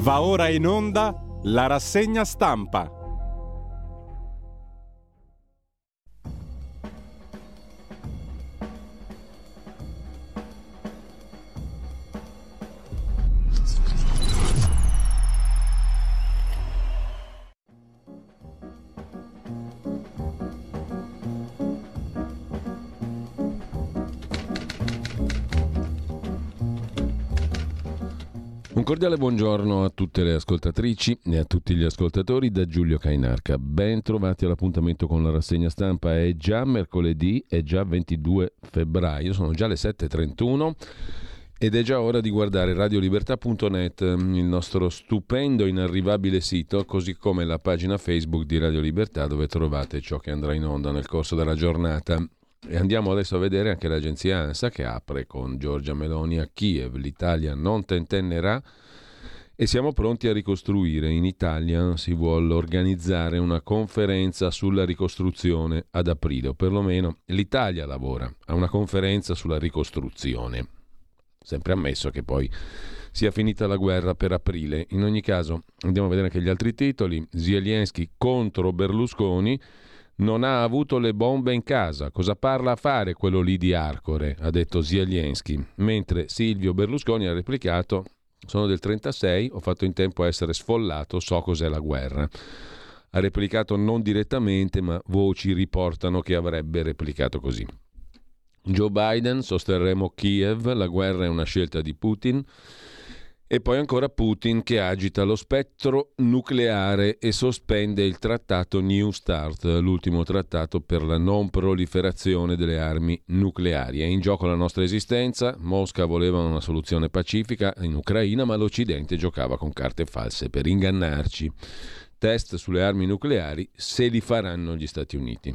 Va ora in onda la rassegna stampa. Un cordiale buongiorno a tutte le ascoltatrici e a tutti gli ascoltatori da Giulio Cainarca. Ben trovati all'appuntamento con la rassegna stampa. È già mercoledì, è già 22 febbraio, sono già le 7:31 ed è già ora di guardare radiolibertà.net, il nostro stupendo, inarrivabile sito, così come la pagina Facebook di Radio Libertà, dove trovate ciò che andrà in onda nel corso della giornata. E andiamo adesso a vedere anche l'agenzia ANSA, che apre con Giorgia Meloni a Kiev. L'Italia non tentennerà e siamo pronti a ricostruire. In Italia si vuole organizzare una conferenza sulla ricostruzione ad aprile, o perlomeno l'Italia lavora a una conferenza sulla ricostruzione, sempre ammesso che poi sia finita la guerra per aprile. In ogni caso andiamo a vedere anche gli altri titoli. Zelensky contro Berlusconi: non ha avuto le bombe in casa, cosa parla a fare quello lì di Arcore, ha detto Zelensky, mentre Silvio Berlusconi ha replicato: sono del 36, ho fatto in tempo a essere sfollato, so cos'è la guerra. Ha replicato non direttamente, ma voci riportano che avrebbe replicato così. Joe Biden: sosterremo Kiev, la guerra è una scelta di Putin. E poi ancora Putin che agita lo spettro nucleare e sospende il trattato New START, l'ultimo trattato per la non proliferazione delle armi nucleari. È in gioco la nostra esistenza. Mosca voleva una soluzione pacifica in Ucraina, ma l'Occidente giocava con carte false per ingannarci. Test sulle armi nucleari, se li faranno gli Stati Uniti.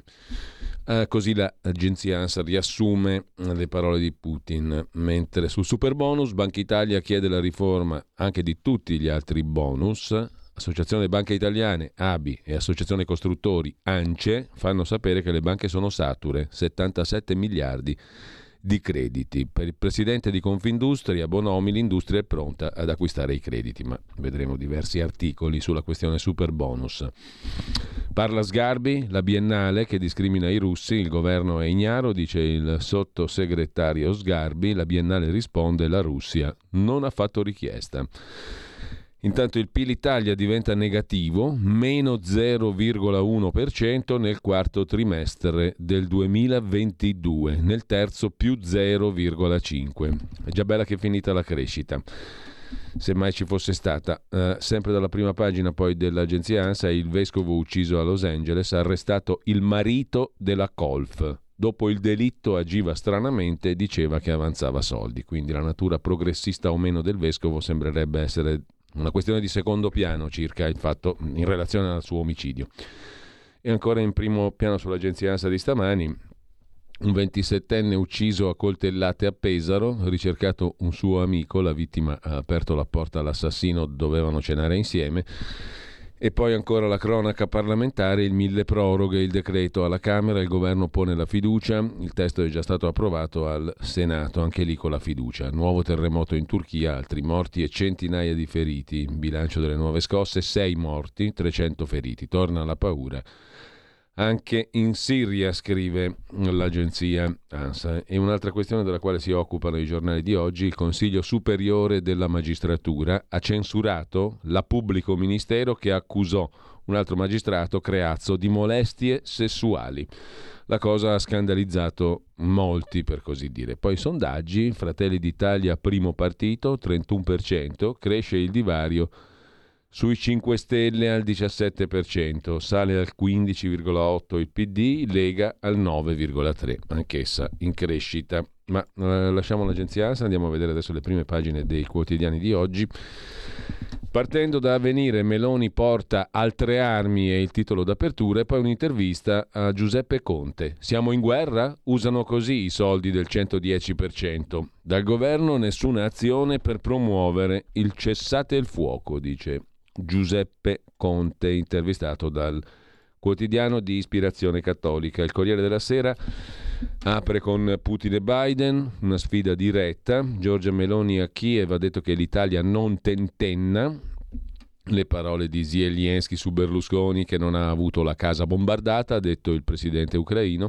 Così l'agenzia ANSA riassume le parole di Putin. Mentre sul superbonus, Banca Italia chiede la riforma anche di tutti gli altri bonus. Associazione Banche Italiane, ABI e Associazione Costruttori, ANCE, fanno sapere che le banche sono sature, 77 miliardi di crediti. Per il presidente di Confindustria Bonomi, l'industria è pronta ad acquistare i crediti, ma vedremo diversi articoli sulla questione superbonus. Parla Sgarbi, la Biennale che discrimina i russi, il governo è ignaro, dice il sottosegretario Sgarbi. La Biennale risponde: la Russia non ha fatto richiesta. Intanto il PIL Italia diventa negativo, meno 0,1% nel quarto trimestre del 2022, nel terzo più 0,5%. È già bella che è finita la crescita, se mai ci fosse stata. Sempre dalla prima pagina poi dell'agenzia ANSA, il vescovo ucciso a Los Angeles ha arrestato il marito della colf. Dopo il delitto agiva stranamente e diceva che avanzava soldi. Quindi la natura progressista o meno del vescovo sembrerebbe essere una questione di secondo piano circa il fatto in relazione al suo omicidio. E ancora in primo piano sull'agenzia ANSA di stamani, un 27enne ucciso a coltellate a Pesaro, ricercato un suo amico, la vittima ha aperto la porta all'assassino, dovevano cenare insieme. E poi ancora la cronaca parlamentare, il milleproroghe, il decreto alla Camera, il governo pone la fiducia, il testo è già stato approvato al Senato, anche lì con la fiducia. Nuovo terremoto in Turchia, altri morti e centinaia di feriti. Bilancio delle nuove scosse, 6 morti, 300 feriti. Torna la paura anche in Siria, scrive l'agenzia ANSA. E un'altra questione della quale si occupano i giornali di oggi: il Consiglio Superiore della Magistratura ha censurato la Pubblico Ministero che accusò un altro magistrato, Creazzo, di molestie sessuali. La cosa ha scandalizzato molti, per così dire. Poi sondaggi: Fratelli d'Italia primo partito, 31%, cresce il divario sui 5 Stelle al 17%, sale al 15,8% il PD, Lega al 9,3%, anch'essa in crescita. Ma lasciamo l'agenzia ANSA, andiamo a vedere adesso le prime pagine dei quotidiani di oggi. Partendo da Avvenire, Meloni porta altre armi è il titolo d'apertura, e poi un'intervista a Giuseppe Conte. Siamo in guerra? Usano così i soldi del 110%. Dal governo nessuna azione per promuovere il cessate il fuoco, dice Giuseppe Conte, intervistato dal quotidiano di ispirazione cattolica. Il Corriere della Sera apre con Putin e Biden, una sfida diretta. Giorgia Meloni a Kiev ha detto che l'Italia non tentenna. Le parole di Zelensky su Berlusconi, che non ha avuto la casa bombardata, ha detto il presidente ucraino.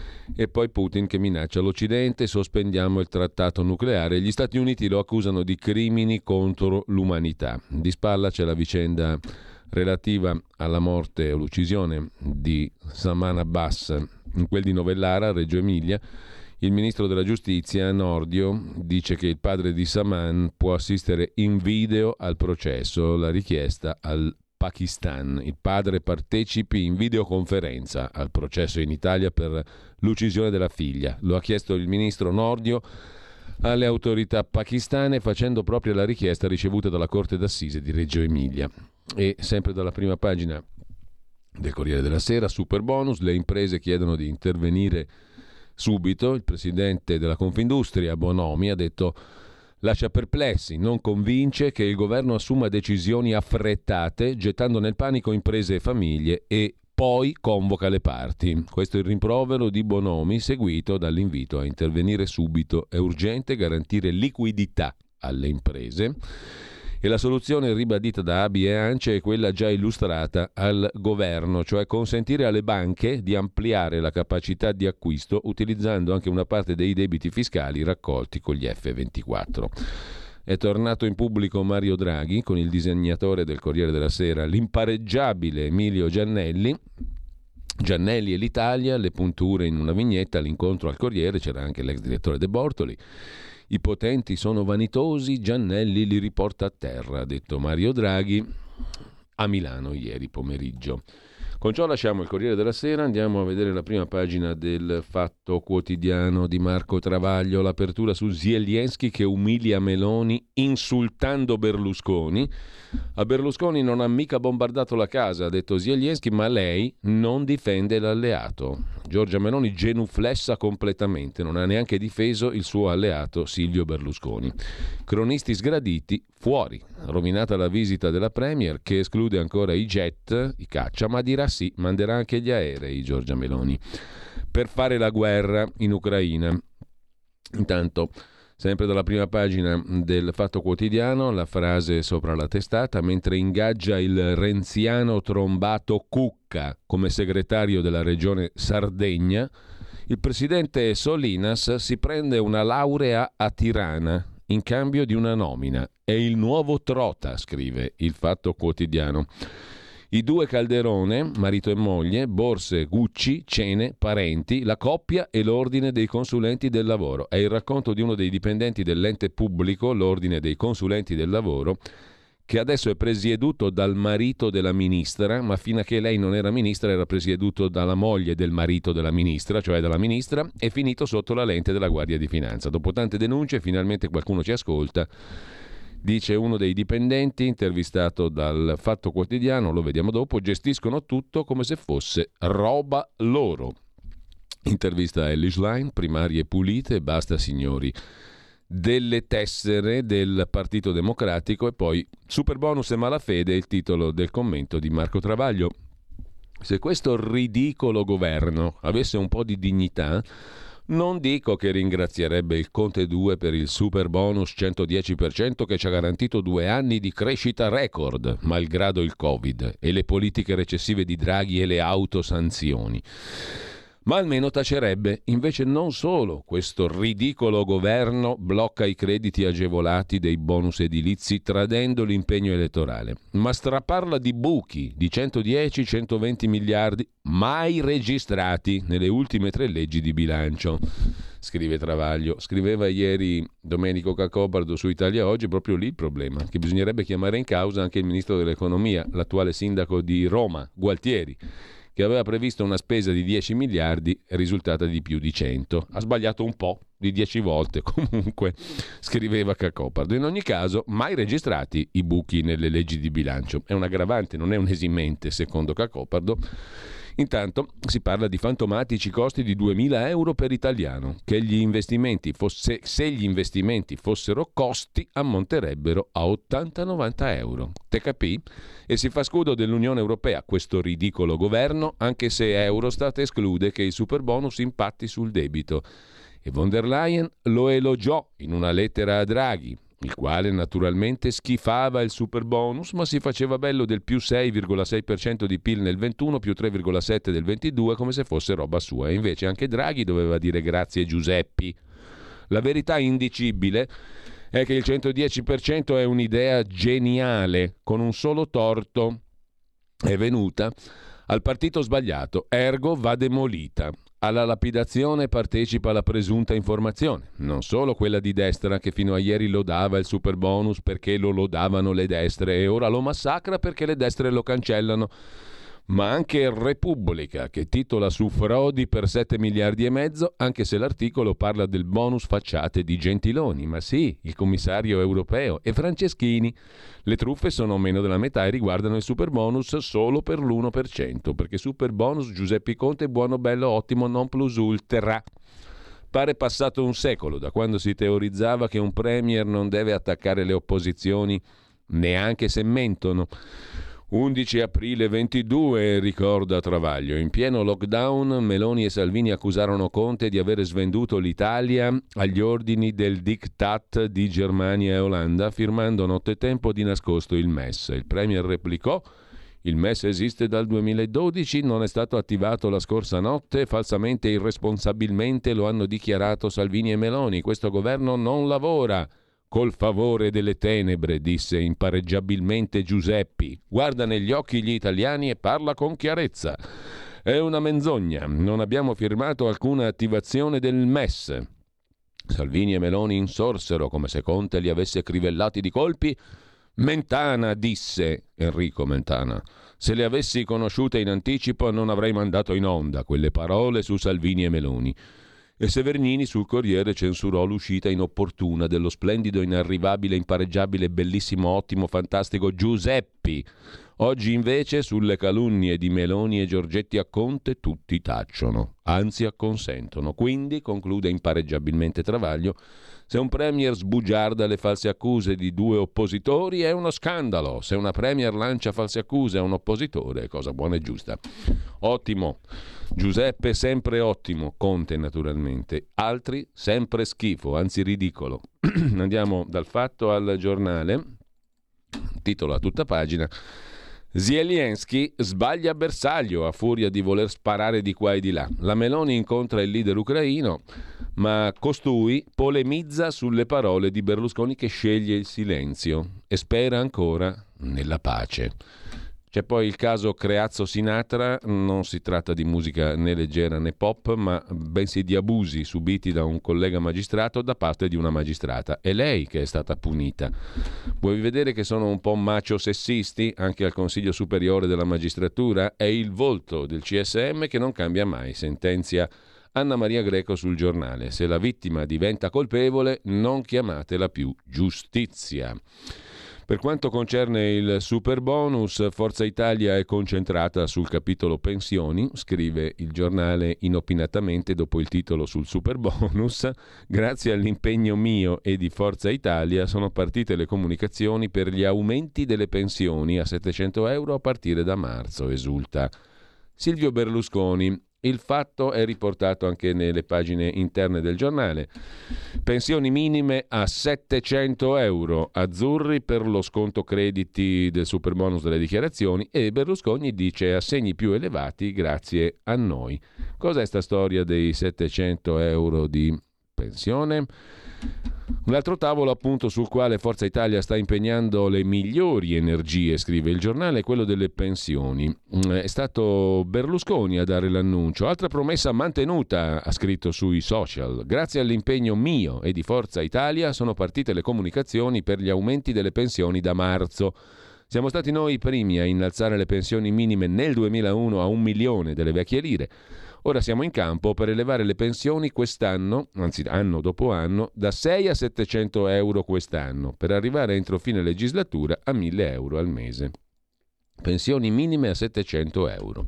E poi Putin che minaccia l'Occidente: sospendiamo il trattato nucleare. Gli Stati Uniti lo accusano di crimini contro l'umanità. Di spalla c'è la vicenda relativa alla morte o l'uccisione di Saman Abbas, in quel di Novellara, Reggio Emilia. Il ministro della giustizia Nordio dice che il padre di Saman può assistere in video al processo, la richiesta al Pakistan. Il padre partecipi in videoconferenza al processo in Italia per l'uccisione della figlia. Lo ha chiesto il ministro Nordio alle autorità pakistane, facendo proprio la richiesta ricevuta dalla Corte d'Assise di Reggio Emilia. E sempre dalla prima pagina del Corriere della Sera, super bonus, le imprese chiedono di intervenire subito. Il presidente della Confindustria Bonomi ha detto: lascia perplessi, non convince che il governo assuma decisioni affrettate, gettando nel panico imprese e famiglie, e poi convoca le parti. Questo è il rimprovero di Bonomi, seguito dall'invito a intervenire subito. È urgente garantire liquidità alle imprese. E la soluzione ribadita da ABI e ANCE è quella già illustrata al governo, cioè consentire alle banche di ampliare la capacità di acquisto utilizzando anche una parte dei debiti fiscali raccolti con gli F24. È tornato in pubblico Mario Draghi con il disegnatore del Corriere della Sera, l'impareggiabile Emilio Giannelli. Giannelli e l'Italia, le punture in una vignetta, all'incontro al Corriere c'era anche l'ex direttore De Bortoli. I potenti sono vanitosi, Giannelli li riporta a terra, ha detto Mario Draghi a Milano ieri pomeriggio. Con ciò lasciamo il Corriere della Sera, andiamo a vedere la prima pagina del Fatto Quotidiano di Marco Travaglio, l'apertura su Zelensky che umilia Meloni insultando Berlusconi. A Berlusconi non ha mica bombardato la casa, ha detto Zelensky, ma lei non difende l'alleato. Giorgia Meloni genuflessa completamente, non ha neanche difeso il suo alleato Silvio Berlusconi. Cronisti sgraditi fuori, rovinata la visita della Premier che esclude ancora i jet, i caccia, ma dirà sì, manderà anche gli aerei Giorgia Meloni per fare la guerra in Ucraina. Intanto, sempre dalla prima pagina del Fatto Quotidiano, la frase sopra la testata: mentre ingaggia il renziano trombato Cucca come segretario della regione Sardegna, il presidente Solinas si prende una laurea a Tirana in cambio di una nomina. È il nuovo Trota, scrive il Fatto Quotidiano. I due Calderone, marito e moglie, borse, Gucci, cene, parenti, la coppia e l'ordine dei consulenti del lavoro. È il racconto di uno dei dipendenti dell'ente pubblico, l'ordine dei consulenti del lavoro, che adesso è presieduto dal marito della ministra, ma fino a che lei non era ministra era presieduto dalla moglie del marito della ministra, cioè dalla ministra, e finito sotto la lente della Guardia di Finanza. Dopo tante denunce finalmente qualcuno ci ascolta, dice uno dei dipendenti intervistato dal Fatto Quotidiano, lo vediamo dopo: gestiscono tutto come se fosse roba loro. Intervista a Elly Schlein, primarie pulite, basta signori delle tessere del Partito Democratico. E poi superbonus e malafede, il titolo del commento di Marco Travaglio. Se questo ridicolo governo avesse un po' di dignità, non dico che ringrazierebbe il Conte 2 per il super bonus 110% che ci ha garantito 2 anni di crescita record, malgrado il Covid e le politiche recessive di Draghi e le autosanzioni. Ma almeno tacerebbe. Invece non solo questo ridicolo governo blocca i crediti agevolati dei bonus edilizi tradendo l'impegno elettorale, ma straparla di buchi di 110-120 miliardi mai registrati nelle ultime 3 leggi di bilancio, scrive Travaglio. Scriveva ieri Domenico Cacobardo su Italia Oggi proprio lì il problema, che bisognerebbe chiamare in causa anche il ministro dell'economia, l'attuale sindaco di Roma, Gualtieri, che aveva previsto una spesa di 10 miliardi, è risultata di più di 100. Ha sbagliato un po', di 10 volte, comunque, scriveva Cacopardo. In ogni caso, mai registrati i buchi nelle leggi di bilancio. È un aggravante, non è un esimente, secondo Cacopardo. Intanto si parla di fantomatici costi di 2.000 euro per italiano, che se gli investimenti fossero costi ammonterebbero a 80-90 euro. Te capì? E si fa scudo dell'Unione Europea questo ridicolo governo, anche se Eurostat esclude che il superbonus impatti sul debito. E von der Leyen lo elogiò in una lettera a Draghi. il quale naturalmente schifava il super bonus, ma si faceva bello del più 6,6% di PIL nel 21, più 3,7% del 22, come se fosse roba sua. E invece anche Draghi doveva dire grazie Giuseppi. La verità indicibile è che il 110% è un'idea geniale, con un solo torto. È venuta al partito sbagliato, ergo va demolita. Alla lapidazione partecipa la presunta informazione, non solo quella di destra che fino a ieri lodava il super bonus perché lo lodavano le destre e ora lo massacra perché le destre lo cancellano, ma anche Repubblica che titola su frodi per 7 miliardi e mezzo, anche se l'articolo parla del bonus facciate di Gentiloni, ma sì, il commissario europeo, e Franceschini. Le truffe sono meno della metà e riguardano il super bonus solo per l'1%, perché super bonus Giuseppe Conte buono, bello, ottimo, non plus ultra. Pare passato un secolo da quando si teorizzava che un premier non deve attaccare le opposizioni neanche se mentono. 11 aprile 22, ricorda Travaglio. In pieno lockdown, Meloni e Salvini accusarono Conte di aver svenduto l'Italia agli ordini del diktat di Germania e Olanda, firmando nottetempo di nascosto il MES. Il premier replicò: il MES esiste dal 2012, non è stato attivato la scorsa notte, falsamente e irresponsabilmente lo hanno dichiarato Salvini e Meloni. Questo governo non lavora col favore delle tenebre, disse impareggiabilmente Giuseppi. Guarda negli occhi gli italiani e parla con chiarezza. È una menzogna, non abbiamo firmato alcuna attivazione del MES. Salvini e Meloni insorsero come se Conte li avesse crivellati di colpi. Mentana, disse Enrico Mentana. Se le avessi conosciute in anticipo non avrei mandato in onda quelle parole su Salvini e Meloni. E Severnini sul Corriere censurò l'uscita inopportuna dello splendido, inarrivabile, impareggiabile, bellissimo, ottimo, fantastico Giuseppi. Oggi invece sulle calunnie di Meloni e Giorgetti a Conte tutti tacciono, anzi acconsentono. Quindi, conclude impareggiabilmente Travaglio, se un premier sbugiarda le false accuse di due oppositori è uno scandalo. Se una premier lancia false accuse a un oppositore è cosa buona e giusta. Ottimo. Giuseppe sempre ottimo, Conte naturalmente, altri sempre schifo, anzi ridicolo. Andiamo dal Fatto al Giornale, titolo a tutta pagina: Zelensky sbaglia bersaglio a furia di voler sparare di qua e di là. La Meloni incontra il leader ucraino, ma costui polemizza sulle parole di Berlusconi che sceglie il silenzio e spera ancora nella pace. C'è poi il caso Creazzo-Sinatra, non si tratta di musica né leggera né pop, ma bensì di abusi subiti da un collega magistrato da parte di una magistrata. È lei che è stata punita. Vuoi vedere che sono un po' macho sessisti anche al Consiglio Superiore della Magistratura? È il volto del CSM che non cambia mai, sentenzia Anna Maria Greco sul Giornale. Se la vittima diventa colpevole, non chiamatela più giustizia. Per quanto concerne il super bonus, Forza Italia è concentrata sul capitolo pensioni, scrive il Giornale inopinatamente dopo il titolo sul super bonus. Grazie all'impegno mio e di Forza Italia sono partite le comunicazioni per gli aumenti delle pensioni a 700 euro a partire da marzo, esulta Silvio Berlusconi. Il Fatto è riportato anche nelle pagine interne del giornale. Pensioni minime a 700 euro, azzurri per lo sconto crediti del superbonus delle dichiarazioni, e Berlusconi dice assegni più elevati grazie a noi. Cos'è sta storia dei 700 euro di pensione? Un altro tavolo appunto sul quale Forza Italia sta impegnando le migliori energie, scrive il Giornale, è quello delle pensioni. È stato Berlusconi a dare l'annuncio. Altra promessa mantenuta, ha scritto sui social. Grazie all'impegno mio e di Forza Italia sono partite le comunicazioni per gli aumenti delle pensioni da marzo. Siamo stati noi i primi a innalzare le pensioni minime nel 2001 a 1 milione delle vecchie lire. Ora siamo in campo per elevare le pensioni quest'anno, anzi anno dopo anno, da 6 a 700 euro quest'anno, per arrivare entro fine legislatura a 1.000 euro al mese. Pensioni minime a 700 euro.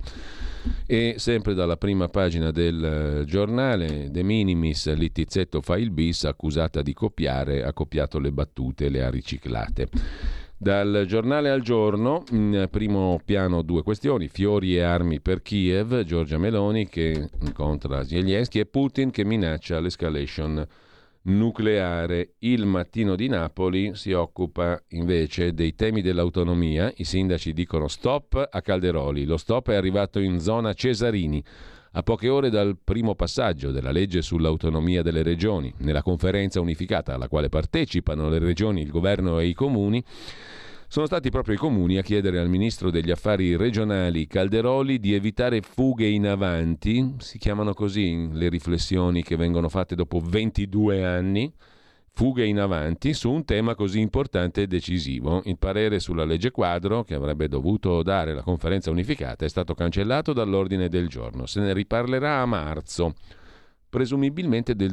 E sempre dalla prima pagina del giornale, De Minimis, Littizzetto fa il bis, accusata di copiare, ha copiato le battute, le ha riciclate. Dal Giornale al Giorno, in primo piano due questioni: fiori e armi per Kiev, Giorgia Meloni che incontra Zelensky e Putin che minaccia l'escalation nucleare. Il Mattino di Napoli si occupa invece dei temi dell'autonomia. I sindaci dicono stop a Calderoli. Lo stop è arrivato in zona Cesarini, a poche ore dal primo passaggio della legge sull'autonomia delle regioni. Nella conferenza unificata alla quale partecipano le regioni, il governo e i comuni, sono stati proprio i comuni a chiedere al ministro degli affari regionali Calderoli di evitare fughe in avanti, si chiamano così le riflessioni che vengono fatte dopo 22 anni, fughe in avanti su un tema così importante e decisivo. Il parere sulla legge quadro, che avrebbe dovuto dare la conferenza unificata, è stato cancellato dall'ordine del giorno. Se ne riparlerà a marzo, presumibilmente del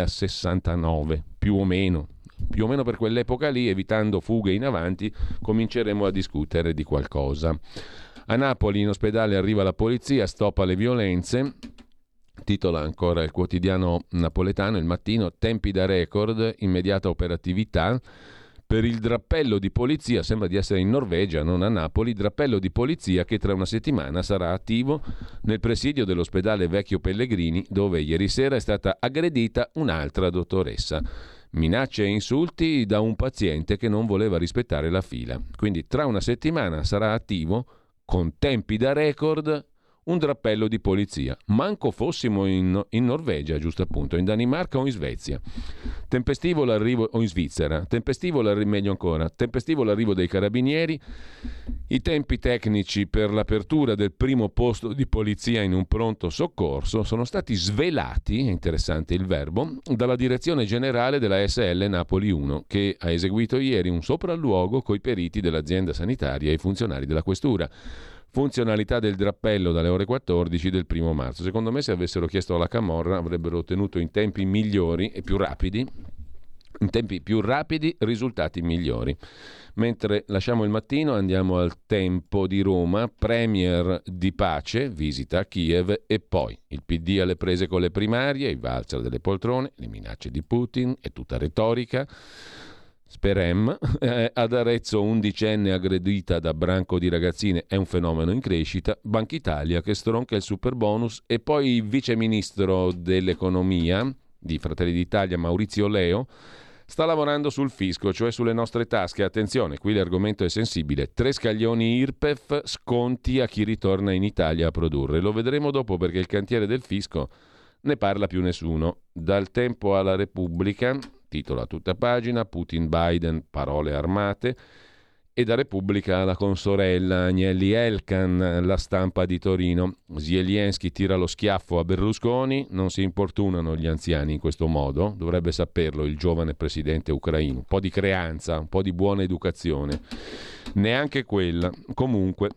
2069, più o meno per quell'epoca lì, evitando fughe in avanti, cominceremo a discutere di qualcosa. A Napoli in ospedale arriva la polizia, stop alle violenze. Titola ancora il quotidiano napoletano Il Mattino, tempi da record, immediata operatività. Per il drappello di polizia, sembra di essere in Norvegia, non a Napoli, drappello di polizia che tra una settimana sarà attivo nel presidio dell'ospedale Vecchio Pellegrini, dove ieri sera è stata aggredita un'altra dottoressa. Minacce e insulti da un paziente che non voleva rispettare la fila. Quindi tra una settimana sarà attivo, con tempi da record, un drappello di polizia. Manco fossimo in Norvegia, giusto appunto, in Danimarca o in Svezia. Tempestivo l'arrivo, o in Svizzera. Meglio ancora, tempestivo l'arrivo dei carabinieri. I tempi tecnici per l'apertura del primo posto di polizia in un pronto soccorso sono stati svelati, è interessante il verbo, dalla direzione generale della SL Napoli 1, che ha eseguito ieri un sopralluogo coi periti dell'azienda sanitaria e i funzionari della questura. Funzionalità del drappello dalle ore 14 del 1 marzo. Secondo me, se avessero chiesto alla Camorra, avrebbero ottenuto in tempi migliori e più rapidi, risultati migliori. Mentre lasciamo Il Mattino, andiamo al Tempo di Roma. Premier di pace, visita a Kiev e poi il PD alle prese con le primarie, i valzer delle poltrone, le minacce di Putin, è tutta retorica. Sperem, ad Arezzo undicenne aggredita da branco di ragazzine, è un fenomeno in crescita. Banca Italia che stronca il superbonus e poi il viceministro dell'economia di Fratelli d'Italia Maurizio Leo sta lavorando sul fisco, cioè sulle nostre tasche. Attenzione, qui l'argomento è sensibile. 3 scaglioni IRPEF, sconti a chi ritorna in Italia a produrre. Lo vedremo dopo perché il cantiere del fisco ne parla più nessuno. Dal Tempo alla Repubblica, titolo a tutta pagina, Putin-Biden, parole armate, e da Repubblica alla consorella Agnelli Elkan, La Stampa di Torino. Zelensky tira lo schiaffo a Berlusconi, non si importunano gli anziani in questo modo, dovrebbe saperlo il giovane presidente ucraino. Un po' di creanza, un po' di buona educazione, neanche quella. Comunque,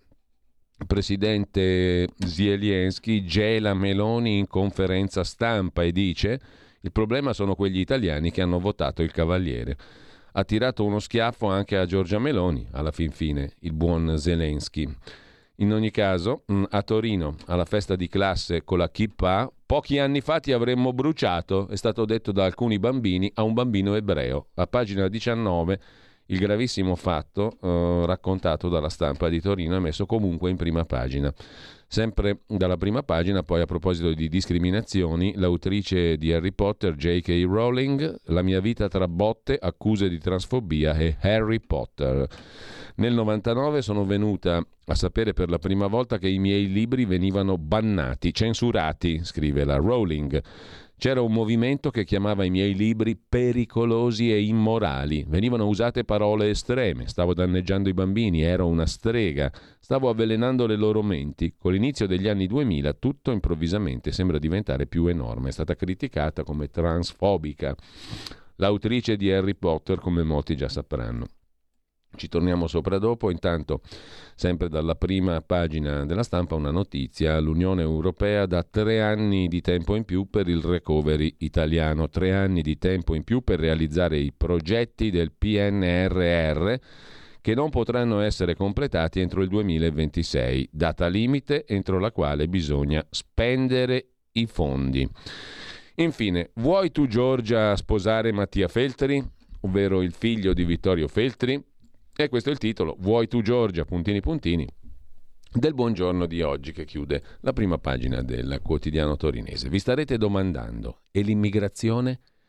presidente Zelensky gela Meloni in conferenza stampa e dice: il problema sono quegli italiani che hanno votato il Cavaliere. Ha tirato uno schiaffo anche a Giorgia Meloni, alla fin fine, il buon Zelensky. In ogni caso, a Torino, alla festa di classe con la kippa, pochi anni fa ti avremmo bruciato, è stato detto da alcuni bambini a un bambino ebreo. A pagina 19, il gravissimo fatto raccontato dalla Stampa di Torino e messo comunque in prima pagina. Sempre dalla prima pagina, poi, a proposito di discriminazioni, l'autrice di Harry Potter, J.K. Rowling, la mia vita tra botte, accuse di transfobia e Harry Potter. Nel 99 sono venuta a sapere per la prima volta che i miei libri venivano bannati, censurati, scrive la Rowling. C'era un movimento che chiamava i miei libri pericolosi e immorali. Venivano usate parole estreme. Stavo danneggiando i bambini, ero una strega. Stavo avvelenando le loro menti. Con l'inizio degli anni 2000 tutto improvvisamente sembra diventare più enorme. È stata criticata come transfobica. L'autrice di Harry Potter, come molti già sapranno. Ci torniamo sopra dopo. Intanto, sempre dalla prima pagina della Stampa, una notizia: l'Unione Europea dà 3 anni di tempo in più per il recovery italiano, 3 anni di tempo in più per realizzare i progetti del PNRR che non potranno essere completati entro il 2026, data limite entro la quale bisogna spendere i fondi. Infine, vuoi tu, Giorgia, sposare Mattia Feltri, ovvero il figlio di Vittorio Feltri? E questo è il titolo, Vuoi tu, Giorgia, puntini puntini, del Buongiorno di oggi, che chiude la prima pagina del quotidiano torinese. Vi starete domandando, e l'immigrazione?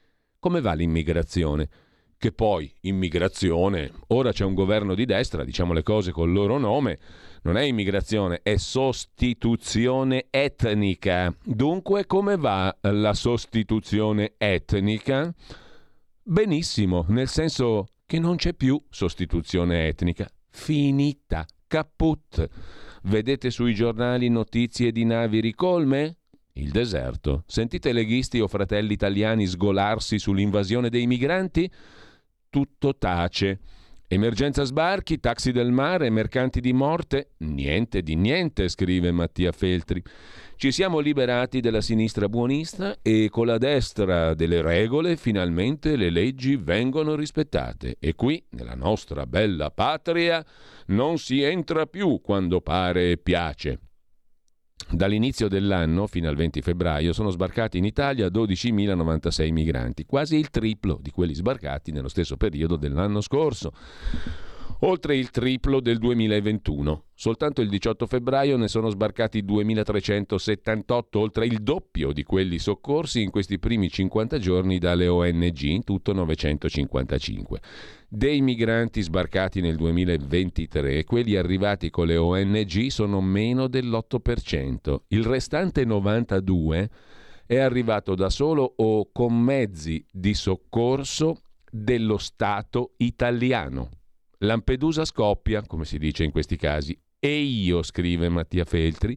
come va l'immigrazione? Che poi, immigrazione, ora c'è un governo di destra, diciamo le cose col loro nome, non è immigrazione, è sostituzione etnica. Dunque, come va la sostituzione etnica? Benissimo, nel senso che non c'è più sostituzione etnica. Finita, caput. Vedete sui giornali notizie di navi ricolme? Il deserto. Sentite leghisti o fratelli italiani sgolarsi sull'invasione dei migranti? Tutto tace. Emergenza sbarchi, taxi del mare, mercanti di morte? Niente di niente, scrive Mattia Feltri. Ci siamo liberati della sinistra buonista e con la destra delle regole finalmente le leggi vengono rispettate. E qui, nella nostra bella patria, non si entra più quando pare e piace. Dall'inizio dell'anno fino al 20 febbraio sono sbarcati in Italia 12.096 migranti, quasi il triplo di quelli sbarcati nello stesso periodo dell'anno scorso, oltre il triplo del 2021. Soltanto il 18 febbraio ne sono sbarcati 2.378, oltre il doppio di quelli soccorsi in questi primi 50 giorni dalle ONG, in tutto 955. Dei migranti sbarcati nel 2023, quelli arrivati con le ONG sono meno dell'8%. Il restante 92% è arrivato da solo o con mezzi di soccorso dello Stato italiano. Lampedusa scoppia, come si dice in questi casi. E io, scrive Mattia Feltri,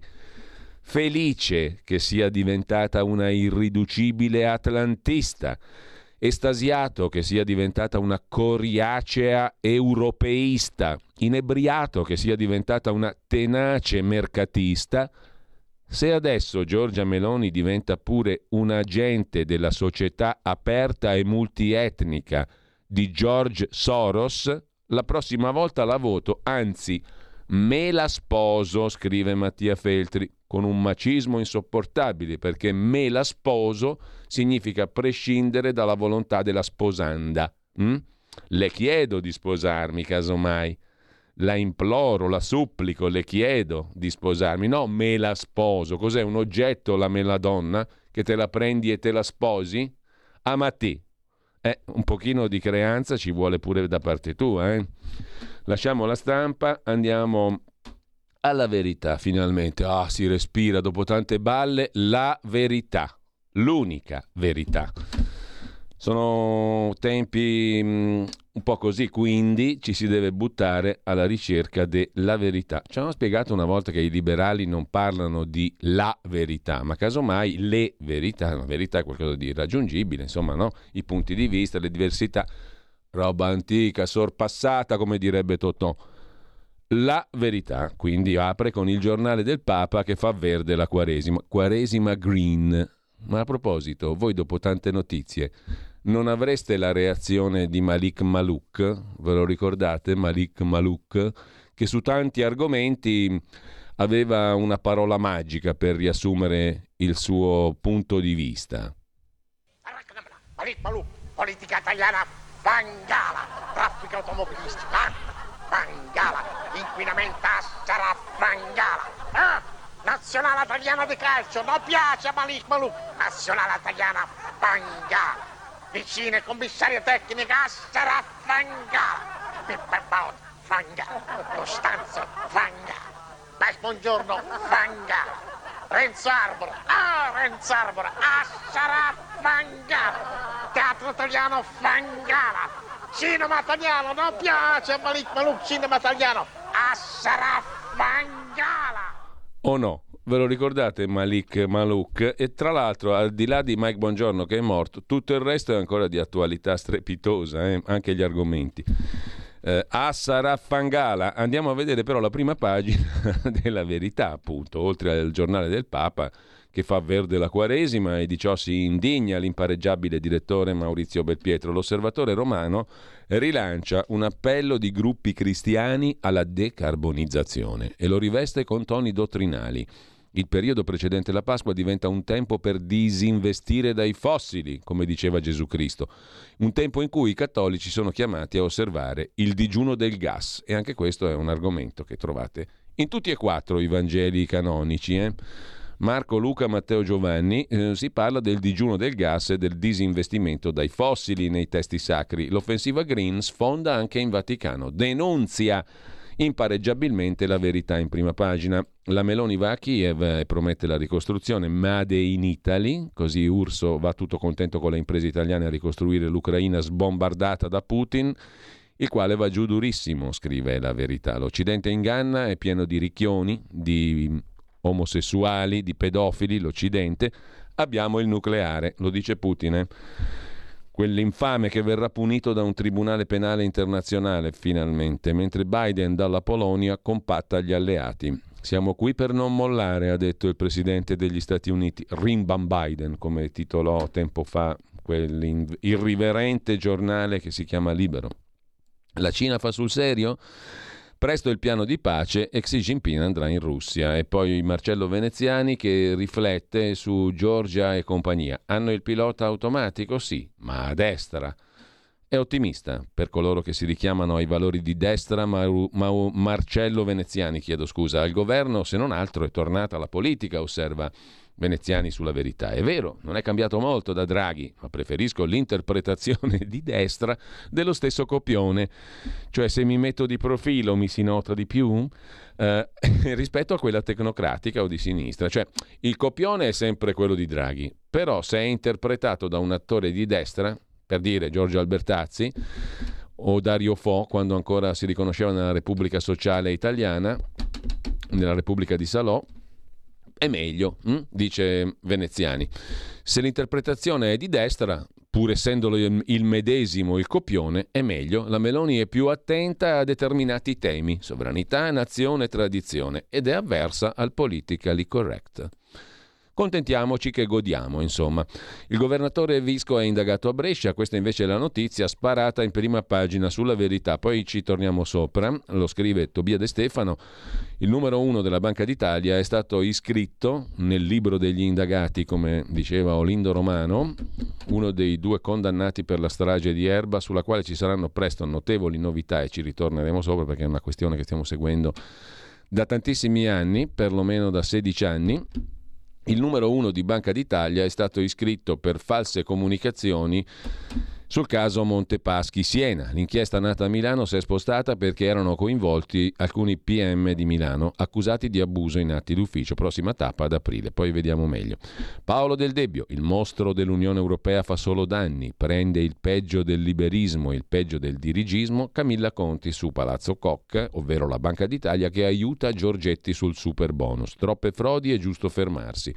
felice che sia diventata una irriducibile atlantista, estasiato che sia diventata una coriacea europeista, inebriato che sia diventata una tenace mercatista, se adesso Giorgia Meloni diventa pure un agente della società aperta e multietnica di George Soros, la prossima volta la voto, anzi me la sposo, scrive Mattia Feltri, con un macismo insopportabile, perché me la sposo significa prescindere dalla volontà della sposanda. Le chiedo di sposarmi, casomai. La imploro, la supplico, le chiedo di sposarmi. No, me la sposo. Cos'è, un oggetto la meladonna che te la prendi e te la sposi? Ma te. Un pochino di creanza ci vuole pure da parte tua, eh? Lasciamo la stampa, andiamo alla verità finalmente. Si respira dopo tante balle, la verità, l'unica verità. Sono tempi un po' così, quindi ci si deve buttare alla ricerca della verità. Ci hanno spiegato una volta che i liberali non parlano di la verità, ma casomai le verità. La verità è qualcosa di irraggiungibile, insomma, no? I punti di vista, le diversità, roba antica, sorpassata, come direbbe Totò. La verità, quindi, apre con il giornale del Papa che fa verde la Quaresima. Quaresima green. Ma a proposito, voi dopo tante notizie non avreste la reazione di Malik Malouk? Ve lo ricordate, Malik Malouk? Che su tanti argomenti aveva una parola magica per riassumere il suo punto di vista. Malik Malouk, politica italiana, Bangala, traffico automobilistico, Bangala, inquinamento, sarà Bangala, nazionale italiana di calcio, non piace a Malik Malouk, nazionale italiana, Bangala. Vicine commissaria tecnica, sarà Fangala. Pippa Fangala. Costanzo Fangala. Max Buongiorno Fangala. Renzo Arbora. Renzo Arbora. Sarà Fangala. Teatro italiano Fangala. Cinema italiano, non piace a Malik Malouk, cinema italiano. Sarà Fangala. O no? Ve lo ricordate Malik Malouk? E tra l'altro, al di là di Mike Bongiorno che è morto, tutto il resto è ancora di attualità strepitosa, anche gli argomenti. Sarà Fangala. Andiamo a vedere però la prima pagina della Verità, appunto, oltre al giornale del Papa che fa verde la Quaresima e di ciò si indigna l'impareggiabile direttore Maurizio Belpietro. L'Osservatore Romano rilancia un appello di gruppi cristiani alla decarbonizzazione e lo riveste con toni dottrinali. Il periodo precedente la Pasqua diventa un tempo per disinvestire dai fossili, come diceva Gesù Cristo, un tempo in cui i cattolici sono chiamati a osservare il digiuno del gas, e anche questo è un argomento che trovate in tutti e quattro i Vangeli canonici. Marco, Luca, Matteo, Giovanni, si parla del digiuno del gas e del disinvestimento dai fossili nei testi sacri. L'offensiva green sfonda anche in Vaticano, denunzia impareggiabilmente la verità in prima pagina. La Meloni va a Kiev e promette la ricostruzione Made in Italy, così Urso va tutto contento con le imprese italiane a ricostruire l'Ucraina sbombardata da Putin, il quale va giù durissimo, scrive la verità. L'Occidente inganna, è pieno di ricchioni, di omosessuali, di pedofili, l'Occidente. Abbiamo il nucleare, lo dice Putin, quell'infame che verrà punito da un tribunale penale internazionale finalmente, mentre Biden dalla Polonia compatta gli alleati. Siamo qui per non mollare, ha detto il presidente degli Stati Uniti, Rimbam Biden, come titolò tempo fa quell'irriverente giornale che si chiama Libero. La Cina fa sul serio? Presto il piano di pace e Xi Jinping andrà in Russia. E poi Marcello Veneziani che riflette su Giorgia e compagnia. Hanno il pilota automatico? Sì, ma a destra. È ottimista per coloro che si richiamano ai valori di destra, Marcello Veneziani, chiedo scusa. Al governo, se non altro, è tornata la politica, osserva Veneziani sulla Verità. È vero, non è cambiato molto da Draghi, ma preferisco l'interpretazione di destra dello stesso copione. Cioè, se mi metto di profilo mi si nota di più rispetto a quella tecnocratica o di sinistra. Cioè, il copione è sempre quello di Draghi, però se è interpretato da un attore di destra, per dire Giorgio Albertazzi o Dario Fo, quando ancora si riconosceva nella Repubblica Sociale Italiana, nella Repubblica di Salò, è meglio, dice Veneziani. Se l'interpretazione è di destra, pur essendolo il medesimo il copione, è meglio. La Meloni è più attenta a determinati temi, sovranità, nazione, tradizione, ed è avversa al politically correct. Contentiamoci che godiamo, insomma. Il governatore Visco è indagato a Brescia, questa invece è la notizia sparata in prima pagina sulla Verità. Poi ci torniamo sopra, lo scrive Tobia De Stefano. Il numero 1 della Banca d'Italia è stato iscritto nel libro degli indagati, come diceva Olindo Romano, uno dei 2 condannati per la strage di Erba, sulla quale ci saranno presto notevoli novità e ci ritorneremo sopra perché è una questione che stiamo seguendo da tantissimi anni, perlomeno da 16 anni. Il numero 1 di Banca d'Italia è stato iscritto per false comunicazioni sul caso Montepaschi Siena. L'inchiesta nata a Milano si è spostata perché erano coinvolti alcuni PM di Milano accusati di abuso in atti d'ufficio. Prossima tappa ad aprile, poi vediamo meglio. Paolo Del Debbio, il mostro dell'Unione Europea fa solo danni, prende il peggio del liberismo e il peggio del dirigismo. Camilla Conti su Palazzo Koch, ovvero la Banca d'Italia che aiuta Giorgetti sul super bonus. Troppe frodi, è giusto fermarsi.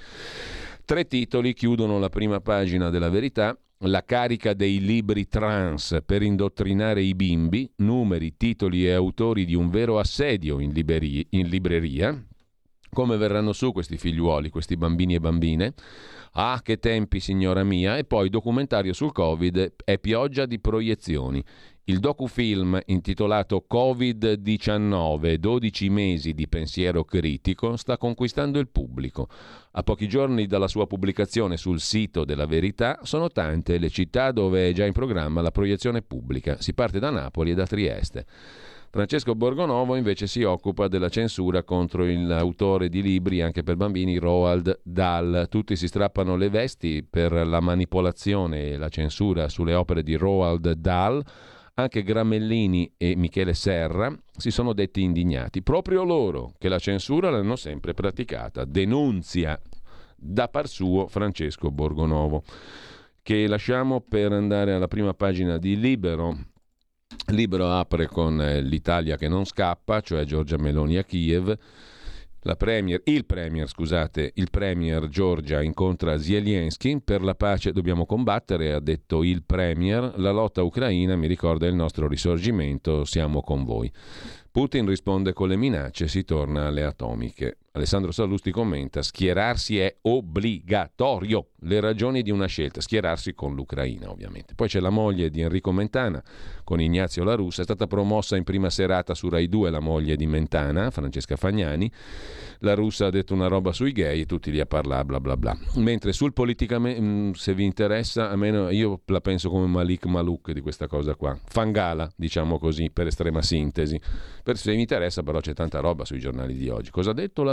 3 titoli chiudono la prima pagina della Verità. La carica dei libri trans per indottrinare i bimbi, numeri, titoli e autori di un vero assedio in libreria. Come verranno su questi figliuoli, questi bambini e bambine? Ah, che tempi, signora mia! E poi documentario sul Covid e pioggia di proiezioni. Il docufilm intitolato Covid-19, 12 mesi di pensiero critico, sta conquistando il pubblico. A pochi giorni dalla sua pubblicazione sul sito della Verità, sono tante le città dove è già in programma la proiezione pubblica. Si parte da Napoli e da Trieste. Francesco Borgonovo invece si occupa della censura contro l'autore di libri anche per bambini Roald Dahl. Tutti si strappano le vesti per la manipolazione e la censura sulle opere di Roald Dahl. Anche Gramellini e Michele Serra si sono detti indignati. Proprio loro, che la censura l'hanno sempre praticata. Denunzia da par suo Francesco Borgonovo, che lasciamo per andare alla prima pagina di Libero. Libero apre con l'Italia che non scappa, cioè Giorgia Meloni a Kiev. Il premier Giorgia incontra Zelensky. Per la pace dobbiamo combattere, ha detto il premier. La lotta ucraina mi ricorda il nostro risorgimento, siamo con voi. Putin risponde con le minacce, si torna alle atomiche. Alessandro Sallusti commenta: schierarsi è obbligatorio, le ragioni di una scelta, schierarsi con l'Ucraina ovviamente. Poi c'è la moglie di Enrico Mentana con Ignazio La Russa, è stata promossa in prima serata su Rai 2 la moglie di Mentana, Francesca Fagnani. La Russa ha detto una roba sui gay e tutti lì a parlare bla bla bla. Mentre sul politicamente, se vi interessa, almeno io la penso come Malik Maluk di questa cosa qua, Fangala diciamo così per estrema sintesi. Per se vi interessa però c'è tanta roba sui giornali di oggi. Cosa ha detto La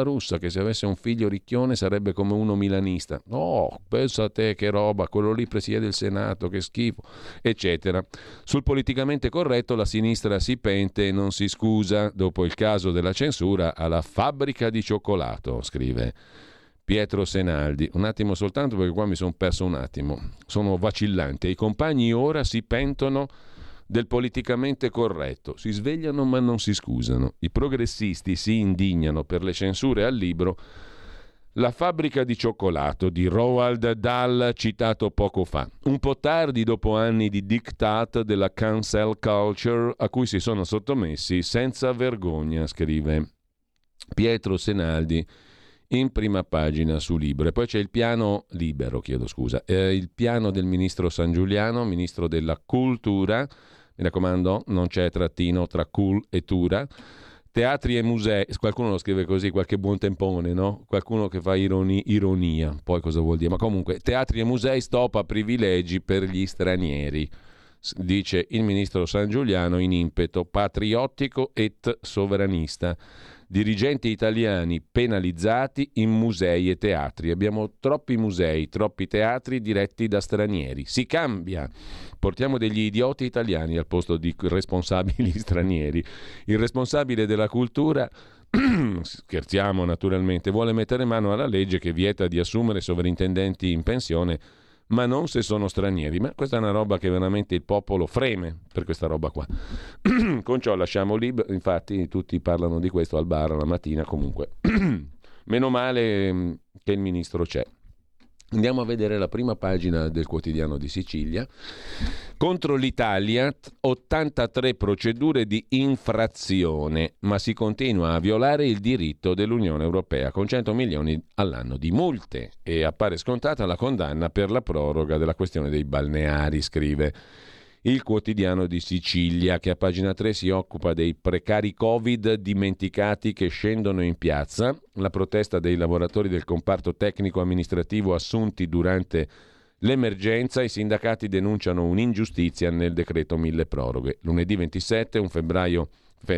Russa, che se avesse un figlio ricchione sarebbe come uno milanista. Oh, pensa a te che roba, quello lì presiede il Senato, che schifo, eccetera. Sul politicamente corretto la sinistra si pente e non si scusa dopo il caso della censura alla fabbrica di cioccolato, scrive Pietro Senaldi. Un attimo soltanto, perché qua mi sono perso un attimo, sono vacillante. I compagni ora si pentono del politicamente corretto, si svegliano ma non si scusano. I progressisti si indignano per le censure al libro La fabbrica di cioccolato di Roald Dahl, citato poco fa. Un po' tardi, dopo anni di diktat della cancel culture a cui si sono sottomessi senza vergogna, scrive Pietro Senaldi in prima pagina su Libero. E poi c'è il piano Libero, il piano del ministro Sangiuliano, ministro della cultura. Mi raccomando, non c'è trattino tra cool e tura. Teatri e musei, qualcuno lo scrive così, qualche buon tempone, no? Qualcuno che fa ironia, poi cosa vuol dire? Ma comunque, teatri e musei, stop a privilegi per gli stranieri, dice il ministro Sangiuliano in impeto patriottico et sovranista. Dirigenti italiani penalizzati in musei e teatri. Abbiamo troppi musei, troppi teatri diretti da stranieri. Si cambia. Portiamo degli idioti italiani al posto di responsabili stranieri. Il responsabile della cultura, scherziamo naturalmente, vuole mettere mano alla legge che vieta di assumere sovrintendenti in pensione, ma non se sono stranieri. Ma questa è una roba che veramente il popolo freme per questa roba qua. Con ciò lasciamo Libero, infatti tutti parlano di questo al bar la mattina comunque. Meno male che il ministro c'è. Andiamo a vedere la prima pagina del Quotidiano di Sicilia. Contro l'Italia 83 procedure di infrazione, ma si continua a violare il diritto dell'Unione Europea con 100 milioni all'anno di multe e appare scontata la condanna per la proroga della questione dei balneari, scrive il Quotidiano di Sicilia, che a pagina 3 si occupa dei precari Covid dimenticati che scendono in piazza, la protesta dei lavoratori del comparto tecnico-amministrativo assunti durante l'emergenza. I sindacati denunciano un'ingiustizia nel decreto mille proroghe. Lunedì 27 febbraio,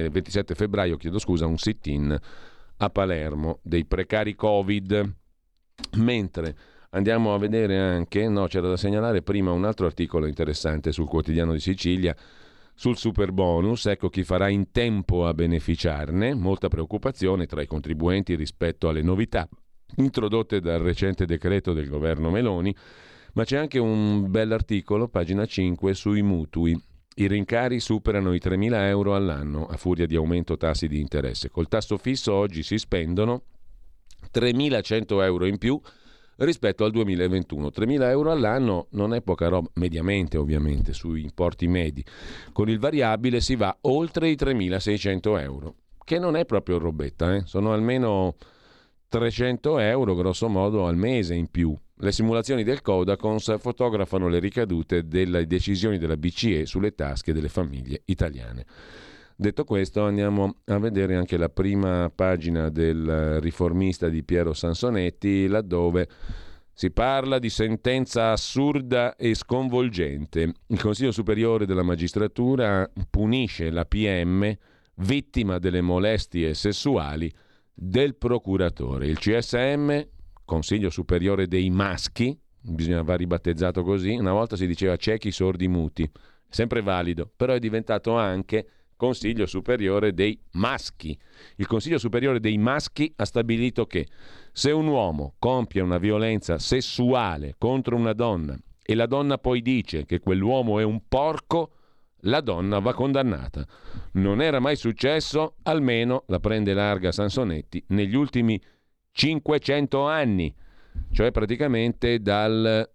un sit-in a Palermo dei precari Covid. Mentre andiamo a vedere anche, c'era da segnalare prima un altro articolo interessante sul Quotidiano di Sicilia sul super bonus. Ecco chi farà in tempo a beneficiarne. Molta preoccupazione tra i contribuenti rispetto alle novità introdotte dal recente decreto del governo Meloni, ma c'è anche un bell'articolo, pagina 5, sui mutui. I rincari superano i 3.000 euro all'anno a furia di aumento tassi di interesse. Col tasso fisso oggi si spendono 3.100 euro in più rispetto al 2021. 3.000 euro all'anno non è poca roba, mediamente ovviamente, sui importi medi. Con il variabile si va oltre i 3.600 euro, che non è proprio robetta, sono almeno 300 euro grosso modo al mese in più. Le simulazioni del Codacons fotografano le ricadute delle decisioni della BCE sulle tasche delle famiglie italiane. Detto questo, andiamo a vedere anche la prima pagina del Riformista di Piero Sansonetti, laddove si parla di sentenza assurda e sconvolgente. Il Consiglio Superiore della Magistratura punisce la PM vittima delle molestie sessuali del procuratore. Il CSM, Consiglio Superiore dei Maschi, bisognava ribattezzato così, una volta si diceva ciechi, sordi, muti, sempre valido, però è diventato anche Consiglio Superiore dei Maschi. Il Consiglio Superiore dei Maschi ha stabilito che se un uomo compie una violenza sessuale contro una donna e la donna poi dice che quell'uomo è un porco, la donna va condannata. Non era mai successo, almeno la prende larga Sansonetti, negli ultimi 500 anni, cioè praticamente dal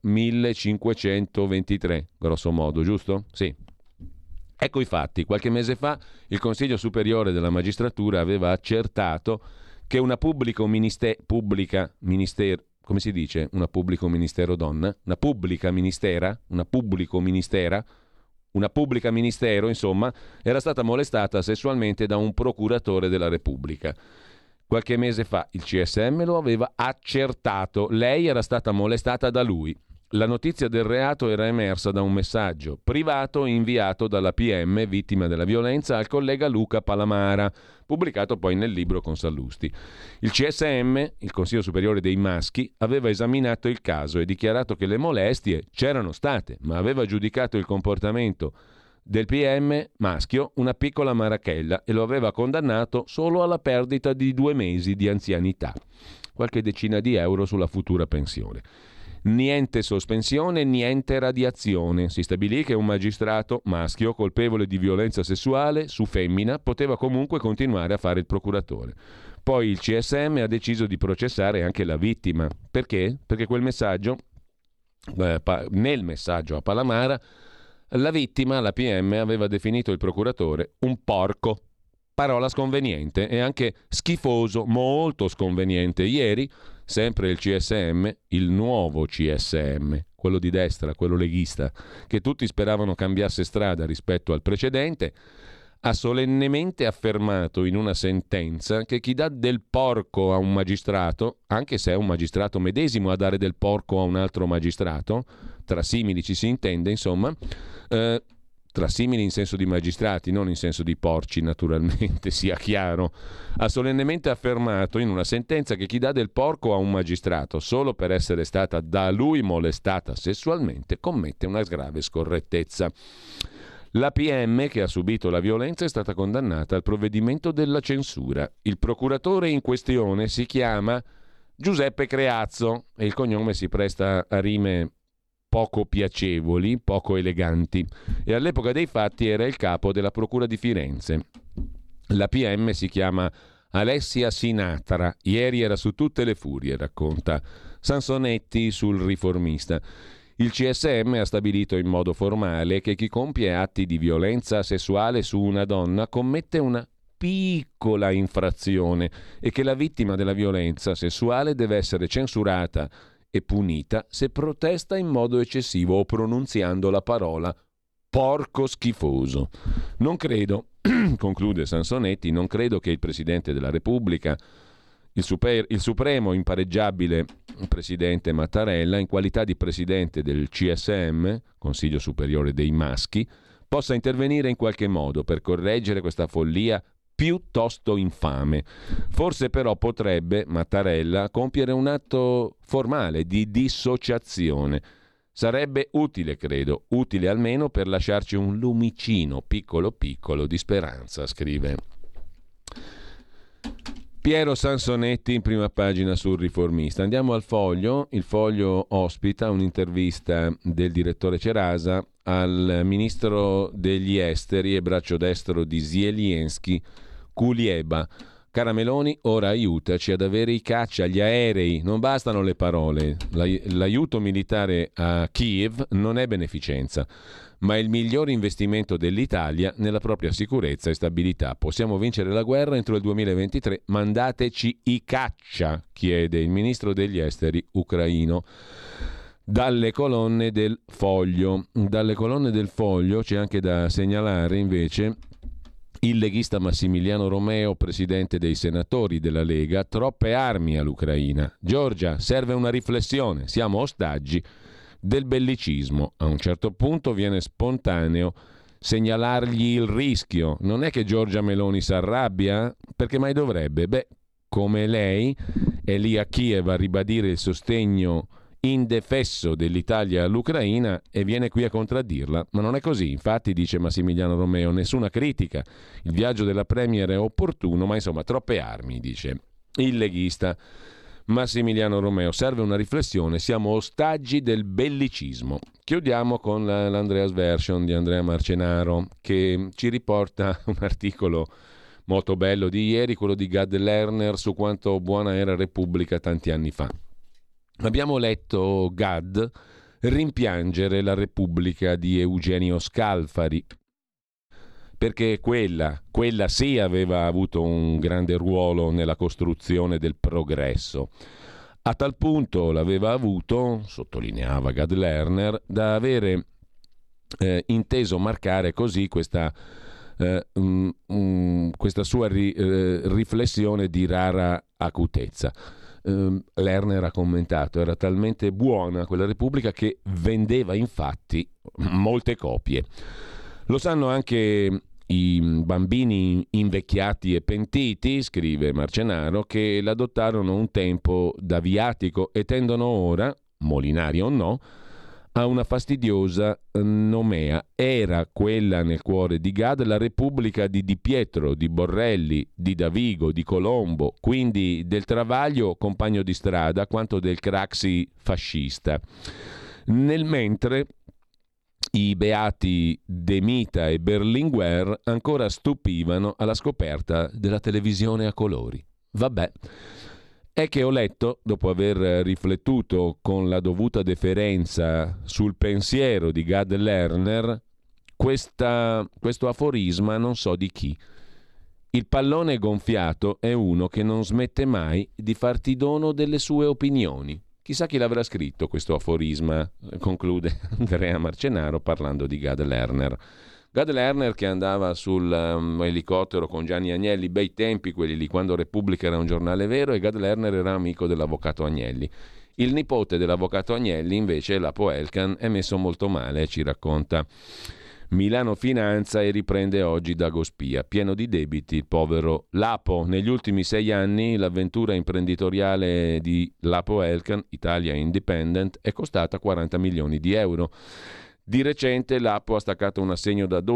1523, grosso modo, giusto? Sì. Ecco i fatti. Qualche mese fa il Consiglio Superiore della Magistratura aveva accertato che una pubblica ministero, insomma, era stata molestata sessualmente da un procuratore della Repubblica. Qualche mese fa il CSM lo aveva accertato, lei era stata molestata da lui. La notizia del reato era emersa da un messaggio privato inviato dalla PM, vittima della violenza, al collega Luca Palamara, pubblicato poi nel libro con Sallusti. Il CSM, il Consiglio Superiore dei Maschi, aveva esaminato il caso e dichiarato che le molestie c'erano state, ma aveva giudicato il comportamento del PM maschio una piccola marachella e lo aveva condannato solo alla perdita di 2 mesi di anzianità, qualche decina di euro sulla futura pensione. Niente sospensione, niente radiazione. Si stabilì che un magistrato maschio colpevole di violenza sessuale su femmina poteva comunque continuare a fare il procuratore. Poi il CSM ha deciso di processare anche la vittima. Perché? Perché quel messaggio, nel messaggio a Palamara, la vittima, la PM, aveva definito il procuratore un porco. Parola sconveniente e anche schifoso, molto sconveniente. Ieri, sempre il CSM, il nuovo CSM, quello di destra, quello leghista, che tutti speravano cambiasse strada rispetto al precedente, ha solennemente affermato in una sentenza che chi dà del porco a un magistrato, anche se è un magistrato medesimo a dare del porco a un altro magistrato, tra simili ci si intende, insomma, tra simili in senso di magistrati, non in senso di porci, naturalmente, sia chiaro, ha solennemente affermato in una sentenza che chi dà del porco a un magistrato solo per essere stata da lui molestata sessualmente commette una grave scorrettezza. La PM che ha subito la violenza è stata condannata al provvedimento della censura. Il procuratore in questione si chiama Giuseppe Creazzo e il cognome si presta a rime poco piacevoli, poco eleganti, e all'epoca dei fatti era il capo della Procura di Firenze. La PM si chiama Alessia Sinatra, ieri era su tutte le furie, racconta Sansonetti sul Riformista. Il CSM ha stabilito in modo formale che chi compie atti di violenza sessuale su una donna commette una piccola infrazione e che la vittima della violenza sessuale deve essere censurata e punita se protesta in modo eccessivo o pronunziando la parola porco schifoso. Non credo, conclude Sansonetti, non credo che il Presidente della Repubblica, il supremo impareggiabile Presidente Mattarella, in qualità di Presidente del CSM, Consiglio Superiore dei Maschi, possa intervenire in qualche modo per correggere questa follia piuttosto infame. Forse però potrebbe Mattarella compiere un atto formale di dissociazione. Sarebbe utile, credo, utile almeno per lasciarci un lumicino piccolo piccolo di speranza, scrive Piero Sansonetti in prima pagina sul Riformista. Andiamo al Foglio. Il Foglio ospita un'intervista del direttore Cerasa al ministro degli esteri e braccio destro di Zelensky, Kulieba. Cara Meloni, ora aiutaci ad avere i caccia, gli aerei, non bastano le parole. L'aiuto militare a Kiev non è beneficenza, ma è il miglior investimento dell'Italia nella propria sicurezza e stabilità. Possiamo vincere la guerra entro il 2023, mandateci i caccia, chiede il ministro degli esteri ucraino. Dalle colonne del Foglio. Dalle colonne del Foglio c'è anche da segnalare invece il leghista Massimiliano Romeo, presidente dei senatori della Lega, troppe armi all'Ucraina. Giorgia, serve una riflessione, siamo ostaggi del bellicismo. A un certo punto viene spontaneo segnalargli il rischio. Non è che Giorgia Meloni si arrabbia? Perché mai dovrebbe? Beh, come lei è lì a Kiev a ribadire il sostegno indefesso dell'Italia all'Ucraina e viene qui a contraddirla, ma non è così. Infatti, dice Massimiliano Romeo, nessuna critica, il viaggio della Premier è opportuno, ma insomma troppe armi, dice il leghista Massimiliano Romeo. Serve una riflessione, siamo ostaggi del bellicismo. Chiudiamo con l'Andreas Version di Andrea Marcenaro, che ci riporta un articolo molto bello di ieri, quello di Gad Lerner, su quanto buona era Repubblica tanti anni fa. Abbiamo letto Gad rimpiangere la Repubblica di Eugenio Scalfari, perché quella sì aveva avuto un grande ruolo nella costruzione del progresso. A tal punto l'aveva avuto, sottolineava Gad Lerner, da avere inteso marcare così questa sua riflessione di rara acutezza. Lerner ha commentato, era talmente buona quella Repubblica che vendeva infatti molte copie. Lo sanno anche i bambini invecchiati e pentiti, scrive Marcenaro, che l'adottarono un tempo da viatico e tendono ora, Molinari o no, a una fastidiosa nomea. Era quella nel cuore di Gad la Repubblica di Di Pietro, di Borrelli, di Davigo, di Colombo, quindi del Travaglio compagno di strada quanto del Craxi fascista. Nel mentre i beati De Mita e Berlinguer ancora stupivano alla scoperta della televisione a colori. Vabbè, è che ho letto, dopo aver riflettuto con la dovuta deferenza sul pensiero di Gad Lerner, questo aforisma non so di chi. Il pallone gonfiato è uno che non smette mai di farti dono delle sue opinioni. Chissà chi l'avrà scritto questo aforisma, conclude Andrea Marcenaro parlando di Gad Lerner. Gad Lerner che andava sul elicottero con Gianni Agnelli, bei tempi quelli lì, quando Repubblica era un giornale vero, e Gad Lerner era amico dell'avvocato Agnelli. Il nipote dell'avvocato Agnelli, invece, Lapo Elkan, è messo molto male, ci racconta Milano Finanza, e riprende oggi Dagospia. Pieno di debiti il povero Lapo. Negli ultimi 6 anni l'avventura imprenditoriale di Lapo Elkan, Italia Independent, è costata 40 milioni di euro. Di recente Lapo ha staccato un assegno da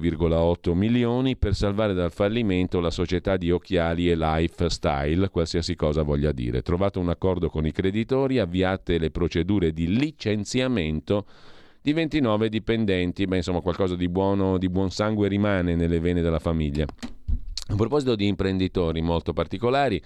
12,8 milioni per salvare dal fallimento la società di occhiali e lifestyle, qualsiasi cosa voglia dire. Trovato un accordo con i creditori, avviate le procedure di licenziamento di 29 dipendenti. Beh, insomma, qualcosa di buono, di buon sangue rimane nelle vene della famiglia. A proposito di imprenditori molto particolari,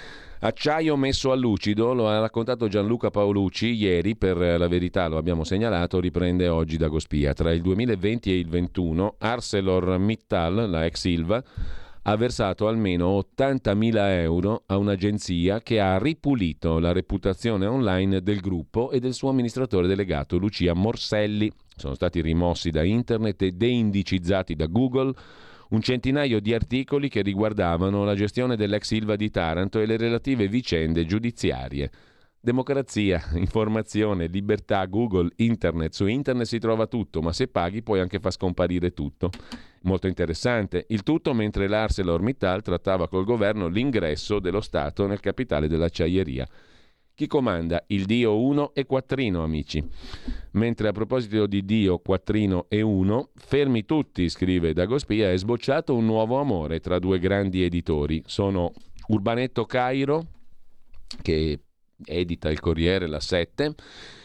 acciaio messo a lucido, lo ha raccontato Gianluca Paolucci ieri, per La Verità lo abbiamo segnalato, riprende oggi Dagospia. Tra il 2020 e il 2021 ArcelorMittal, la ex Ilva, ha versato almeno 80.000 euro a un'agenzia che ha ripulito la reputazione online del gruppo e del suo amministratore delegato Lucia Morselli. Sono stati rimossi da internet e deindicizzati da Google un centinaio di articoli che riguardavano la gestione dell'ex Ilva di Taranto e le relative vicende giudiziarie. Democrazia, informazione, libertà, Google, internet. Su internet si trova tutto, ma se paghi puoi anche far scomparire tutto. Molto interessante. Il tutto mentre l'ArcelorMittal trattava col governo l'ingresso dello Stato nel capitale dell'acciaieria. Chi comanda? Il Dio 1 e Quattrino, amici. Mentre a proposito di Dio, Quattrino e 1, fermi tutti, scrive Dagospia, è sbocciato un nuovo amore tra due grandi editori. Sono Urbanetto Cairo, che edita il Corriere, la 7,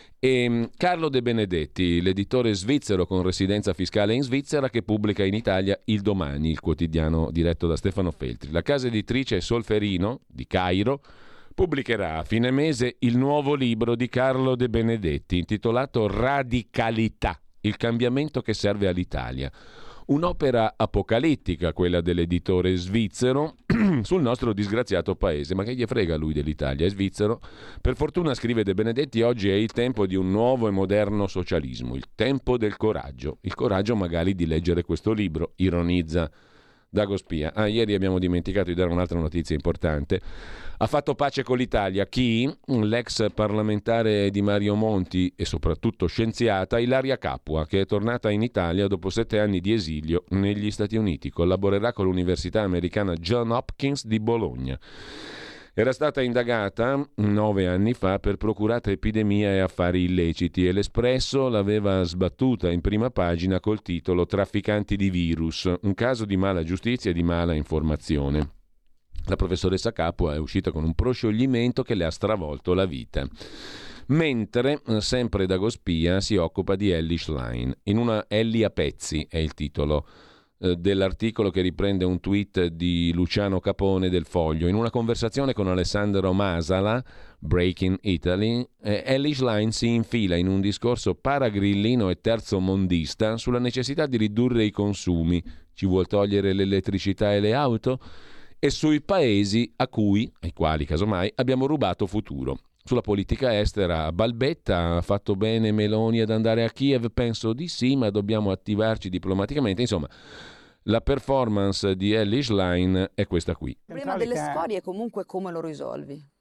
e Carlo De Benedetti, l'editore svizzero con residenza fiscale in Svizzera, che pubblica in Italia Il Domani, il quotidiano diretto da Stefano Feltri. La casa editrice Solferino di Cairo pubblicherà a fine mese il nuovo libro di Carlo De Benedetti intitolato Radicalità, il cambiamento che serve all'Italia. Un'opera apocalittica, quella dell'editore svizzero, sul nostro disgraziato paese. Ma che gli frega lui dell'Italia? È svizzero. Per fortuna, scrive De Benedetti, oggi è il tempo di un nuovo e moderno socialismo, il tempo del coraggio. Il coraggio magari di leggere questo libro, ironizza Dagospia. Ieri abbiamo dimenticato di dare un'altra notizia importante. Ha fatto pace con l'Italia chi? L'ex parlamentare di Mario Monti e soprattutto scienziata Ilaria Capua, che è tornata in Italia dopo 7 anni di esilio negli Stati Uniti. Collaborerà con l'Università americana Johns Hopkins di Bologna. Era stata indagata 9 anni fa per procurata epidemia e affari illeciti e l'Espresso l'aveva sbattuta in prima pagina col titolo Trafficanti di virus, un caso di mala giustizia e di mala informazione. La professoressa Capua è uscita con un proscioglimento che le ha stravolto la vita. Mentre, sempre Dagospia si occupa di Elly Schlein. In una Elly a pezzi è il titolo dell'articolo, che riprende un tweet di Luciano Capone del Foglio. In una conversazione con Alessandro Masala, Breaking Italy, Elly Schlein si infila in un discorso paragrillino e terzomondista sulla necessità di ridurre i consumi. Ci vuol togliere l'elettricità e le auto? E sui paesi ai quali casomai abbiamo rubato futuro. Sulla politica estera balbetta, ha fatto bene Meloni ad andare a Kiev? Penso di sì, ma dobbiamo attivarci diplomaticamente. Insomma, la performance di Elly Schlein è questa qui. Il problema delle scorie comunque come lo risolvi?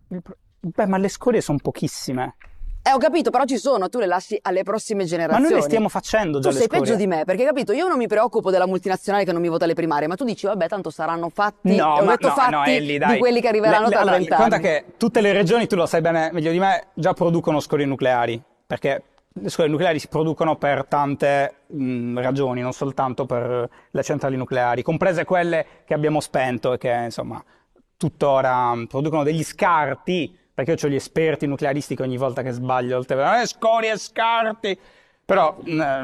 Beh, ma le scorie sono pochissime. Ho capito, però ci sono, tu le lasci alle prossime generazioni. Ma noi le stiamo facendo già tu le sei scorie. peggio di me, perché capito, io non mi preoccupo della multinazionale che non mi vota le primarie, ma tu dici, vabbè, tanto saranno fatti, Ellie, dai. di quelli che arriveranno tra 20 anni. Conta che tutte le regioni, tu lo sai bene meglio di me, già producono scorie nucleari, perché le scorie nucleari si producono per tante ragioni, non soltanto per le centrali nucleari, comprese quelle che abbiamo spento e che, insomma, tuttora producono degli scarti. Perché io ho gli esperti nuclearisti che ogni volta che sbaglio scorie e scarti, però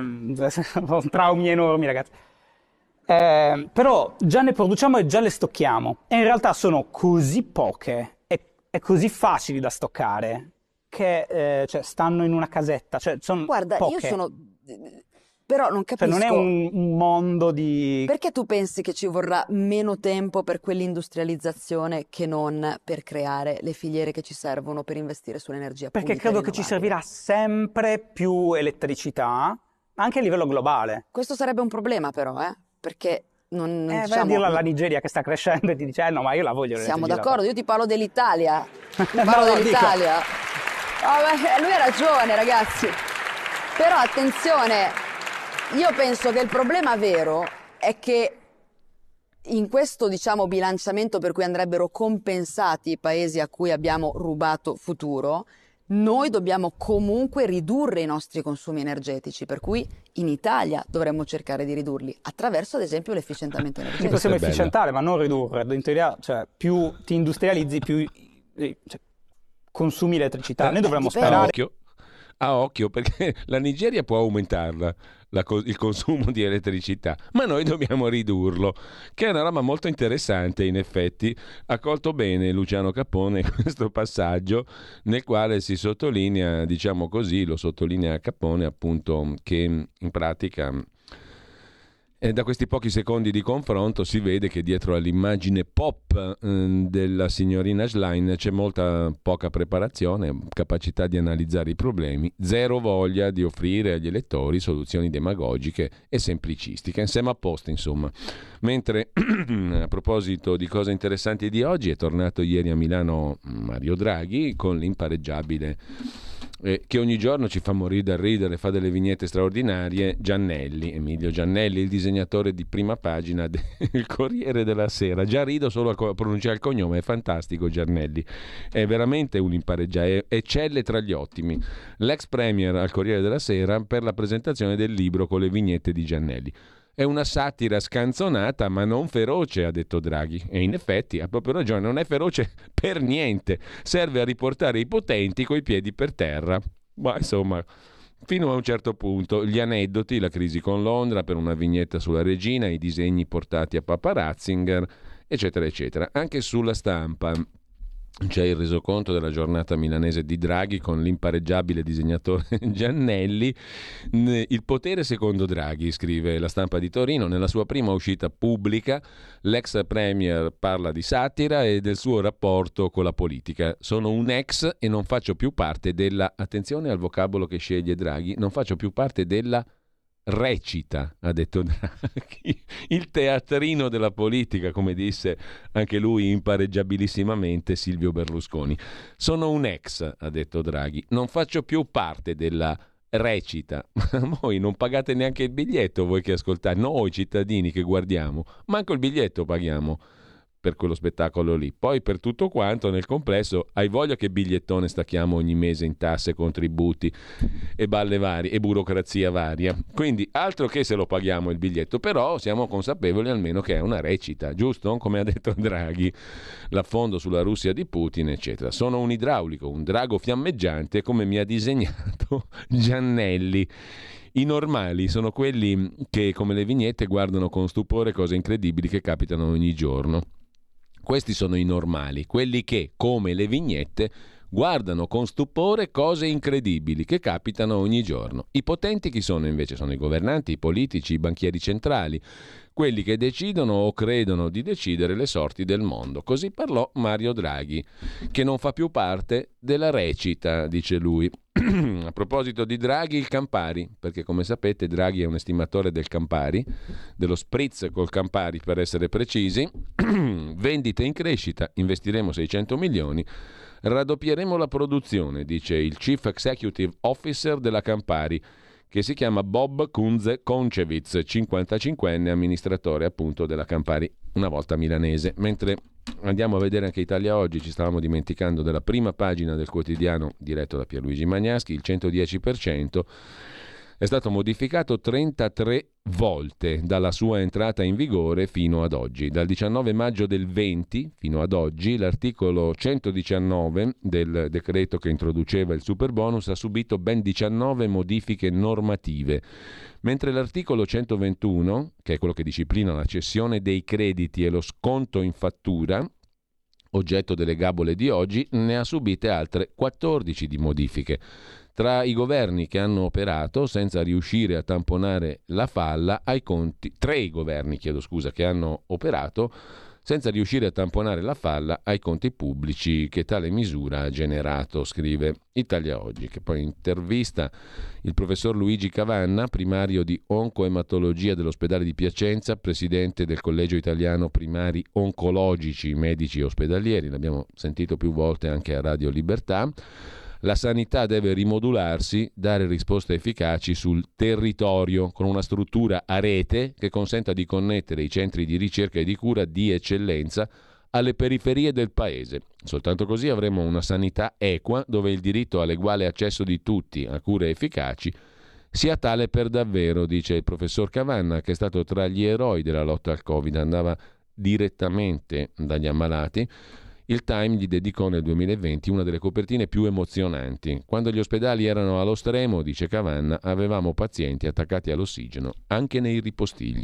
ho traumi enormi, ragazzi. Però già ne produciamo e già le stocchiamo, e in realtà sono così poche e così facili da stoccare che cioè, stanno in una casetta, cioè sono Guarda, poche. io sono... Però non capisco... Cioè, non è un mondo di... Perché tu pensi che ci vorrà meno tempo per quell'industrializzazione che non per creare le filiere che ci servono per investire sull'energia pulita? Perché credo che ci servirà sempre più elettricità, anche a livello globale. Questo sarebbe un problema però, perché non Vai a diciamo... dirlo alla Nigeria che sta crescendo e ti dice no, ma io la voglio. Siamo d'accordo, io ti parlo dell'Italia. No, dell'Italia. Lui ha ragione, ragazzi. Però attenzione... Io penso che il problema vero è che in questo, diciamo, bilanciamento per cui andrebbero compensati i paesi a cui abbiamo rubato futuro, noi dobbiamo comunque ridurre i nostri consumi energetici, per cui in Italia dovremmo cercare di ridurli attraverso, ad esempio, l'efficientamento energetico. Li possiamo efficientare, ma non ridurre. In teoria, cioè, più ti industrializzi, più consumi elettricità. Noi dovremmo sperare... A occhio, perché la Nigeria può aumentarla, il consumo di elettricità, ma noi dobbiamo ridurlo, che è una roba molto interessante. In effetti ha colto bene Luciano Capone questo passaggio nel quale si sottolinea, diciamo così, lo sottolinea Capone appunto, che in pratica... E da questi pochi secondi di confronto si vede che dietro all'immagine pop della signorina Schlein c'è molta poca preparazione, capacità di analizzare i problemi, zero voglia di offrire agli elettori soluzioni demagogiche e semplicistiche. Siamo a posto, insomma. Mentre a proposito di cose interessanti di oggi, è tornato ieri a Milano Mario Draghi con l'impareggiabile... che ogni giorno ci fa morire da ridere, fa delle vignette straordinarie, Giannelli, Emilio Giannelli, il disegnatore di prima pagina del Corriere della Sera. Già rido solo a pronunciare il cognome, è fantastico Giannelli, è veramente un impareggiato, eccelle tra gli ottimi. L'ex premier al Corriere della Sera per la presentazione del libro con le vignette di Giannelli. È una satira scanzonata ma non feroce, ha detto Draghi. E in effetti ha proprio ragione, non è feroce per niente. Serve a riportare i potenti coi piedi per terra. Ma insomma, fino a un certo punto. Gli aneddoti, la crisi con Londra per una vignetta sulla regina, i disegni portati a Papa Ratzinger, eccetera, eccetera. Anche sulla Stampa c'è il resoconto della giornata milanese di Draghi con l'impareggiabile disegnatore Giannelli. Il potere secondo Draghi, scrive la Stampa di Torino, nella sua prima uscita pubblica l'ex premier parla di satira e del suo rapporto con la politica. Sono un ex e non faccio più parte della, attenzione al vocabolo che sceglie Draghi, non faccio più parte della recita, ha detto Draghi, il teatrino della politica, come disse anche lui impareggiabilissimamente Silvio Berlusconi. Sono un ex, ha detto Draghi, non faccio più parte della recita. Voi non pagate neanche il biglietto, voi che ascoltate, noi cittadini che guardiamo, manco il biglietto paghiamo per quello spettacolo lì. Poi per tutto quanto nel complesso hai voglia che bigliettone stacchiamo ogni mese in tasse, contributi e balle varie e burocrazia varia. Quindi altro che se lo paghiamo il biglietto, però siamo consapevoli almeno che è una recita, giusto? Come ha detto Draghi, l'affondo sulla Russia di Putin, eccetera. Sono un idraulico, un drago fiammeggiante come mi ha disegnato Giannelli. I normali sono quelli che, come le vignette, guardano con stupore cose incredibili che capitano ogni giorno. Questi sono i normali, quelli che, come le vignette, guardano con stupore cose incredibili che capitano ogni giorno. I potenti chi sono invece? Sono i governanti, i politici, i banchieri centrali, quelli che decidono o credono di decidere le sorti del mondo. Così parlò Mario Draghi, che non fa più parte della recita, dice lui. A proposito di Draghi, il Campari, perché come sapete Draghi è un estimatore del Campari, dello spritz col Campari per essere precisi. Vendite in crescita, investiremo 600 milioni, Raddoppieremo la produzione, dice il Chief Executive Officer della Campari, che si chiama Bob Kunze-Koncewitz, 55enne amministratore appunto della Campari, una volta milanese. Mentre andiamo a vedere anche Italia Oggi, ci stavamo dimenticando della prima pagina del quotidiano diretto da Pierluigi Magnaschi, il 110% è stato modificato 33 volte dalla sua entrata in vigore fino ad oggi. Dal 19 maggio del 20 fino ad oggi l'articolo 119 del decreto che introduceva il superbonus ha subito ben 19 modifiche normative, mentre l'articolo 121, che è quello che disciplina la cessione dei crediti e lo sconto in fattura, oggetto delle gabole di oggi, ne ha subite altre 14 di modifiche. Tra i governi che hanno operato senza riuscire a tamponare la falla ai conti, che hanno operato senza riuscire a tamponare la falla ai conti pubblici che tale misura ha generato, scrive Italia Oggi, che poi intervista il professor Luigi Cavanna, primario di oncoematologia dell'ospedale di Piacenza, presidente del Collegio Italiano Primari Oncologici Medici Ospedalieri, l'abbiamo sentito più volte anche a Radio Libertà. La sanità deve rimodularsi, dare risposte efficaci sul territorio, con una struttura a rete che consenta di connettere i centri di ricerca e di cura di eccellenza alle periferie del paese. Soltanto così avremo una sanità equa, dove il diritto all'eguale accesso di tutti a cure efficaci sia tale per davvero, dice il professor Cavanna, che è stato tra gli eroi della lotta al Covid, andava direttamente dagli ammalati. Il Time gli dedicò nel 2020 una delle copertine più emozionanti. Quando gli ospedali erano allo stremo, dice Cavanna, avevamo pazienti attaccati all'ossigeno, anche nei ripostigli.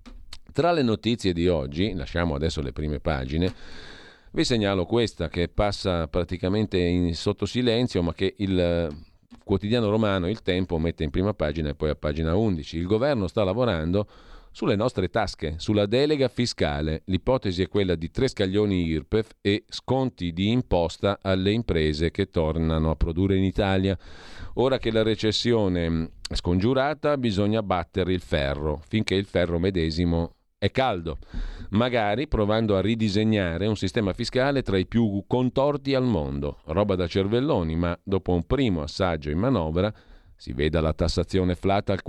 Tra le notizie di oggi, lasciamo adesso le prime pagine, vi segnalo questa che passa praticamente sotto silenzio, ma che il quotidiano romano Il Tempo mette in prima pagina e poi a pagina 11. Il governo sta lavorando sulle nostre tasche, sulla delega fiscale. L'ipotesi è quella di 3 scaglioni IRPEF e sconti di imposta alle imprese che tornano a produrre in Italia. Ora che la recessione è scongiurata, bisogna battere il ferro, finché il ferro medesimo è caldo, magari provando a ridisegnare un sistema fiscale tra i più contorti al mondo. Roba da cervelloni, ma dopo un primo assaggio in manovra si veda la tassazione flat al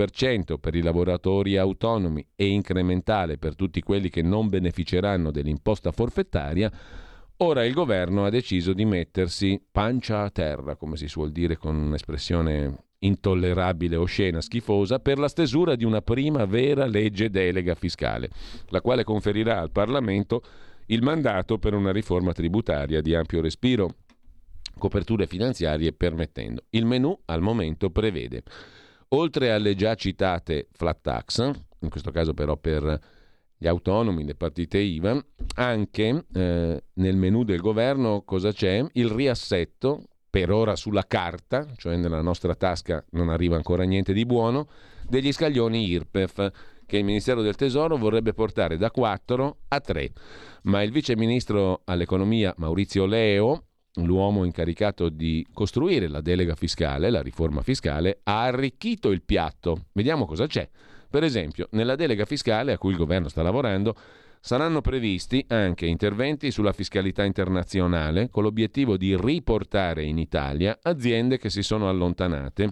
15% per i lavoratori autonomi e incrementale per tutti quelli che non beneficeranno dell'imposta forfettaria. Ora il governo ha deciso di mettersi pancia a terra, come si suol dire con un'espressione intollerabile, oscena, schifosa, per la stesura di una prima vera legge delega fiscale, la quale conferirà al Parlamento il mandato per una riforma tributaria di ampio respiro, coperture finanziarie permettendo. Il menù al momento prevede, oltre alle già citate flat tax, in questo caso però per gli autonomi, le partite IVA, anche nel menù del governo cosa c'è? Il riassetto, per ora sulla carta, cioè nella nostra tasca non arriva ancora niente di buono, degli scaglioni IRPEF, che il Ministero del Tesoro vorrebbe portare da 4 a 3. Ma il vice ministro all'economia Maurizio Leo, l'uomo incaricato di costruire la delega fiscale, la riforma fiscale, ha arricchito il piatto. Vediamo cosa c'è. Per esempio, nella delega fiscale a cui il governo sta lavorando saranno previsti anche interventi sulla fiscalità internazionale con l'obiettivo di riportare in Italia aziende che si sono allontanate,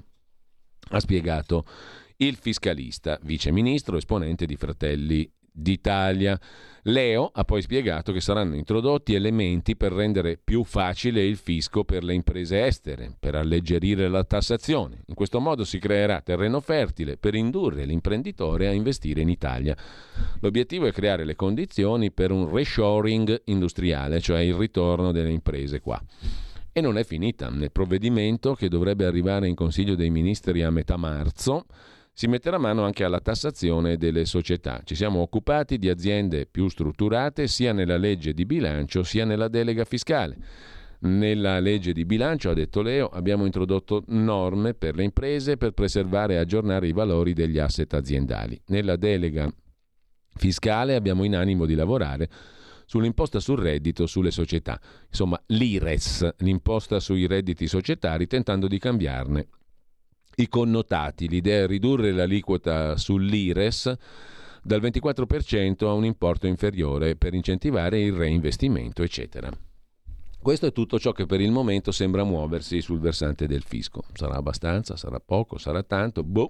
ha spiegato il fiscalista, vice ministro, esponente di Fratelli d'Italia. Leo ha poi spiegato che saranno introdotti elementi per rendere più facile il fisco per le imprese estere, per alleggerire la tassazione. In questo modo si creerà terreno fertile per indurre l'imprenditore a investire in Italia. L'obiettivo è creare le condizioni per un reshoring industriale, cioè il ritorno delle imprese qua. E non è finita. Nel provvedimento, che dovrebbe arrivare in Consiglio dei Ministri a metà marzo, si metterà mano anche alla tassazione delle società. Ci siamo occupati di aziende più strutturate sia nella legge di bilancio sia nella delega fiscale. Nella legge di bilancio, ha detto Leo, abbiamo introdotto norme per le imprese per preservare e aggiornare i valori degli asset aziendali. Nella delega fiscale abbiamo in animo di lavorare sull'imposta sul reddito sulle società, insomma l'IRES, l'imposta sui redditi societari, tentando di cambiarne i connotati. L'idea è ridurre l'aliquota sull'IRES dal 24% a un importo inferiore per incentivare il reinvestimento, eccetera. Questo è tutto ciò che per il momento sembra muoversi sul versante del fisco. Sarà abbastanza, sarà poco, sarà tanto, boh.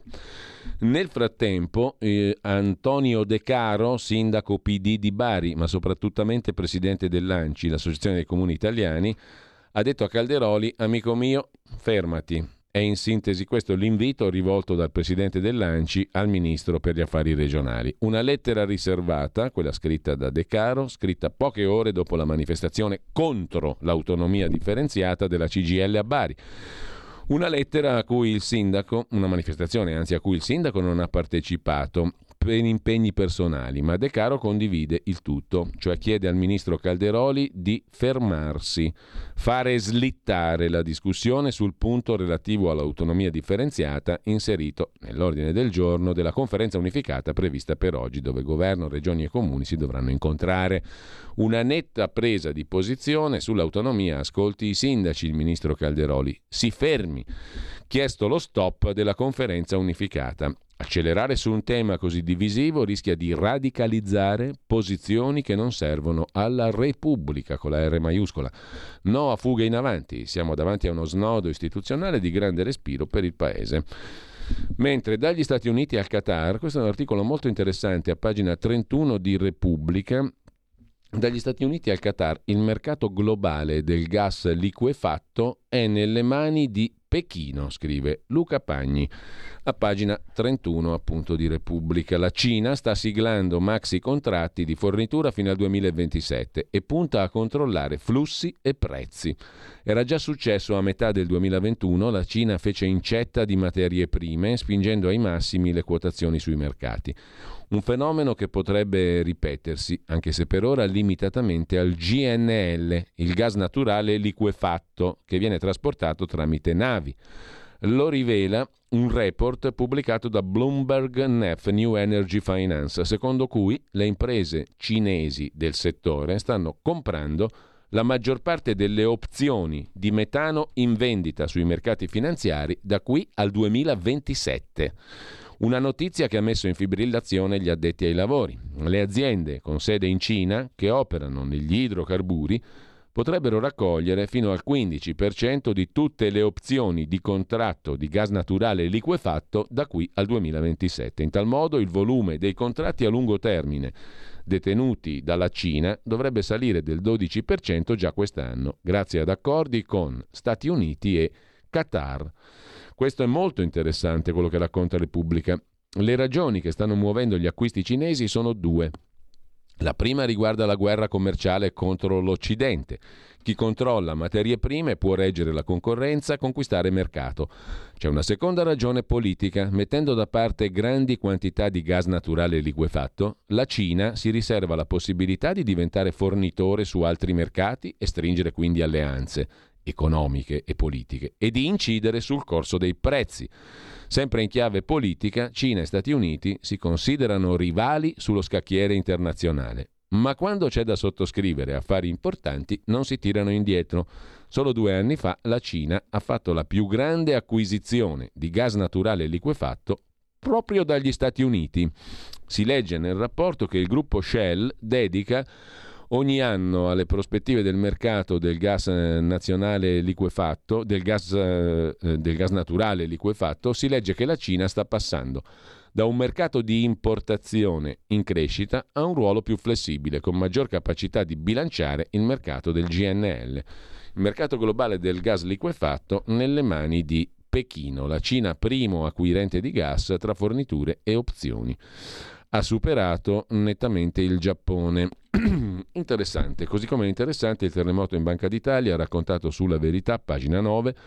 Nel frattempo Antonio De Caro, sindaco PD di Bari, ma soprattutto presidente dell'ANCI, l'Associazione dei Comuni Italiani, ha detto a Calderoli: amico mio, fermati. È in sintesi questo l'invito rivolto dal presidente dell'ANCI al ministro per gli affari regionali. Una lettera riservata, quella scritta da De Caro, scritta poche ore dopo la manifestazione contro l'autonomia differenziata della CGIL a Bari. Una lettera a cui il sindaco, una manifestazione anzi a cui il sindaco non ha partecipato per impegni personali, ma De Caro condivide il tutto, cioè chiede al ministro Calderoli di fermarsi, fare slittare la discussione sul punto relativo all'autonomia differenziata inserito nell'ordine del giorno della conferenza unificata prevista per oggi, dove governo, regioni e comuni si dovranno incontrare. Una netta presa di posizione sull'autonomia, ascolti i sindaci, il ministro Calderoli, si fermi, chiesto lo stop della conferenza unificata. Accelerare su un tema così divisivo rischia di radicalizzare posizioni che non servono alla Repubblica, con la R maiuscola. No a fughe in avanti, siamo davanti a uno snodo istituzionale di grande respiro per il Paese. Mentre dagli Stati Uniti al Qatar, questo è un articolo molto interessante a pagina 31 di Repubblica. Dagli Stati Uniti al Qatar, il mercato globale del gas liquefatto è nelle mani di Pechino, scrive Luca Pagni, a pagina 31 appunto di Repubblica. La Cina sta siglando maxi contratti di fornitura fino al 2027 e punta a controllare flussi e prezzi. Era già successo a metà del 2021, la Cina fece incetta di materie prime, spingendo ai massimi le quotazioni sui mercati. Un fenomeno che potrebbe ripetersi, anche se per ora limitatamente al GNL, il gas naturale liquefatto, che viene trasportato tramite navi. Lo rivela un report pubblicato da Bloomberg NEF New Energy Finance, secondo cui le imprese cinesi del settore stanno comprando la maggior parte delle opzioni di metano in vendita sui mercati finanziari da qui al 2027. Una notizia che ha messo in fibrillazione gli addetti ai lavori. Le aziende con sede in Cina che operano negli idrocarburi potrebbero raccogliere fino al 15% di tutte le opzioni di contratto di gas naturale liquefatto da qui al 2027. In tal modo il volume dei contratti a lungo termine detenuti dalla Cina dovrebbe salire del 12% già quest'anno, grazie ad accordi con Stati Uniti e Qatar. Questo è molto interessante, quello che racconta Repubblica. Le ragioni che stanno muovendo gli acquisti cinesi sono due. La prima riguarda la guerra commerciale contro l'Occidente. Chi controlla materie prime può reggere la concorrenza, conquistare mercato. C'è una seconda ragione politica. Mettendo da parte grandi quantità di gas naturale liquefatto, la Cina si riserva la possibilità di diventare fornitore su altri mercati e stringere quindi alleanze economiche e politiche e di incidere sul corso dei prezzi. Sempre in chiave politica, Cina e Stati Uniti si considerano rivali sullo scacchiere internazionale, ma quando c'è da sottoscrivere affari importanti non si tirano indietro. Solo 2 anni fa la Cina ha fatto la più grande acquisizione di gas naturale liquefatto proprio dagli Stati Uniti. Si legge nel rapporto che il gruppo Shell dedica ogni anno alle prospettive del mercato del gas nazionale liquefatto, del gas naturale liquefatto, si legge che la Cina sta passando da un mercato di importazione in crescita a un ruolo più flessibile, con maggior capacità di bilanciare il mercato del GNL. Il mercato globale del gas liquefatto nelle mani di Pechino, la Cina primo acquirente di gas tra forniture e opzioni. Ha superato nettamente il Giappone. Interessante, così come è interessante il terremoto in Banca d'Italia, raccontato sulla Verità, pagina 9.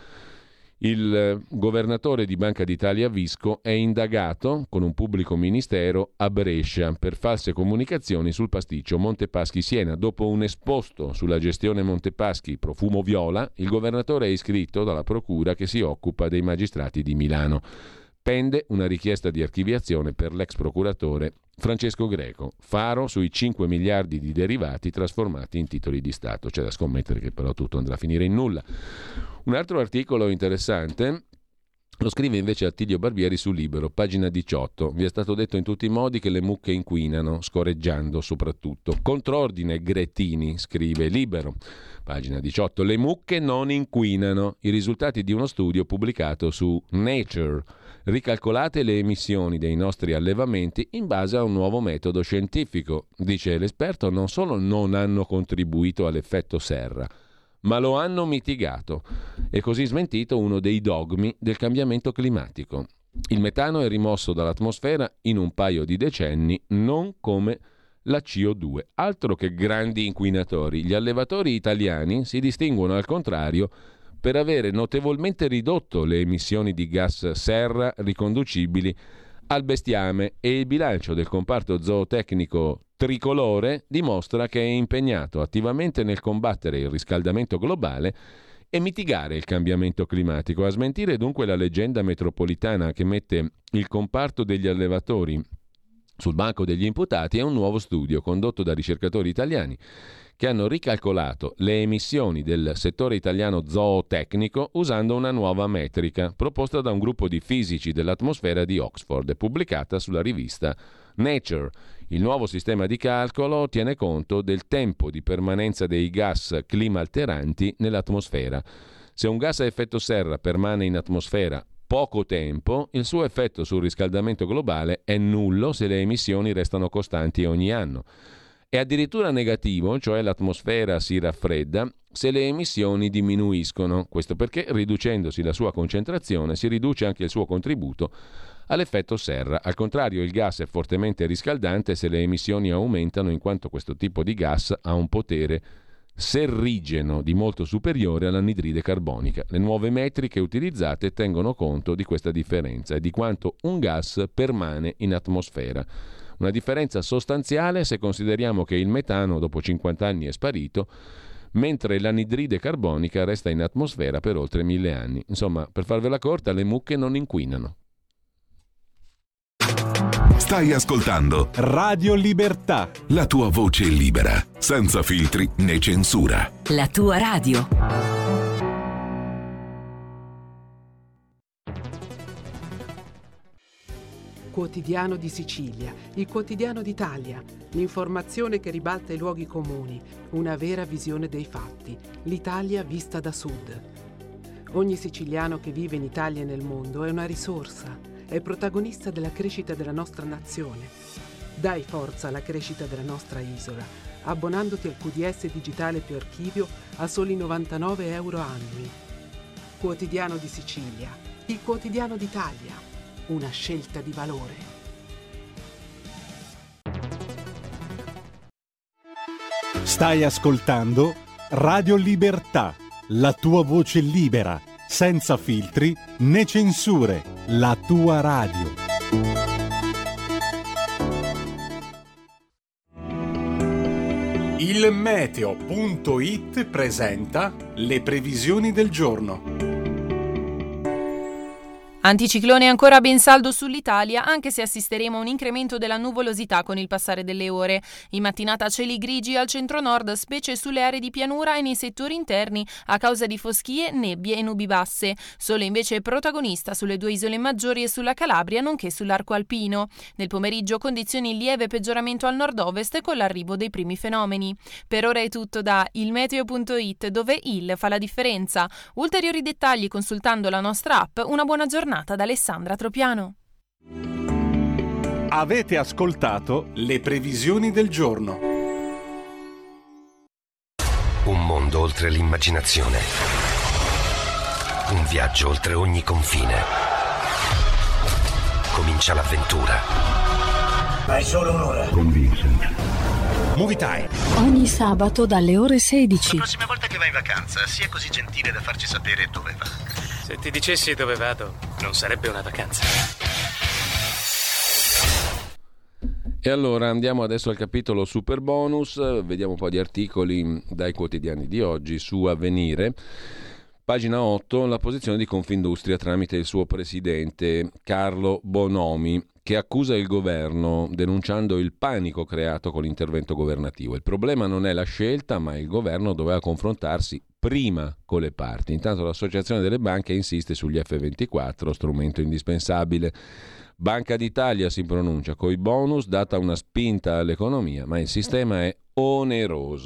Il governatore di Banca d'Italia Visco è indagato con un pubblico ministero a Brescia per false comunicazioni sul pasticcio Montepaschi-Siena. Dopo un esposto sulla gestione Montepaschi profumo viola, il governatore è iscritto dalla procura che si occupa dei magistrati di Milano. Pende una richiesta di archiviazione per l'ex procuratore Francesco Greco, faro sui 5 miliardi di derivati trasformati in titoli di Stato. C'è da scommettere che però tutto andrà a finire in nulla. Un altro articolo interessante lo scrive invece Attilio Barbieri su Libero, pagina 18. Vi è stato detto in tutti i modi che le mucche inquinano, scoreggiando soprattutto. Contrordine Grettini, scrive Libero. pagina 18. Le mucche non inquinano. I risultati di uno studio pubblicato su Nature. Ricalcolate le emissioni dei nostri allevamenti in base a un nuovo metodo scientifico. Dice l'esperto, non solo non hanno contribuito all'effetto serra, ma lo hanno mitigato. E così smentito uno dei dogmi del cambiamento climatico. Il metano è rimosso dall'atmosfera in un paio di decenni, non come la CO2. Altro che grandi inquinatori. Gli allevatori italiani si distinguono al contrario per avere notevolmente ridotto le emissioni di gas serra riconducibili al bestiame, e il bilancio del comparto zootecnico tricolore dimostra che è impegnato attivamente nel combattere il riscaldamento globale e mitigare il cambiamento climatico. A smentire dunque la leggenda metropolitana che mette il comparto degli allevatori sul banco degli imputati è un nuovo studio condotto da ricercatori italiani che hanno ricalcolato le emissioni del settore italiano zootecnico usando una nuova metrica proposta da un gruppo di fisici dell'atmosfera di Oxford e pubblicata sulla rivista Nature. Il nuovo sistema di calcolo tiene conto del tempo di permanenza dei gas climalteranti nell'atmosfera. Se un gas a effetto serra permane in atmosfera poco tempo, il suo effetto sul riscaldamento globale è nullo se le emissioni restano costanti ogni anno. È addirittura negativo, cioè l'atmosfera si raffredda, se le emissioni diminuiscono. Questo perché, riducendosi la sua concentrazione, si riduce anche il suo contributo all'effetto serra. Al contrario, il gas è fortemente riscaldante se le emissioni aumentano, in quanto questo tipo di gas ha un potere serrigeno di molto superiore all'anidride carbonica. Le nuove metriche utilizzate tengono conto di questa differenza e di quanto un gas permane in atmosfera. Una differenza sostanziale se consideriamo che il metano dopo 50 anni è sparito, mentre l'anidride carbonica resta in atmosfera per oltre 1000 anni. Insomma, per farvela corta, le mucche non inquinano. Stai ascoltando Radio Libertà. la tua voce libera, senza filtri né censura. La tua radio. Quotidiano di Sicilia, il quotidiano d'Italia, l'informazione che ribalta i luoghi comuni, una vera visione dei fatti, l'Italia vista da sud. Ogni siciliano che vive in Italia e nel mondo è una risorsa, è protagonista della crescita della nostra nazione. Dai forza alla crescita della nostra isola, abbonandoti al QDS digitale più archivio a soli 99 euro annui. Quotidiano di Sicilia, il quotidiano d'Italia. Una scelta di valore. Stai ascoltando Radio Libertà, la tua voce libera, senza filtri né censure, la tua radio. Il meteo.it presenta le previsioni del giorno. Anticiclone ancora ben saldo sull'Italia, anche se assisteremo a un incremento della nuvolosità con il passare delle ore. In mattinata cieli grigi al centro-nord, specie sulle aree di pianura e nei settori interni, a causa di foschie, nebbie e nubi basse. Sole invece protagonista sulle due isole maggiori e sulla Calabria, nonché sull'arco alpino. Nel pomeriggio condizioni in lieve peggioramento al nord-ovest con l'arrivo dei primi fenomeni. Per ora è tutto da ilmeteo.it, dove il fa la differenza. Ulteriori dettagli consultando la nostra app. Una buona giornata da Alessandra Tropiano. Avete ascoltato le previsioni del giorno. Un mondo oltre l'immaginazione. Un viaggio oltre ogni confine. Comincia l'avventura. Hai solo un'ora. Con Vincent. Movie Time. Ogni sabato dalle ore 16. La prossima volta che vai in vacanza, sia così gentile da farci sapere dove va. Se ti dicessi dove vado, non sarebbe una vacanza. E allora andiamo adesso al capitolo super bonus, vediamo un po' di articoli dai quotidiani di oggi su Avvenire. Pagina 8, la posizione di Confindustria tramite il suo presidente Carlo Bonomi, che accusa il governo denunciando il panico creato con l'intervento governativo. Il problema non è la scelta, ma il governo doveva confrontarsi prima con le parti. Intanto l'Associazione delle Banche insiste sugli F24, strumento indispensabile. Banca d'Italia si pronuncia: coi bonus data una spinta all'economia, ma il sistema è oneroso.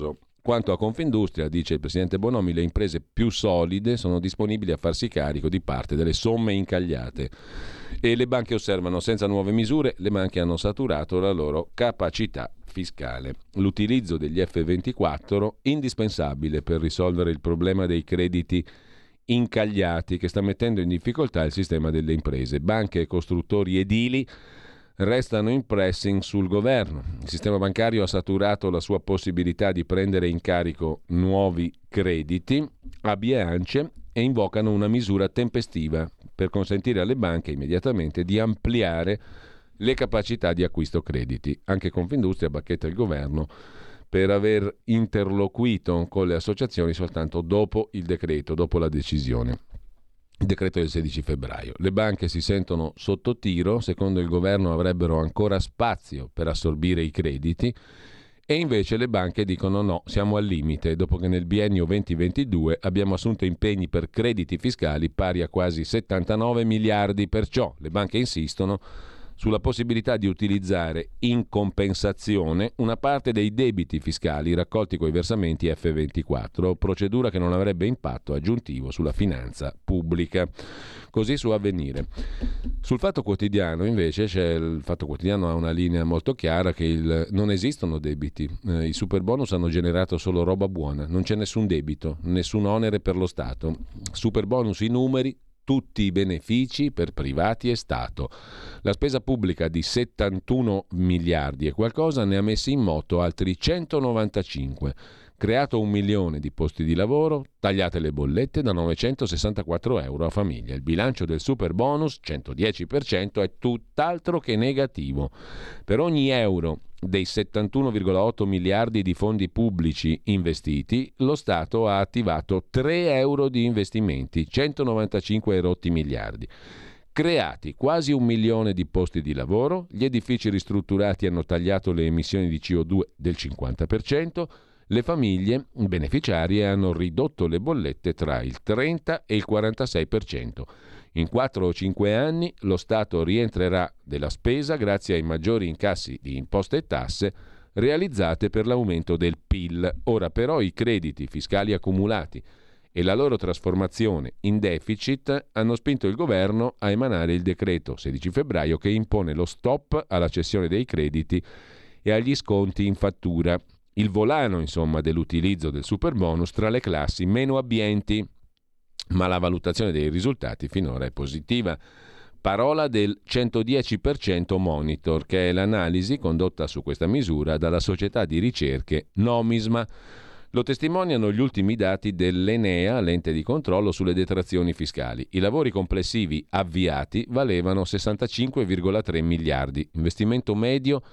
Quanto a Confindustria, dice il presidente Bonomi, le imprese più solide sono disponibili a farsi carico di parte delle somme incagliate e le banche osservano: senza nuove misure le banche hanno saturato la loro capacità fiscale. L'utilizzo degli F24 indispensabile per risolvere il problema dei crediti incagliati che sta mettendo in difficoltà il sistema delle imprese. Banche e costruttori edili restano in pressing sul governo. Il sistema bancario ha saturato la sua possibilità di prendere in carico nuovi crediti a biance e invocano una misura tempestiva per consentire alle banche immediatamente di ampliare le capacità di acquisto crediti. Anche Confindustria bacchetta il governo per aver interloquito con le associazioni soltanto dopo il decreto, dopo la decisione. Il decreto del 16 febbraio. Le banche si sentono sotto tiro, secondo il governo avrebbero ancora spazio per assorbire i crediti e invece le banche dicono no, siamo al limite, dopo che nel biennio 2022 abbiamo assunto impegni per crediti fiscali pari a quasi 79 miliardi, perciò le banche insistono sulla possibilità di utilizzare in compensazione una parte dei debiti fiscali raccolti coi versamenti F24, procedura che non avrebbe impatto aggiuntivo sulla finanza pubblica. Così su Avvenire. Sul Fatto Quotidiano invece il Fatto Quotidiano ha una linea molto chiara che non esistono debiti, i superbonus hanno generato solo roba buona, non c'è nessun debito, nessun onere per lo Stato. Superbonus i numeri, tutti i benefici per privati e Stato. La spesa pubblica di 71 miliardi e qualcosa ne ha messi in moto altri 195. Creato 1 milione di posti di lavoro, tagliate le bollette da 964 euro a famiglia. Il bilancio del superbonus, 110%, è tutt'altro che negativo. Per ogni euro dei 71,8 miliardi di fondi pubblici investiti, lo Stato ha attivato 3 euro di investimenti, 195 erotti miliardi. Creati quasi 1 milione di posti di lavoro, gli edifici ristrutturati hanno tagliato le emissioni di CO2 del 50%, le famiglie beneficiarie hanno ridotto le bollette tra il 30 e il 46%. In 4 o 5 anni lo Stato rientrerà della spesa grazie ai maggiori incassi di imposte e tasse realizzate per l'aumento del PIL. Ora però i crediti fiscali accumulati e la loro trasformazione in deficit hanno spinto il governo a emanare il decreto 16 febbraio che impone lo stop alla cessione dei crediti e agli sconti in fattura. Il volano, insomma, dell'utilizzo del superbonus tra le classi meno abbienti, ma la valutazione dei risultati finora è positiva. Parola del 110% Monitor, che è l'analisi condotta su questa misura dalla società di ricerche Nomisma. Lo testimoniano gli ultimi dati dell'Enea, l'ente di controllo sulle detrazioni fiscali. I lavori complessivi avviati valevano 65,3 miliardi, investimento medio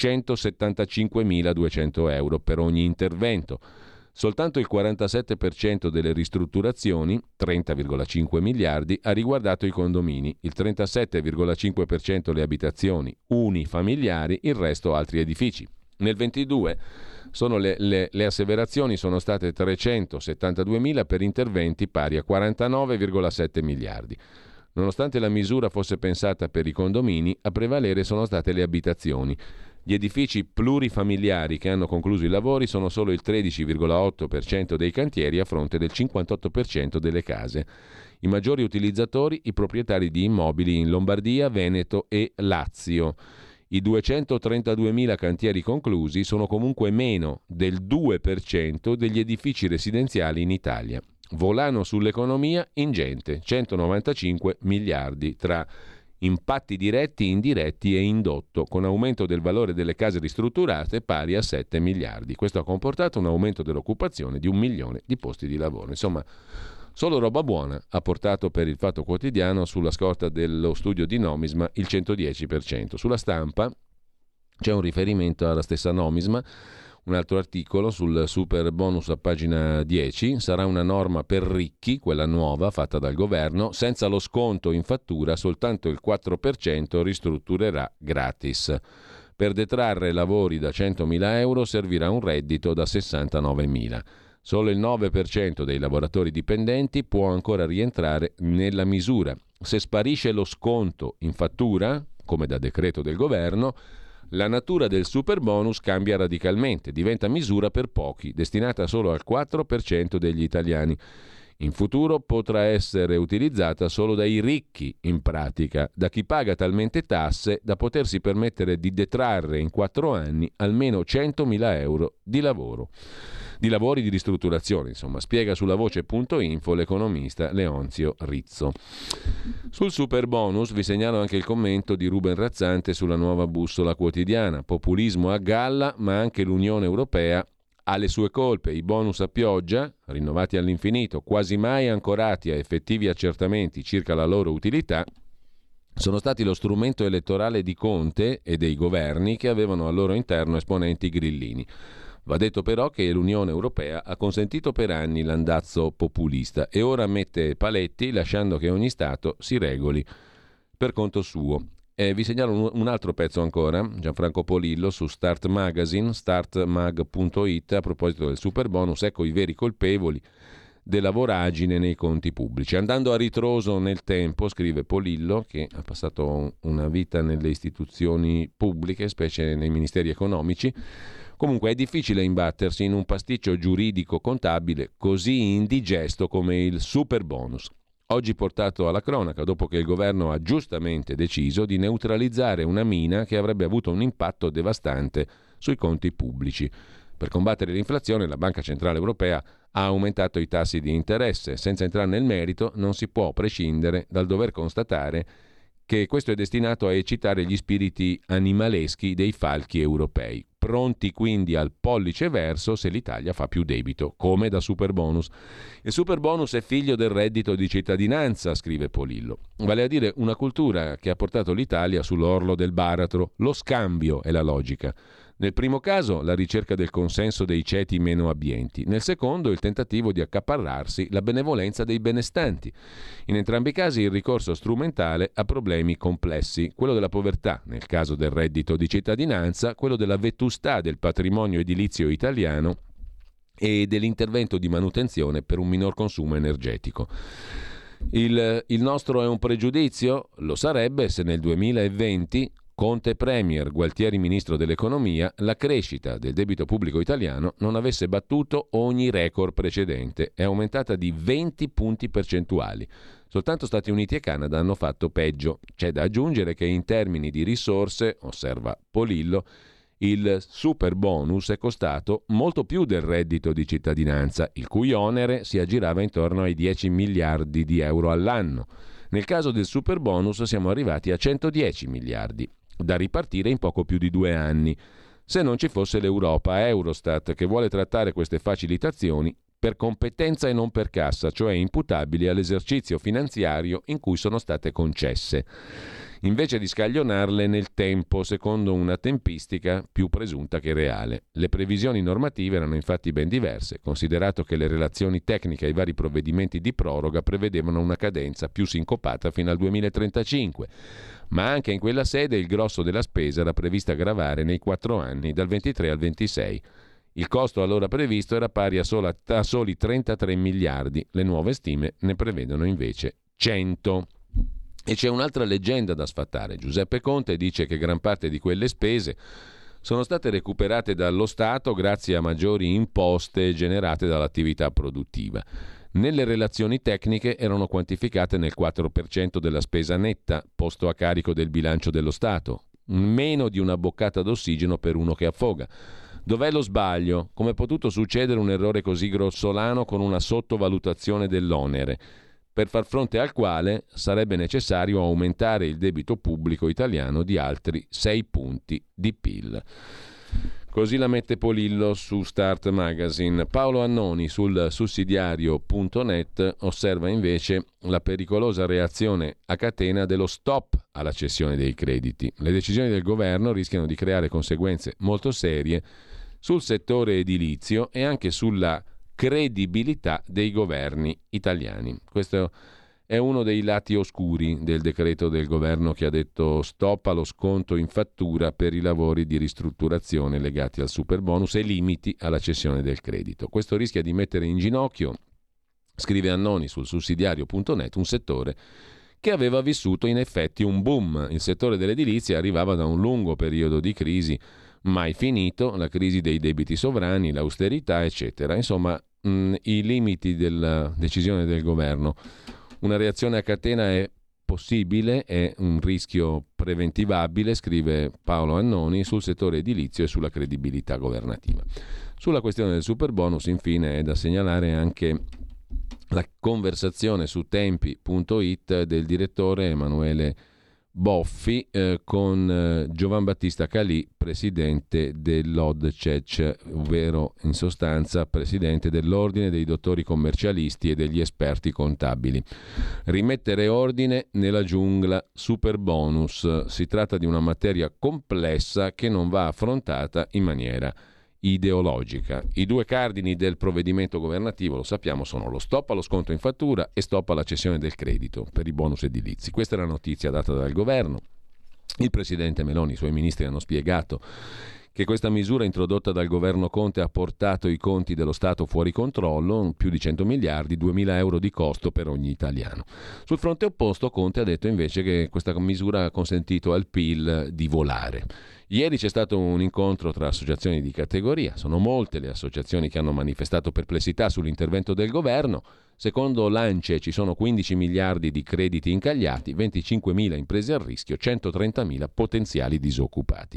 175.200 euro per ogni intervento. Soltanto il 47% delle ristrutturazioni, 30,5 miliardi, ha riguardato i condomini, il 37,5% le abitazioni unifamiliari, il resto altri edifici. Nel 22 le asseverazioni sono state 372.000 per interventi pari a 49,7 miliardi. Nonostante la misura fosse pensata per i condomini, a prevalere sono state le abitazioni. Gli edifici plurifamiliari che hanno concluso i lavori sono solo il 13,8% dei cantieri a fronte del 58% delle case. I maggiori utilizzatori, i proprietari di immobili in Lombardia, Veneto e Lazio. I 232.000 cantieri conclusi sono comunque meno del 2% degli edifici residenziali in Italia. Volano sull'economia ingente, 195 miliardi tra impatti diretti, indiretti e indotto, con aumento del valore delle case ristrutturate pari a 7 miliardi. Questo ha comportato un aumento dell'occupazione di 1 milione di posti di lavoro. Insomma, solo roba buona ha portato per il Fatto Quotidiano, sulla scorta dello studio di Nomisma, il 110%. Sulla Stampa c'è un riferimento alla stessa Nomisma, un altro articolo sul super bonus a pagina 10, sarà una norma per ricchi, quella nuova fatta dal governo, senza lo sconto in fattura soltanto il 4% ristrutturerà gratis. Per detrarre lavori da 100.000 euro servirà un reddito da 69.000. Solo il 9% dei lavoratori dipendenti può ancora rientrare nella misura. Se sparisce lo sconto in fattura, come da decreto del governo, La natura del superbonus cambia radicalmente, diventa misura per pochi, destinata solo al 4% degli italiani. In futuro potrà essere utilizzata solo dai ricchi, in pratica, da chi paga talmente tasse da potersi permettere di detrarre in 4 anni almeno 100.000 euro di lavoro. Di lavori di ristrutturazione, insomma, spiega sulla voce.info l'economista Leonzio Rizzo. Sul super bonus vi segnalo anche il commento di Ruben Razzante sulla Nuova Bussola Quotidiana. Populismo a galla, ma anche l'Unione Europea ha le sue colpe. I bonus a pioggia, rinnovati all'infinito, quasi mai ancorati a effettivi accertamenti circa la loro utilità, sono stati lo strumento elettorale di Conte e dei governi che avevano al loro interno esponenti grillini. Va detto però che l'Unione Europea ha consentito per anni l'andazzo populista e ora mette paletti lasciando che ogni Stato si regoli per conto suo. Vi segnalo un altro pezzo ancora, Gianfranco Polillo su Start Magazine, startmag.it, a proposito del super bonus. Ecco i veri colpevoli della voragine nei conti pubblici. Andando a ritroso nel tempo, scrive Polillo, che ha passato una vita nelle istituzioni pubbliche, specie nei ministeri economici. Comunque è difficile imbattersi in un pasticcio giuridico-contabile così indigesto come il super bonus. Oggi portato alla cronaca dopo che il governo ha giustamente deciso di neutralizzare una mina che avrebbe avuto un impatto devastante sui conti pubblici. Per combattere l'inflazione la Banca Centrale Europea ha aumentato i tassi di interesse. Senza entrare nel merito non si può prescindere dal dover constatare che questo è destinato a eccitare gli spiriti animaleschi dei falchi europei, pronti quindi al pollice verso se l'Italia fa più debito, come da superbonus. Il superbonus è figlio del reddito di cittadinanza, scrive Polillo, vale a dire una cultura che ha portato l'Italia sull'orlo del baratro. Lo scambio è la logica. Nel primo caso la ricerca del consenso dei ceti meno abbienti, nel secondo il tentativo di accaparrarsi la benevolenza dei benestanti. In entrambi i casi il ricorso strumentale a problemi complessi, quello della povertà nel caso del reddito di cittadinanza, quello della vetustà del patrimonio edilizio italiano e dell'intervento di manutenzione per un minor consumo energetico. Il nostro è un pregiudizio? Lo sarebbe se nel 2020 Conte Premier, Gualtieri Ministro dell'Economia, la crescita del debito pubblico italiano non avesse battuto ogni record precedente, è aumentata di 20 punti percentuali. Soltanto Stati Uniti e Canada hanno fatto peggio. C'è da aggiungere che in termini di risorse, osserva Polillo, il super bonus è costato molto più del reddito di cittadinanza, il cui onere si aggirava intorno ai 10 miliardi di euro all'anno. Nel caso del super bonus siamo arrivati a 110 miliardi. Da ripartire in poco più di 2 anni, se non ci fosse l'Europa, Eurostat, che vuole trattare queste facilitazioni per competenza e non per cassa, cioè imputabili all'esercizio finanziario in cui sono state concesse, invece di scaglionarle nel tempo secondo una tempistica più presunta che reale. Le previsioni normative erano infatti ben diverse, considerato che le relazioni tecniche ai vari provvedimenti di proroga prevedevano una cadenza più sincopata fino al 2035. Ma anche in quella sede il grosso della spesa era prevista gravare nei 4 anni, dal 23 al 26. Il costo allora previsto era pari a soli 33 miliardi, le nuove stime ne prevedono invece 100. E c'è un'altra leggenda da sfatare. Giuseppe Conte dice che gran parte di quelle spese sono state recuperate dallo Stato grazie a maggiori imposte generate dall'attività produttiva. Nelle relazioni tecniche erano quantificate nel 4% della spesa netta, posto a carico del bilancio dello Stato, meno di una boccata d'ossigeno per uno che affoga. Dov'è lo sbaglio? Come è potuto succedere un errore così grossolano con una sottovalutazione dell'onere, per far fronte al quale sarebbe necessario aumentare il debito pubblico italiano di altri 6 punti di PIL. Così la mette Polillo su Start Magazine. Paolo Annoni sul sussidiario.net osserva invece la pericolosa reazione a catena dello stop alla cessione dei crediti. Le decisioni del governo rischiano di creare conseguenze molto serie sul settore edilizio e anche sulla credibilità dei governi italiani. Questo è uno dei lati oscuri del decreto del governo che ha detto stop allo sconto in fattura per i lavori di ristrutturazione legati al superbonus e limiti alla cessione del credito. Questo rischia di mettere in ginocchio, scrive Annoni sul sussidiario.net, un settore che aveva vissuto in effetti un boom. Il settore dell'edilizia arrivava da un lungo periodo di crisi mai finito, la crisi dei debiti sovrani, l'austerità, eccetera. Insomma, i limiti della decisione del governo. Una reazione a catena è possibile, è un rischio preventivabile, scrive Paolo Annoni, sul settore edilizio e sulla credibilità governativa. Sulla questione del superbonus, infine, è da segnalare anche la conversazione su tempi.it del direttore Emanuele Boffi con Giovan Battista Calì, presidente dell'ODCEC, ovvero in sostanza presidente dell'Ordine dei dottori commercialisti e degli esperti contabili. Rimettere ordine nella giungla superbonus. Si tratta di una materia complessa che non va affrontata in maniera ideologica. I due cardini del provvedimento governativo, lo sappiamo, sono lo stop allo sconto in fattura e stop alla cessione del credito per i bonus edilizi. Questa è la notizia data dal governo. Il presidente Meloni e i suoi ministri hanno spiegato che questa misura introdotta dal governo Conte ha portato i conti dello Stato fuori controllo, più di 100 miliardi, 2.000 euro di costo per ogni italiano. Sul fronte opposto Conte ha detto invece che questa misura ha consentito al PIL di volare. Ieri c'è stato un incontro tra associazioni di categoria, sono molte le associazioni che hanno manifestato perplessità sull'intervento del governo. Secondo l'ANCE ci sono 15 miliardi di crediti incagliati, 25.000 imprese a rischio, 130.000 potenziali disoccupati.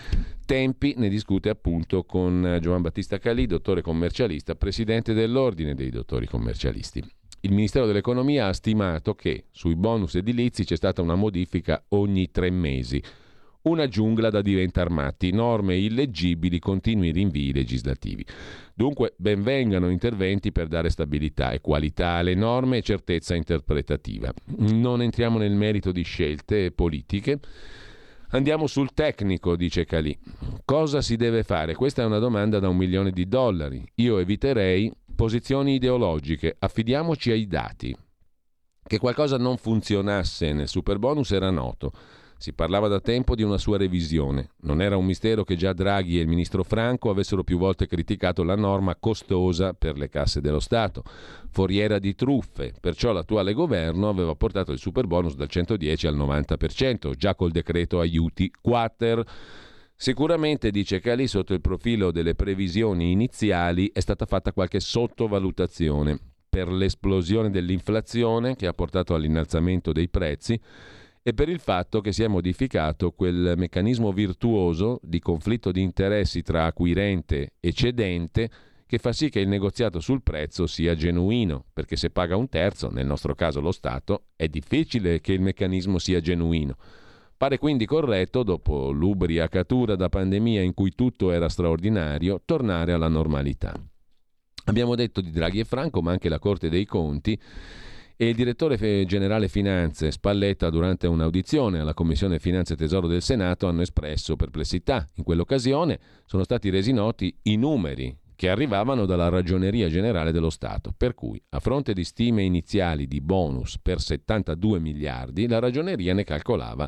Tempi ne discute appunto con Giovan Battista Calì, dottore commercialista, presidente dell'Ordine dei dottori commercialisti. Il Ministero dell'Economia ha stimato che sui bonus edilizi c'è stata una modifica ogni 3 mesi. Una giungla da diventar matti, norme illeggibili, continui rinvii legislativi. Dunque ben vengano interventi per dare stabilità e qualità alle norme e certezza interpretativa. Non entriamo nel merito di scelte politiche. Andiamo sul tecnico, dice Calì. Cosa si deve fare? Questa è una domanda da $1 milione. Io eviterei posizioni ideologiche, affidiamoci ai dati. Che qualcosa non funzionasse nel superbonus era noto. Si parlava da tempo di una sua revisione. Non era un mistero che già Draghi e il ministro Franco avessero più volte criticato la norma costosa per le casse dello Stato, foriera di truffe. Perciò l'attuale governo aveva portato il superbonus dal 110 al 90%, già col decreto aiuti quater. Sicuramente, dice Calì, sotto il profilo delle previsioni iniziali è stata fatta qualche sottovalutazione per l'esplosione dell'inflazione che ha portato all'innalzamento dei prezzi e per il fatto che si è modificato quel meccanismo virtuoso di conflitto di interessi tra acquirente e cedente che fa sì che il negoziato sul prezzo sia genuino, perché se paga un terzo, nel nostro caso lo Stato, è difficile che il meccanismo sia genuino. Pare quindi corretto, dopo l'ubriacatura da pandemia in cui tutto era straordinario, tornare alla normalità. Abbiamo detto di Draghi e Franco, ma anche la Corte dei Conti e il direttore generale Finanze Spalletta durante un'audizione alla Commissione Finanze e Tesoro del Senato hanno espresso perplessità. In quell'occasione sono stati resi noti i numeri che arrivavano dalla Ragioneria Generale dello Stato, per cui a fronte di stime iniziali di bonus per 72 miliardi, la Ragioneria ne calcolava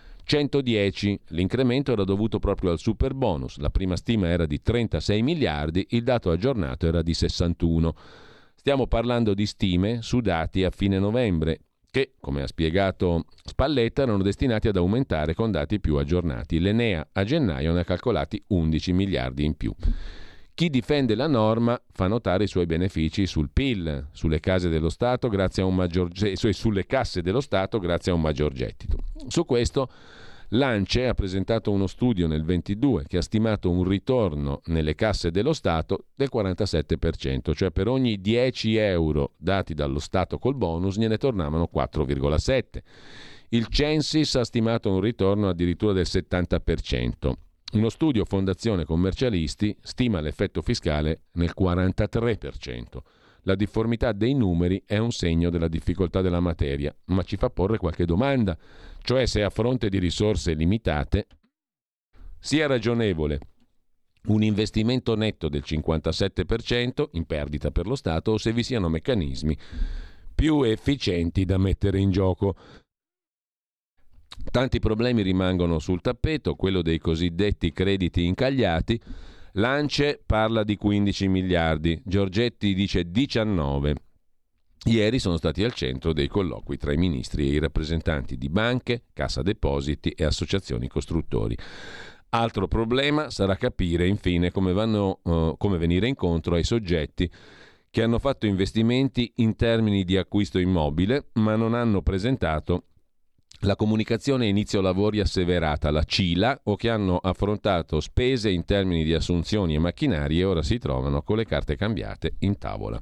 110. L'incremento era dovuto proprio al superbonus. La prima stima era di 36 miliardi, il dato aggiornato era di 61. Stiamo parlando di stime su dati a fine novembre che, come ha spiegato Spalletta, erano destinati ad aumentare con dati più aggiornati. L'Enea a gennaio ne ha calcolati 11 miliardi in più. Chi difende la norma fa notare i suoi benefici sul PIL, sulle case dello Stato grazie a un maggior sulle casse dello Stato grazie a un maggior gettito. Su questo l'ANCE ha presentato uno studio nel 22 che ha stimato un ritorno nelle casse dello Stato del 47%, cioè per ogni 10 euro dati dallo Stato col bonus gliene tornavano 4,7. Il Censis ha stimato un ritorno addirittura del 70%. Uno studio Fondazione Commercialisti stima l'effetto fiscale nel 43%. La difformità dei numeri è un segno della difficoltà della materia, ma ci fa porre qualche domanda, cioè se a fronte di risorse limitate sia ragionevole un investimento netto del 57% in perdita per lo Stato o se vi siano meccanismi più efficienti da mettere in gioco. Tanti problemi rimangono sul tappeto, quello dei cosiddetti crediti incagliati. L'ANCE parla di 15 miliardi, Giorgetti dice 19. ieri sono stati al centro dei colloqui tra i ministri e i rappresentanti di banche, Cassa Depositi e associazioni costruttori. Altro problema sarà capire infine come venire incontro ai soggetti che hanno fatto investimenti in termini di acquisto immobile ma non hanno presentato la comunicazione inizio lavori asseverata, la CILA, o che hanno affrontato spese in termini di assunzioni e macchinari e ora si trovano con le carte cambiate in tavola.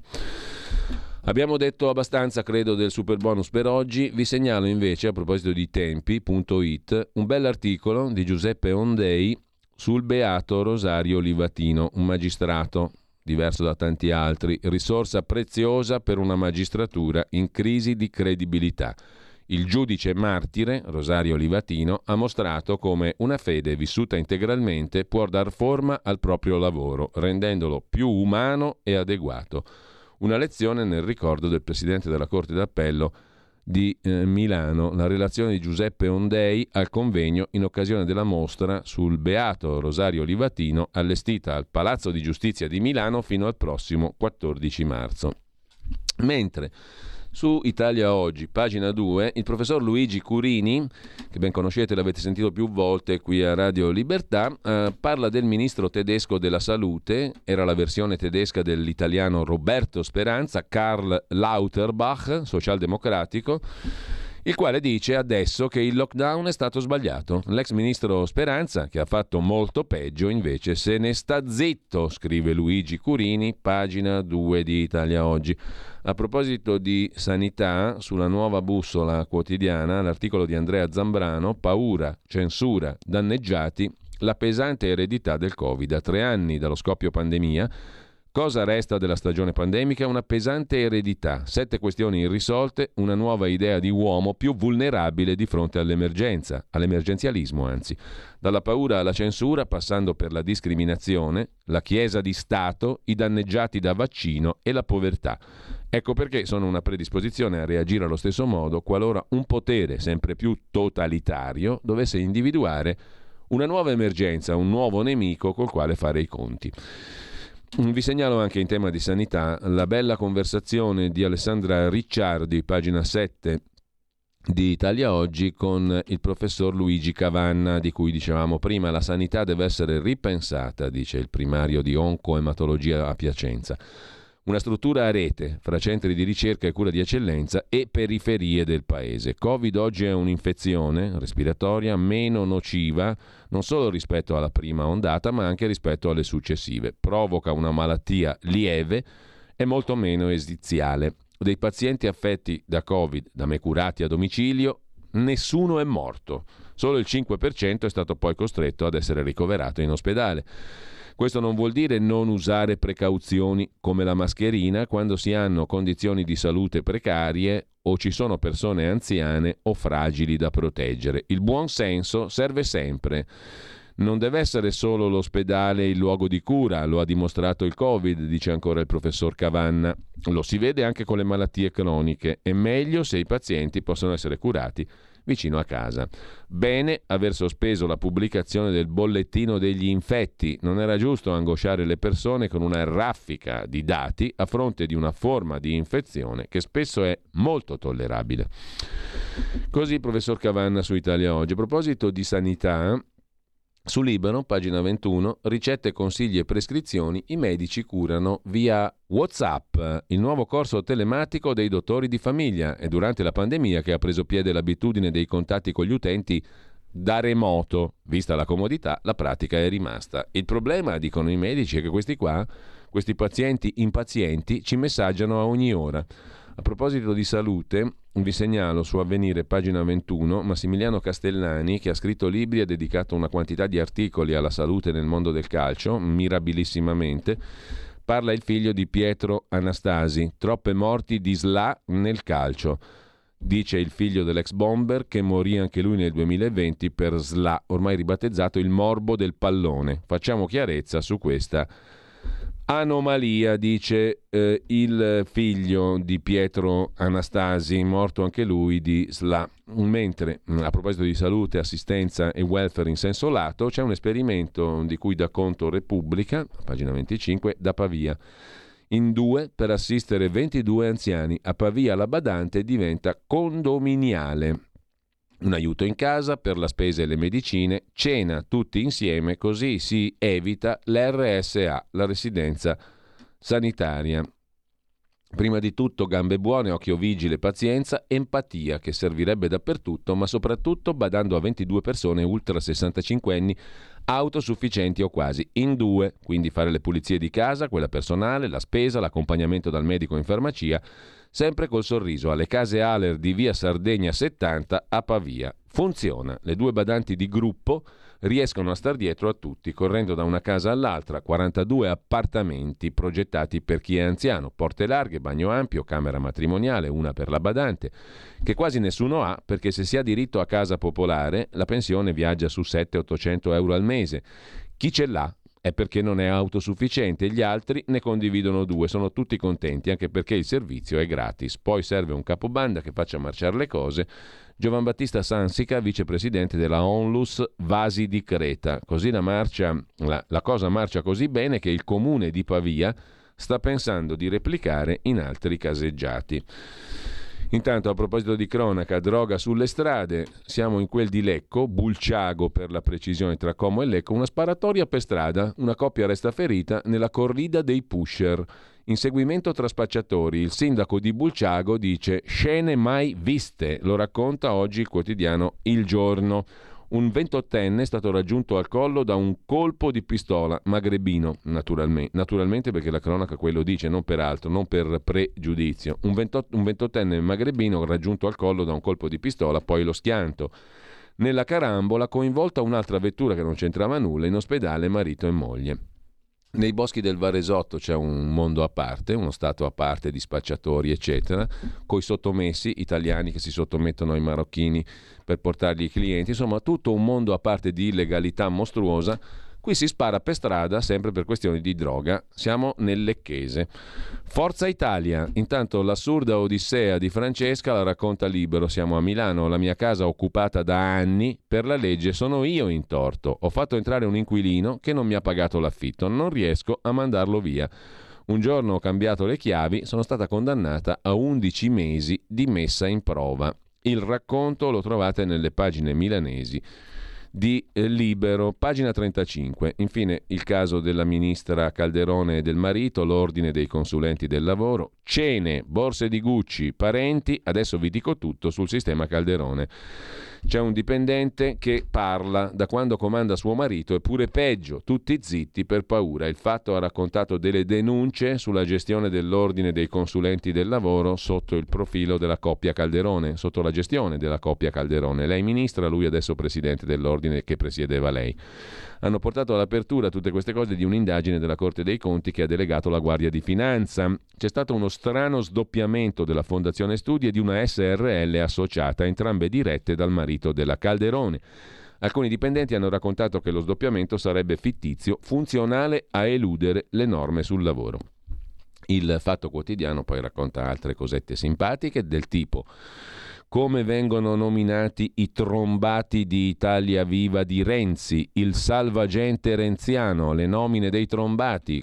Abbiamo detto abbastanza, credo, del superbonus per oggi. Vi segnalo invece, a proposito di tempi.it, un bell'articolo di Giuseppe Ondei sul beato Rosario Livatino, un magistrato diverso da tanti altri, risorsa preziosa per una magistratura in crisi di credibilità. Il giudice martire, Rosario Livatino, ha mostrato come una fede vissuta integralmente può dar forma al proprio lavoro, rendendolo più umano e adeguato. Una lezione nel ricordo del presidente della Corte d'Appello di Milano, la relazione di Giuseppe Ondei al convegno in occasione della mostra sul beato Rosario Livatino allestita al Palazzo di Giustizia di Milano fino al prossimo 14 marzo. Mentre su Italia Oggi, pagina 2, il professor Luigi Curini, che ben conoscete, l'avete sentito più volte qui a Radio Libertà, parla del ministro tedesco della salute, era la versione tedesca dell'italiano Roberto Speranza, Karl Lauterbach, socialdemocratico, il quale dice adesso che il lockdown è stato sbagliato. L'ex ministro Speranza, che ha fatto molto peggio, invece se ne sta zitto, scrive Luigi Curini, pagina 2 di Italia Oggi. A proposito di sanità, sulla Nuova Bussola Quotidiana, l'articolo di Andrea Zambrano, paura, censura, danneggiati, la pesante eredità del Covid. A 3 anni dallo scoppio pandemia, cosa resta della stagione pandemica? Una pesante eredità, 7 questioni irrisolte, una nuova idea di uomo più vulnerabile di fronte all'emergenza, all'emergenzialismo anzi. Dalla paura alla censura, passando per la discriminazione, la Chiesa di Stato, i danneggiati da vaccino e la povertà. Ecco perché sono una predisposizione a reagire allo stesso modo qualora un potere sempre più totalitario dovesse individuare una nuova emergenza, un nuovo nemico col quale fare i conti. Vi segnalo anche in tema di sanità la bella conversazione di Alessandra Ricciardi, pagina 7 di Italia Oggi, con il professor Luigi Cavanna, di cui dicevamo prima. La sanità deve essere ripensata, dice il primario di oncoematologia a Piacenza. Una struttura a rete fra centri di ricerca e cura di eccellenza e periferie del paese. Covid oggi è un'infezione respiratoria meno nociva non solo rispetto alla prima ondata ma anche rispetto alle successive. Provoca una malattia lieve e molto meno esiziale. Dei pazienti affetti da Covid, da me curati a domicilio, nessuno è morto. Solo il 5% è stato poi costretto ad essere ricoverato in ospedale. Questo non vuol dire non usare precauzioni come la mascherina quando si hanno condizioni di salute precarie o ci sono persone anziane o fragili da proteggere. Il buon senso serve sempre. Non deve essere solo l'ospedale il luogo di cura, lo ha dimostrato il Covid, dice ancora il professor Cavanna. Lo si vede anche con le malattie croniche. È meglio se i pazienti possono essere curati vicino a casa. Bene aver sospeso la pubblicazione del bollettino degli infetti. Non era giusto angosciare le persone con una raffica di dati a fronte di una forma di infezione che spesso è molto tollerabile. Così il professor Cavanna su Italia Oggi. A proposito di sanità, su Libero, pagina 21, ricette, consigli e prescrizioni, i medici curano via WhatsApp, il nuovo corso telematico dei dottori di famiglia. È durante la pandemia che ha preso piede l'abitudine dei contatti con gli utenti da remoto. Vista la comodità, la pratica è rimasta. Il problema, dicono i medici, è che questi pazienti impazienti ci messaggiano a ogni ora. A proposito di salute, vi segnalo su Avvenire, pagina 21, Massimiliano Castellani, che ha scritto libri e dedicato una quantità di articoli alla salute nel mondo del calcio, mirabilissimamente. Parla il figlio di Pietro Anastasi, troppe morti di SLA nel calcio. Dice il figlio dell'ex bomber che morì anche lui nel 2020 per SLA, ormai ribattezzato il morbo del pallone. Facciamo chiarezza su questa anomalia, dice il figlio di Pietro Anastasi, morto anche lui di SLA. Mentre, a proposito di salute, assistenza e welfare in senso lato, c'è un esperimento di cui dà conto Repubblica, pagina 25, da Pavia. in 2 per assistere 22 anziani. A Pavia la badante diventa condominiale. Un aiuto in casa per la spesa e le medicine, cena tutti insieme, così si evita l'RSA, la residenza sanitaria. Prima di tutto gambe buone, occhio vigile, pazienza, empatia che servirebbe dappertutto, ma soprattutto badando a 22 persone ultra 65enni autosufficienti o quasi, in 2, quindi fare le pulizie di casa, quella personale, la spesa, l'accompagnamento dal medico in farmacia, sempre col sorriso, alle case Aler di via Sardegna 70 a Pavia. Funziona, le 2 badanti di gruppo riescono a star dietro a tutti, correndo da una casa all'altra, 42 appartamenti progettati per chi è anziano, porte larghe, bagno ampio, camera matrimoniale, una per la badante, che quasi nessuno ha, perché se si ha diritto a casa popolare, la pensione viaggia su 700-800 euro al mese. Chi ce l'ha è perché non è autosufficiente, gli altri ne condividono 2, sono tutti contenti, anche perché il servizio è gratis. Poi serve un capobanda che faccia marciare le cose. Giovan Battista Sansica, vicepresidente della Onlus Vasi di Creta. Così la cosa marcia così bene che il comune di Pavia sta pensando di replicare in altri caseggiati. Intanto, a proposito di cronaca, droga sulle strade, siamo in quel di Lecco, Bulciago per la precisione, tra Como e Lecco, una sparatoria per strada, una coppia resta ferita nella corrida dei pusher. Inseguimento tra spacciatori, il sindaco di Bulciago dice scene mai viste, lo racconta oggi il quotidiano Il Giorno. Un 28enne è stato raggiunto al collo da un colpo di pistola, magrebino naturalmente perché la cronaca quello dice, non per altro, non per pregiudizio. Un 28enne magrebino raggiunto al collo da un colpo di pistola, poi lo schianto. Nella carambola coinvolta un'altra vettura che non c'entrava nulla, in ospedale marito e moglie. Nei boschi del Varesotto c'è un mondo a parte, uno stato a parte di spacciatori eccetera, coi sottomessi italiani che si sottomettono ai marocchini per portargli i clienti, insomma tutto un mondo a parte di illegalità mostruosa. Qui si spara per strada sempre per questioni di droga. Siamo nel Lecchese. Forza Italia. Intanto l'assurda odissea di Francesca la racconta Libero. Siamo a Milano, la mia casa occupata da anni, per la legge sono io in torto. Ho fatto entrare un inquilino che non mi ha pagato l'affitto, non riesco a mandarlo via. Un giorno ho cambiato le chiavi, sono stata condannata a 11 mesi di messa in prova. Il racconto lo trovate nelle pagine milanesi di Libero, pagina 35. Infine il caso della ministra Calderone e del marito, l'ordine dei consulenti del lavoro, cene, borse di Gucci, parenti, adesso vi dico tutto sul sistema Calderone. C'è un dipendente che parla da quando comanda suo marito, eppure peggio, tutti zitti per paura. Il Fatto ha raccontato delle denunce sulla gestione dell'ordine dei consulenti del lavoro sotto il profilo della coppia Calderone, sotto la gestione della coppia Calderone. Lei ministra, lui adesso presidente dell'ordine che presiedeva lei. Hanno portato all'apertura tutte queste cose di un'indagine della Corte dei Conti che ha delegato la Guardia di Finanza. C'è stato uno strano sdoppiamento della Fondazione Studi e di una SRL associata, entrambe dirette dal marito della Calderone. Alcuni dipendenti hanno raccontato che lo sdoppiamento sarebbe fittizio, funzionale a eludere le norme sul lavoro. Il Fatto Quotidiano poi racconta altre cosette simpatiche del tipo: come vengono nominati i trombati di Italia Viva di Renzi, il salvagente renziano, le nomine dei trombati,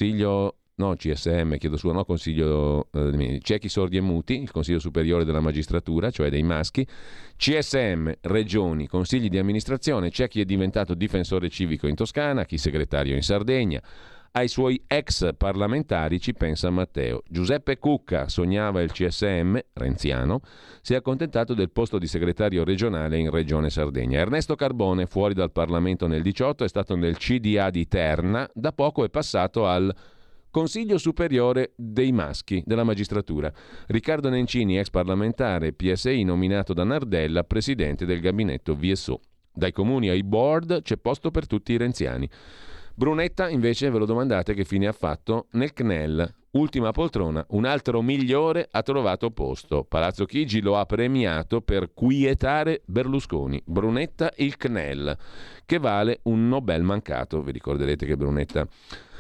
ciechi sordi e muti, il Consiglio Superiore della Magistratura, cioè dei maschi, CSM, regioni, consigli di amministrazione, c'è chi è diventato difensore civico in Toscana, chi segretario in Sardegna. Ai suoi ex parlamentari ci pensa Matteo. Giuseppe Cucca sognava il CSM, renziano, si è accontentato del posto di segretario regionale in Regione Sardegna. Ernesto Carbone, fuori dal Parlamento nel 18, è stato nel CDA di Terna, da poco è passato al Consiglio Superiore dei Maschi della Magistratura. Riccardo Nencini, ex parlamentare PSI, nominato da Nardella, presidente del gabinetto VSO. Dai comuni ai board c'è posto per tutti i renziani. Brunetta, invece, ve lo domandate che fine ha fatto? Nel CNEL, ultima poltrona, un altro migliore ha trovato posto. Palazzo Chigi lo ha premiato per quietare Berlusconi. Brunetta, il CNEL, che vale un Nobel mancato. Vi ricorderete che Brunetta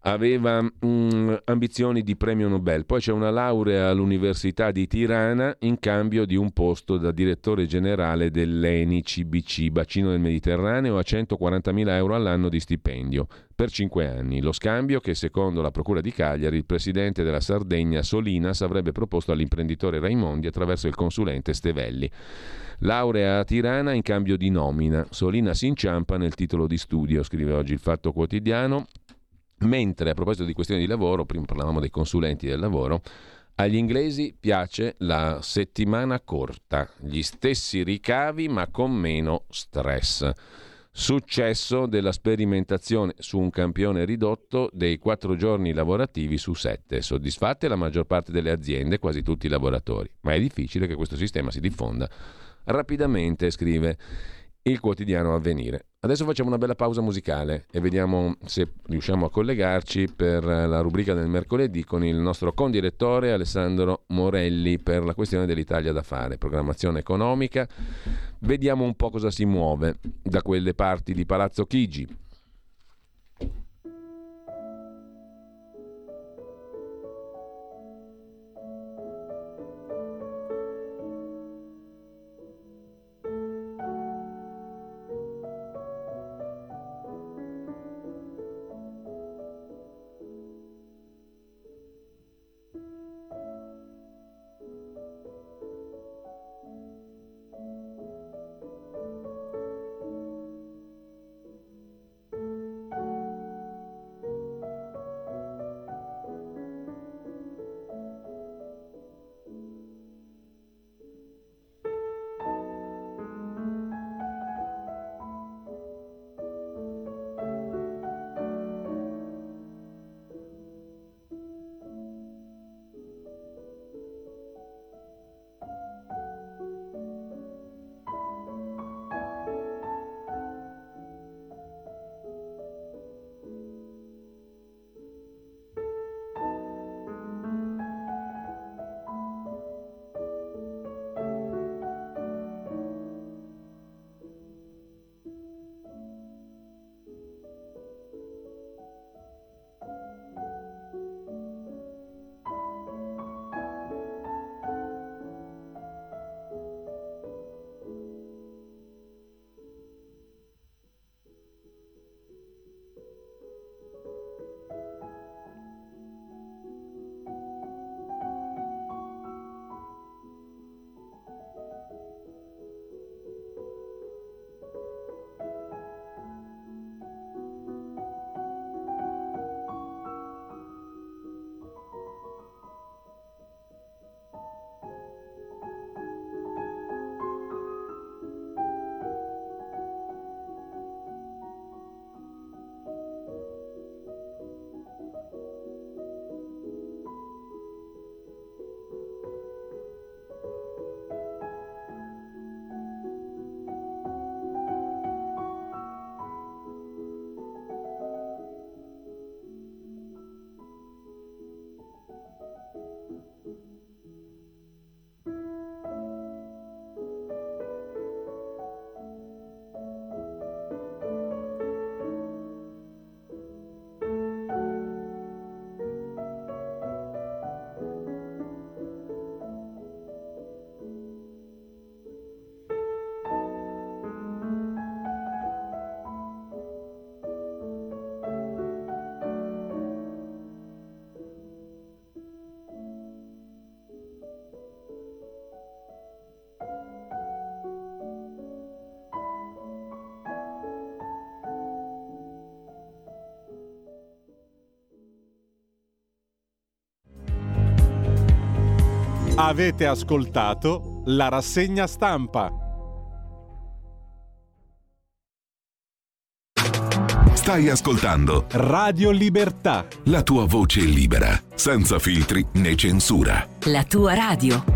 aveva ambizioni di premio Nobel, poi c'è una laurea all'Università di Tirana in cambio di un posto da direttore generale dell'ENI CBC, bacino del Mediterraneo, a 140.000 euro all'anno di stipendio per 5 anni. Lo scambio che, secondo la Procura di Cagliari, il presidente della Sardegna Solinas avrebbe proposto all'imprenditore Raimondi attraverso il consulente Stevelli. Laurea a Tirana in cambio di nomina. Solinas inciampa nel titolo di studio, scrive oggi il Fatto Quotidiano. Mentre, a proposito di questioni di lavoro, prima parlavamo dei consulenti del lavoro, agli inglesi piace la settimana corta, gli stessi ricavi ma con meno stress. Successo della sperimentazione su un campione ridotto dei 4 giorni lavorativi su 7. Soddisfatte la maggior parte delle aziende, quasi tutti i lavoratori. Ma è difficile che questo sistema si diffonda rapidamente, scrive il quotidiano Avvenire. Adesso facciamo una bella pausa musicale e vediamo se riusciamo a collegarci per la rubrica del mercoledì con il nostro condirettore Alessandro Morelli per la questione dell'Italia da fare, programmazione economica. Vediamo un po' cosa si muove da quelle parti di Palazzo Chigi. Avete ascoltato la rassegna stampa. Stai ascoltando Radio Libertà. La tua voce libera, senza filtri né censura. La tua radio.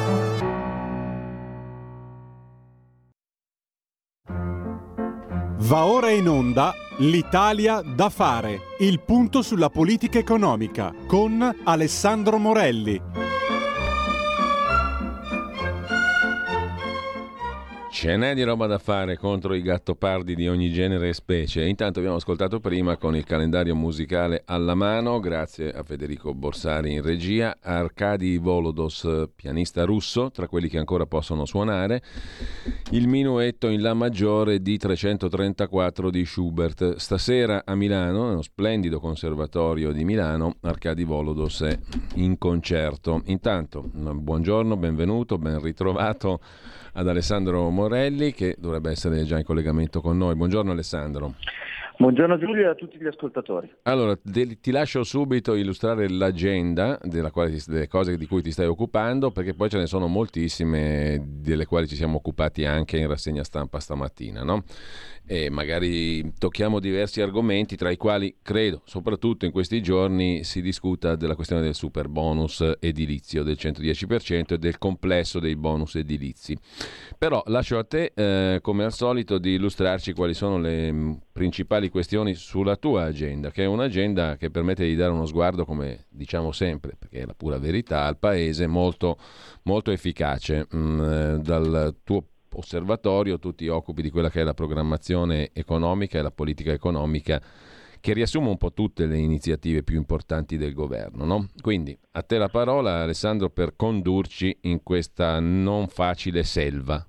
Va ora in onda l'Italia da fare. Il punto sulla politica economica con Alessandro Morelli. Ce n'è di roba da fare contro i gattopardi di ogni genere e specie. Intanto abbiamo ascoltato prima con il calendario musicale alla mano, grazie a Federico Borsari in regia, Arkady Volodos, pianista russo, tra quelli che ancora possono suonare, il minuetto in La maggiore di 334 di Schubert. Stasera a Milano, nello splendido conservatorio di Milano, Arkady Volodos è in concerto. Intanto, buongiorno, benvenuto, ben ritrovato ad Alessandro Morelli, che dovrebbe essere già in collegamento con noi. Buongiorno Alessandro. Buongiorno Giulio e a tutti gli ascoltatori. Allora, ti lascio subito illustrare l'agenda delle cose di cui ti stai occupando, perché poi ce ne sono moltissime delle quali ci siamo occupati anche in rassegna stampa stamattina, no? E magari tocchiamo diversi argomenti, tra i quali credo, soprattutto in questi giorni, si discuta della questione del super bonus edilizio del 110% e del complesso dei bonus edilizi. Però lascio a te, come al solito, di illustrarci quali sono le principali questioni sulla tua agenda, che è un'agenda che permette di dare uno sguardo, come diciamo sempre, perché è la pura verità, al paese molto, molto efficace. Dal tuo osservatorio tu ti occupi di quella che è la programmazione economica e la politica economica, che riassume un po' tutte le iniziative più importanti del governo, no? Quindi a te la parola, Alessandro, per condurci in questa non facile selva.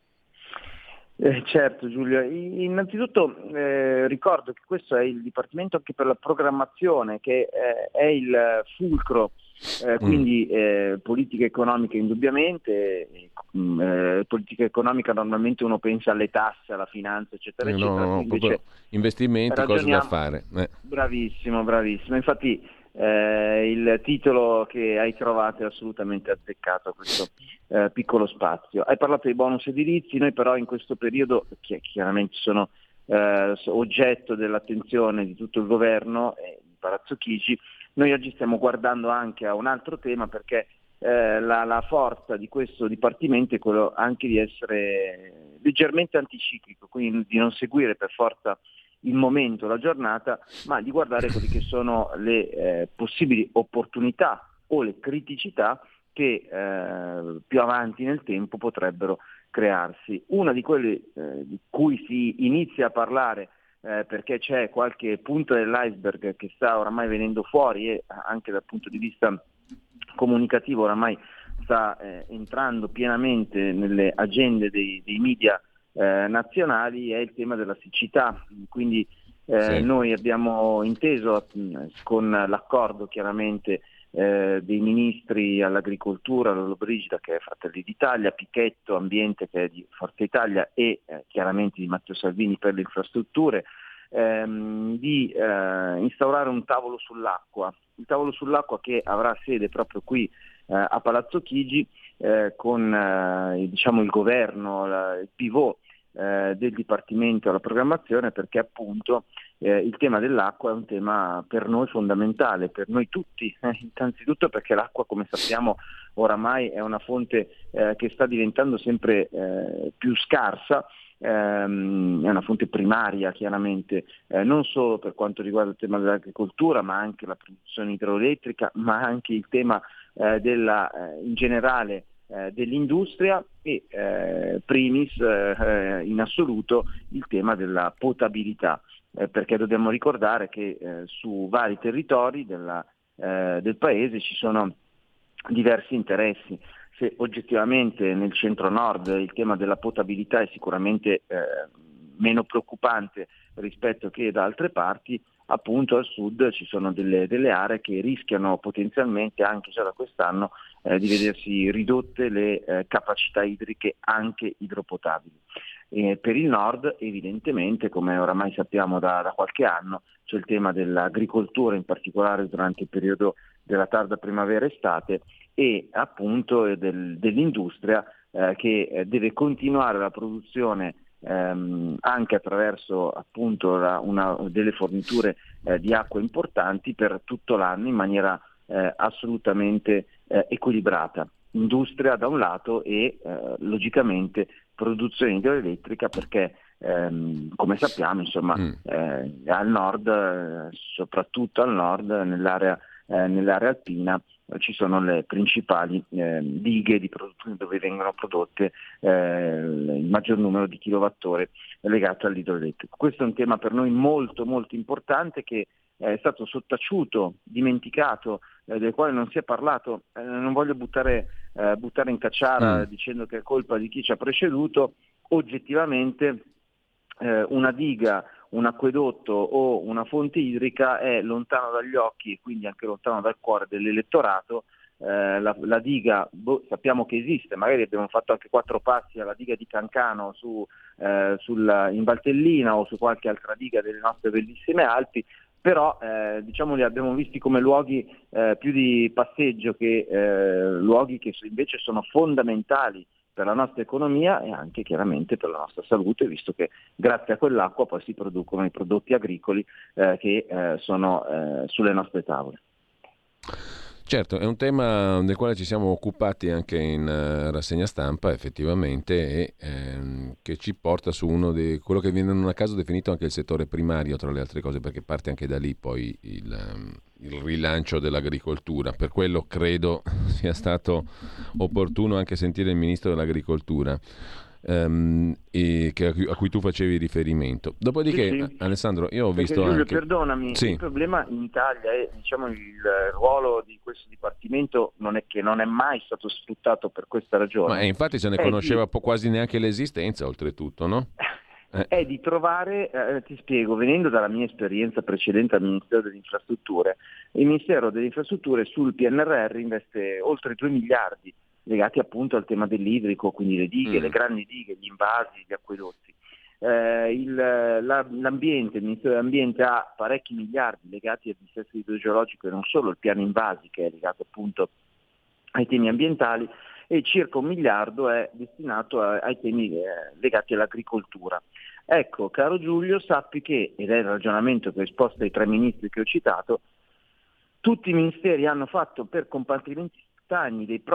Certo Giulio, innanzitutto ricordo che questo è il Dipartimento anche per la programmazione, che è il fulcro, quindi politica economica indubbiamente, politica economica normalmente uno pensa alle tasse, alla finanza eccetera eccetera. No, invece investimenti, cose da fare. Bravissimo, infatti il titolo che hai trovato è assolutamente azzeccato a questo piccolo spazio. Hai parlato dei bonus edilizi, noi però in questo periodo, che chiaramente sono oggetto dell'attenzione di tutto il governo e di Palazzo Chigi, noi oggi stiamo guardando anche a un altro tema, perché la forza di questo Dipartimento è quello anche di essere leggermente anticiclico, quindi di non seguire per forza il momento, la giornata, ma di guardare quelle che sono le possibili opportunità o le criticità che più avanti nel tempo potrebbero crearsi. Una di quelle di cui si inizia a parlare perché c'è qualche punta dell'iceberg che sta oramai venendo fuori e anche dal punto di vista comunicativo oramai sta entrando pienamente nelle agende dei media nazionali, è il tema della siccità. Quindi sì. Noi abbiamo inteso con l'accordo chiaramente dei ministri all'agricoltura, Lollobrigida che è Fratelli d'Italia, Pichetto Ambiente che è di Forza Italia e chiaramente di Matteo Salvini per le infrastrutture, di instaurare un tavolo sull'acqua, il tavolo sull'acqua che avrà sede proprio qui a Palazzo Chigi con diciamo il governo, il pivot del Dipartimento alla programmazione, perché appunto il tema dell'acqua è un tema per noi fondamentale, per noi tutti, innanzitutto perché l'acqua, come sappiamo, oramai è una fonte che sta diventando sempre più scarsa, è una fonte primaria chiaramente, non solo per quanto riguarda il tema dell'agricoltura, ma anche la produzione idroelettrica, ma anche il tema in generale dell'industria e primis in assoluto il tema della potabilità, perché dobbiamo ricordare che su vari territori del paese ci sono diversi interessi. Se oggettivamente nel centro-nord il tema della potabilità è sicuramente meno preoccupante rispetto che da altre parti, appunto al sud ci sono delle aree che rischiano potenzialmente anche già da quest'anno di vedersi ridotte le capacità idriche anche idropotabili. Per il nord evidentemente, come oramai sappiamo da qualche anno, c'è il tema dell'agricoltura, in particolare durante il periodo della tarda primavera-estate, e appunto dell'industria che deve continuare la produzione anche attraverso appunto delle forniture di acqua importanti per tutto l'anno in maniera assolutamente equilibrata. Industria da un lato e logicamente produzione idroelettrica, perché come sappiamo insomma al nord, soprattutto al nord nell'area alpina, ci sono le principali dighe di produzione dove vengono prodotte il maggior numero di kilowattora legato all'idroelettrico. Questo è un tema per noi molto molto importante, che è stato sottaciuto, dimenticato, del quale non si è parlato. Non voglio buttare in cacciara dicendo che è colpa di chi ci ha preceduto. Oggettivamente una diga, un acquedotto o una fonte idrica è lontano dagli occhi e quindi anche lontano dal cuore dell'elettorato. La diga, sappiamo che esiste, magari abbiamo fatto anche 4 passi alla diga di Cancano in Valtellina o su qualche altra diga delle nostre bellissime Alpi, però li abbiamo visti come luoghi più di passeggio che luoghi che invece sono fondamentali per la nostra economia e anche chiaramente per la nostra salute, visto che grazie a quell'acqua poi si producono i prodotti agricoli che sono sulle nostre tavole. Certo, è un tema del quale ci siamo occupati anche in rassegna stampa effettivamente, e che ci porta su quello che viene non a caso definito anche il settore primario, tra le altre cose, perché parte anche da lì poi il rilancio dell'agricoltura. Per quello credo sia stato opportuno anche sentire il ministro dell'agricoltura, a cui tu facevi riferimento. Dopodiché, sì. Alessandro, io ho visto Giulio, anche... perdonami, sì. Il problema in Italia è, il ruolo di questo dipartimento non è mai stato sfruttato per questa ragione. Ma infatti se ne conosceva quasi neanche l'esistenza, oltretutto, no? È di trovare, ti spiego, venendo dalla mia esperienza precedente al Ministero delle Infrastrutture, il Ministero delle Infrastrutture sul PNRR investe oltre 2 miliardi legati appunto al tema dell'idrico, quindi le dighe, le grandi dighe, gli invasi, gli acquedotti. L'ambiente, il Ministero dell'Ambiente ha parecchi miliardi legati al dissesto idrogeologico e non solo, il piano invasi che è legato appunto ai temi ambientali, e circa 1 miliardo è destinato ai temi legati all'agricoltura. Ecco, caro Giulio, sappi che, ed è il ragionamento che ho esposto ai 3 ministri che ho citato, tutti i ministeri hanno fatto per compartimenti stagni delle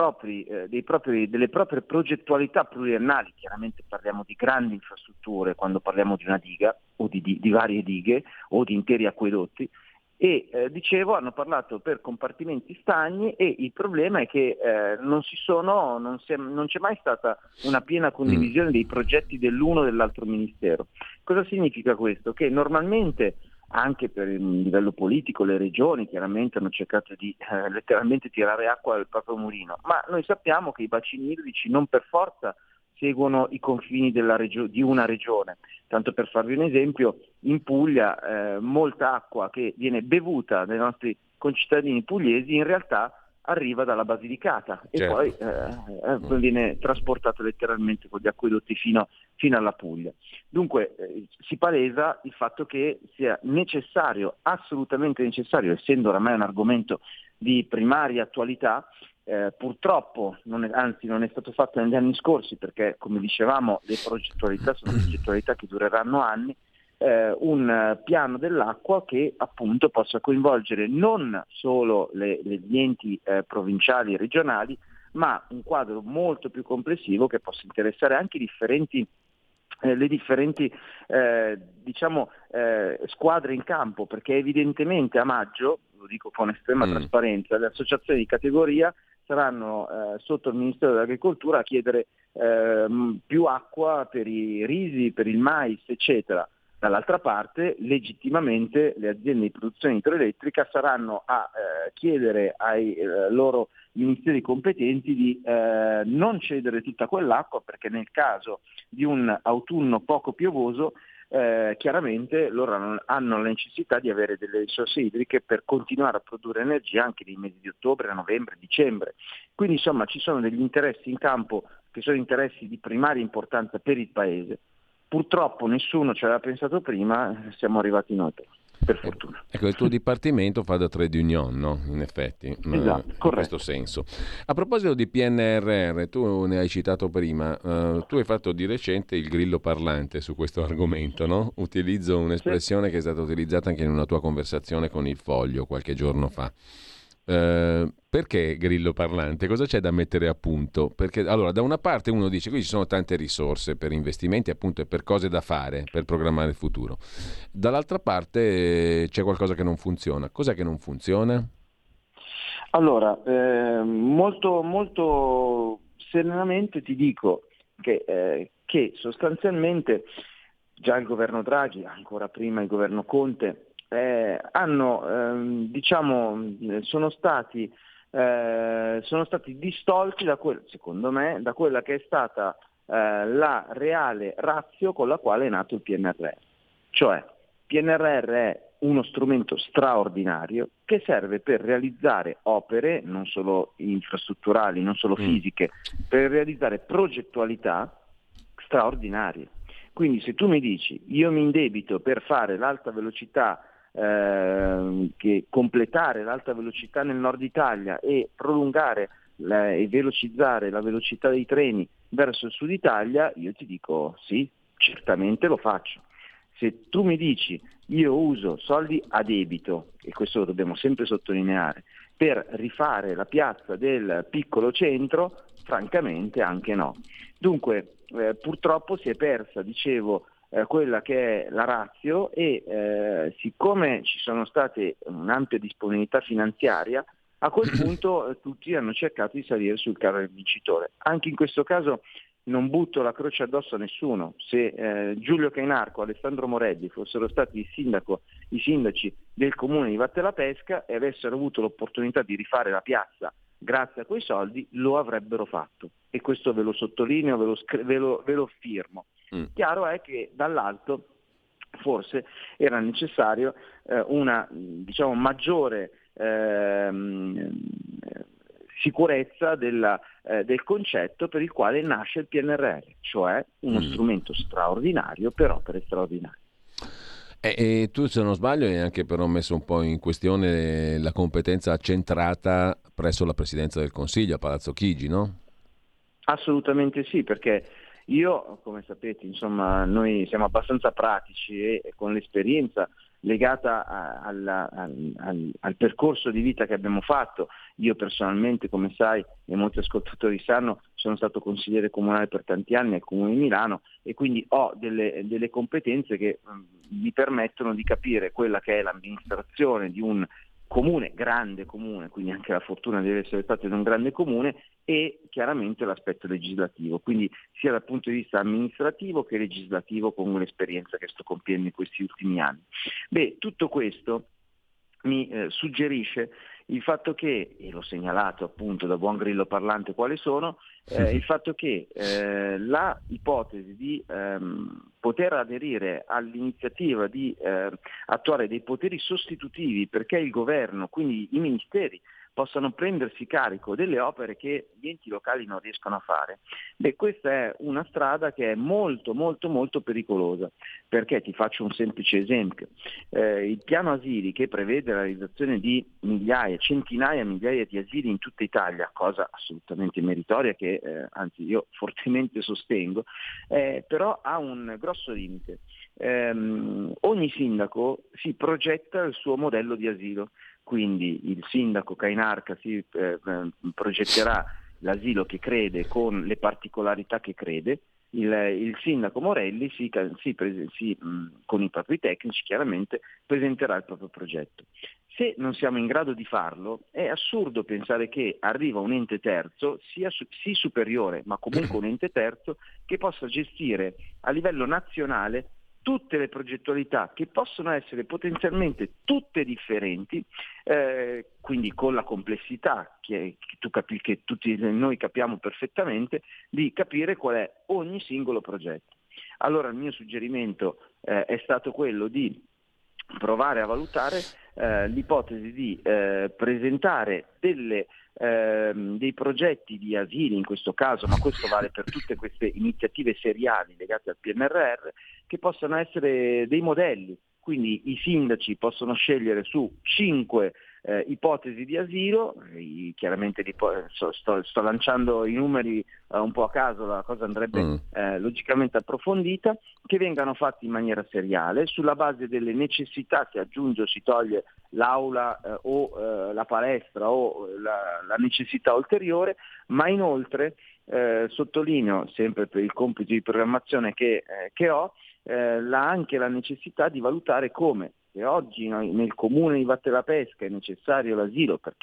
proprie progettualità pluriennali. Chiaramente parliamo di grandi infrastrutture quando parliamo di una diga o di varie dighe o di interi acquedotti, e hanno parlato per compartimenti stagni, e il problema è che non c'è mai stata una piena condivisione dei progetti dell'uno o dell'altro ministero. Cosa significa questo? Che normalmente anche per il livello politico le regioni chiaramente hanno cercato di letteralmente tirare acqua al proprio mulino, ma noi sappiamo che i bacini idrici non per forza seguono i confini di una regione. Tanto per farvi un esempio, in Puglia molta acqua che viene bevuta dai nostri concittadini pugliesi in realtà arriva dalla Basilicata, certo. E poi viene trasportata letteralmente con gli acquedotti fino alla Puglia. Dunque si palesa il fatto che sia necessario, assolutamente necessario, essendo oramai un argomento di primaria attualità, purtroppo non è stato fatto negli anni scorsi, perché come dicevamo le progettualità sono progettualità che dureranno anni, un piano dell'acqua che appunto possa coinvolgere non solo gli enti provinciali e regionali, ma un quadro molto più complessivo che possa interessare anche le differenti squadre in campo, perché evidentemente a maggio, lo dico con estrema trasparenza, le associazioni di categoria saranno sotto il Ministero dell'Agricoltura a chiedere più acqua per i risi, per il mais, eccetera. Dall'altra parte, legittimamente, le aziende di produzione idroelettrica saranno a chiedere ai loro ministeri competenti di non cedere tutta quell'acqua, perché nel caso di un autunno poco piovoso, chiaramente loro hanno la necessità di avere delle risorse idriche per continuare a produrre energia anche nei mesi di ottobre, novembre, dicembre. Quindi insomma ci sono degli interessi in campo che sono interessi di primaria importanza per il Paese. Purtroppo nessuno ci aveva pensato prima, siamo arrivati noi per fortuna. Ecco, il tuo dipartimento fa da trade union, no? In effetti, esatto, in questo senso. A proposito di PNRR, tu ne hai citato prima, tu hai fatto di recente il grillo parlante su questo argomento, no? Utilizzo un'espressione che è stata utilizzata anche in una tua conversazione con Il Foglio qualche giorno fa. Perché grillo parlante? Cosa c'è da mettere a punto? Perché allora da una parte uno dice qui ci sono tante risorse per investimenti appunto e per cose da fare per programmare il futuro, dall'altra parte c'è qualcosa che non funziona. Cos'è che non funziona? Allora, molto, molto serenamente ti dico che sostanzialmente già il governo Draghi, ancora prima il governo Conte, sono stati distolti secondo me, da quella che è stata la reale ratio con la quale è nato il PNRR. Cioè, PNRR è uno strumento straordinario che serve per realizzare opere, non solo infrastrutturali, non solo fisiche, per realizzare progettualità straordinarie. Quindi se tu mi dici, io mi indebito per fare l'alta velocità, completare l'alta velocità nel nord Italia e prolungare e velocizzare la velocità dei treni verso il sud Italia, io ti dico sì, certamente lo faccio. Se tu mi dici io uso soldi a debito, e questo lo dobbiamo sempre sottolineare, per rifare la piazza del piccolo centro, francamente anche no. Dunque purtroppo si è persa, dicevo, quella che è la ratio e siccome ci sono state un'ampia disponibilità finanziaria, a quel punto tutti hanno cercato di salire sul carro del vincitore. Anche in questo caso non butto la croce addosso a nessuno. Se Giulio Cainarca o Alessandro Morelli fossero stati i sindaci del comune di Vatte la Pesca e avessero avuto l'opportunità di rifare la piazza grazie a quei soldi, lo avrebbero fatto. E questo ve lo sottolineo, ve lo firmo. Chiaro è che dall'alto forse era necessario una maggiore sicurezza del concetto per il quale nasce il PNRR, cioè uno strumento straordinario per opere straordinarie. E tu, se non sbaglio, hai anche però messo un po' in questione la competenza accentrata presso la Presidenza del Consiglio a Palazzo Chigi, no? Assolutamente sì, perché io, come sapete, insomma, noi siamo abbastanza pratici e con l'esperienza legata al percorso di vita che abbiamo fatto. Io personalmente, come sai, e molti ascoltatori sanno, sono stato consigliere comunale per tanti anni al Comune di Milano e quindi ho delle competenze che mi permettono di capire quella che è l'amministrazione di un comune, grande comune, quindi anche la fortuna di essere stato in un grande comune, e chiaramente l'aspetto legislativo, quindi sia dal punto di vista amministrativo che legislativo, con l'esperienza che sto compiendo in questi ultimi anni. Tutto questo mi suggerisce il fatto che, e l'ho segnalato appunto da buon grillo parlante quali sono, il fatto che la ipotesi di poter aderire all'iniziativa di attuare dei poteri sostitutivi perché il governo, quindi i ministeri, possano prendersi carico delle opere che gli enti locali non riescono a fare. Questa è una strada che è molto molto molto pericolosa, perché ti faccio un semplice esempio. Il piano asili, che prevede la realizzazione di centinaia, migliaia di asili in tutta Italia, cosa assolutamente meritoria che anzi io fortemente sostengo, però ha un grosso limite. Ogni sindaco si progetta il suo modello di asilo. Quindi il sindaco Cainarca si progetterà l'asilo che crede con le particolarità che crede, il sindaco Morelli con i propri tecnici chiaramente presenterà il proprio progetto. Se non siamo in grado di farlo, è assurdo pensare che arriva un ente terzo, sì superiore, ma comunque un ente terzo, che possa gestire a livello nazionale tutte le progettualità che possono essere potenzialmente tutte differenti, quindi con la complessità che tutti noi capiamo perfettamente, di capire qual è ogni singolo progetto. Allora il mio suggerimento è stato quello di provare a valutare l'ipotesi di presentare dei progetti di asili in questo caso, ma questo vale per tutte queste iniziative seriali legate al PNRR, che possano essere dei modelli. Quindi i sindaci possono scegliere su 5 ipotesi di asilo, chiaramente sto lanciando i numeri un po' a caso, la cosa andrebbe logicamente approfondita, che vengano fatti in maniera seriale, sulla base delle necessità, si aggiunge o si toglie l'aula o la palestra o la necessità ulteriore, ma inoltre sottolineo, sempre per il compito di programmazione che ho, anche la necessità di valutare come, se oggi nel comune di Vatte la Pesca è necessario l'asilo perché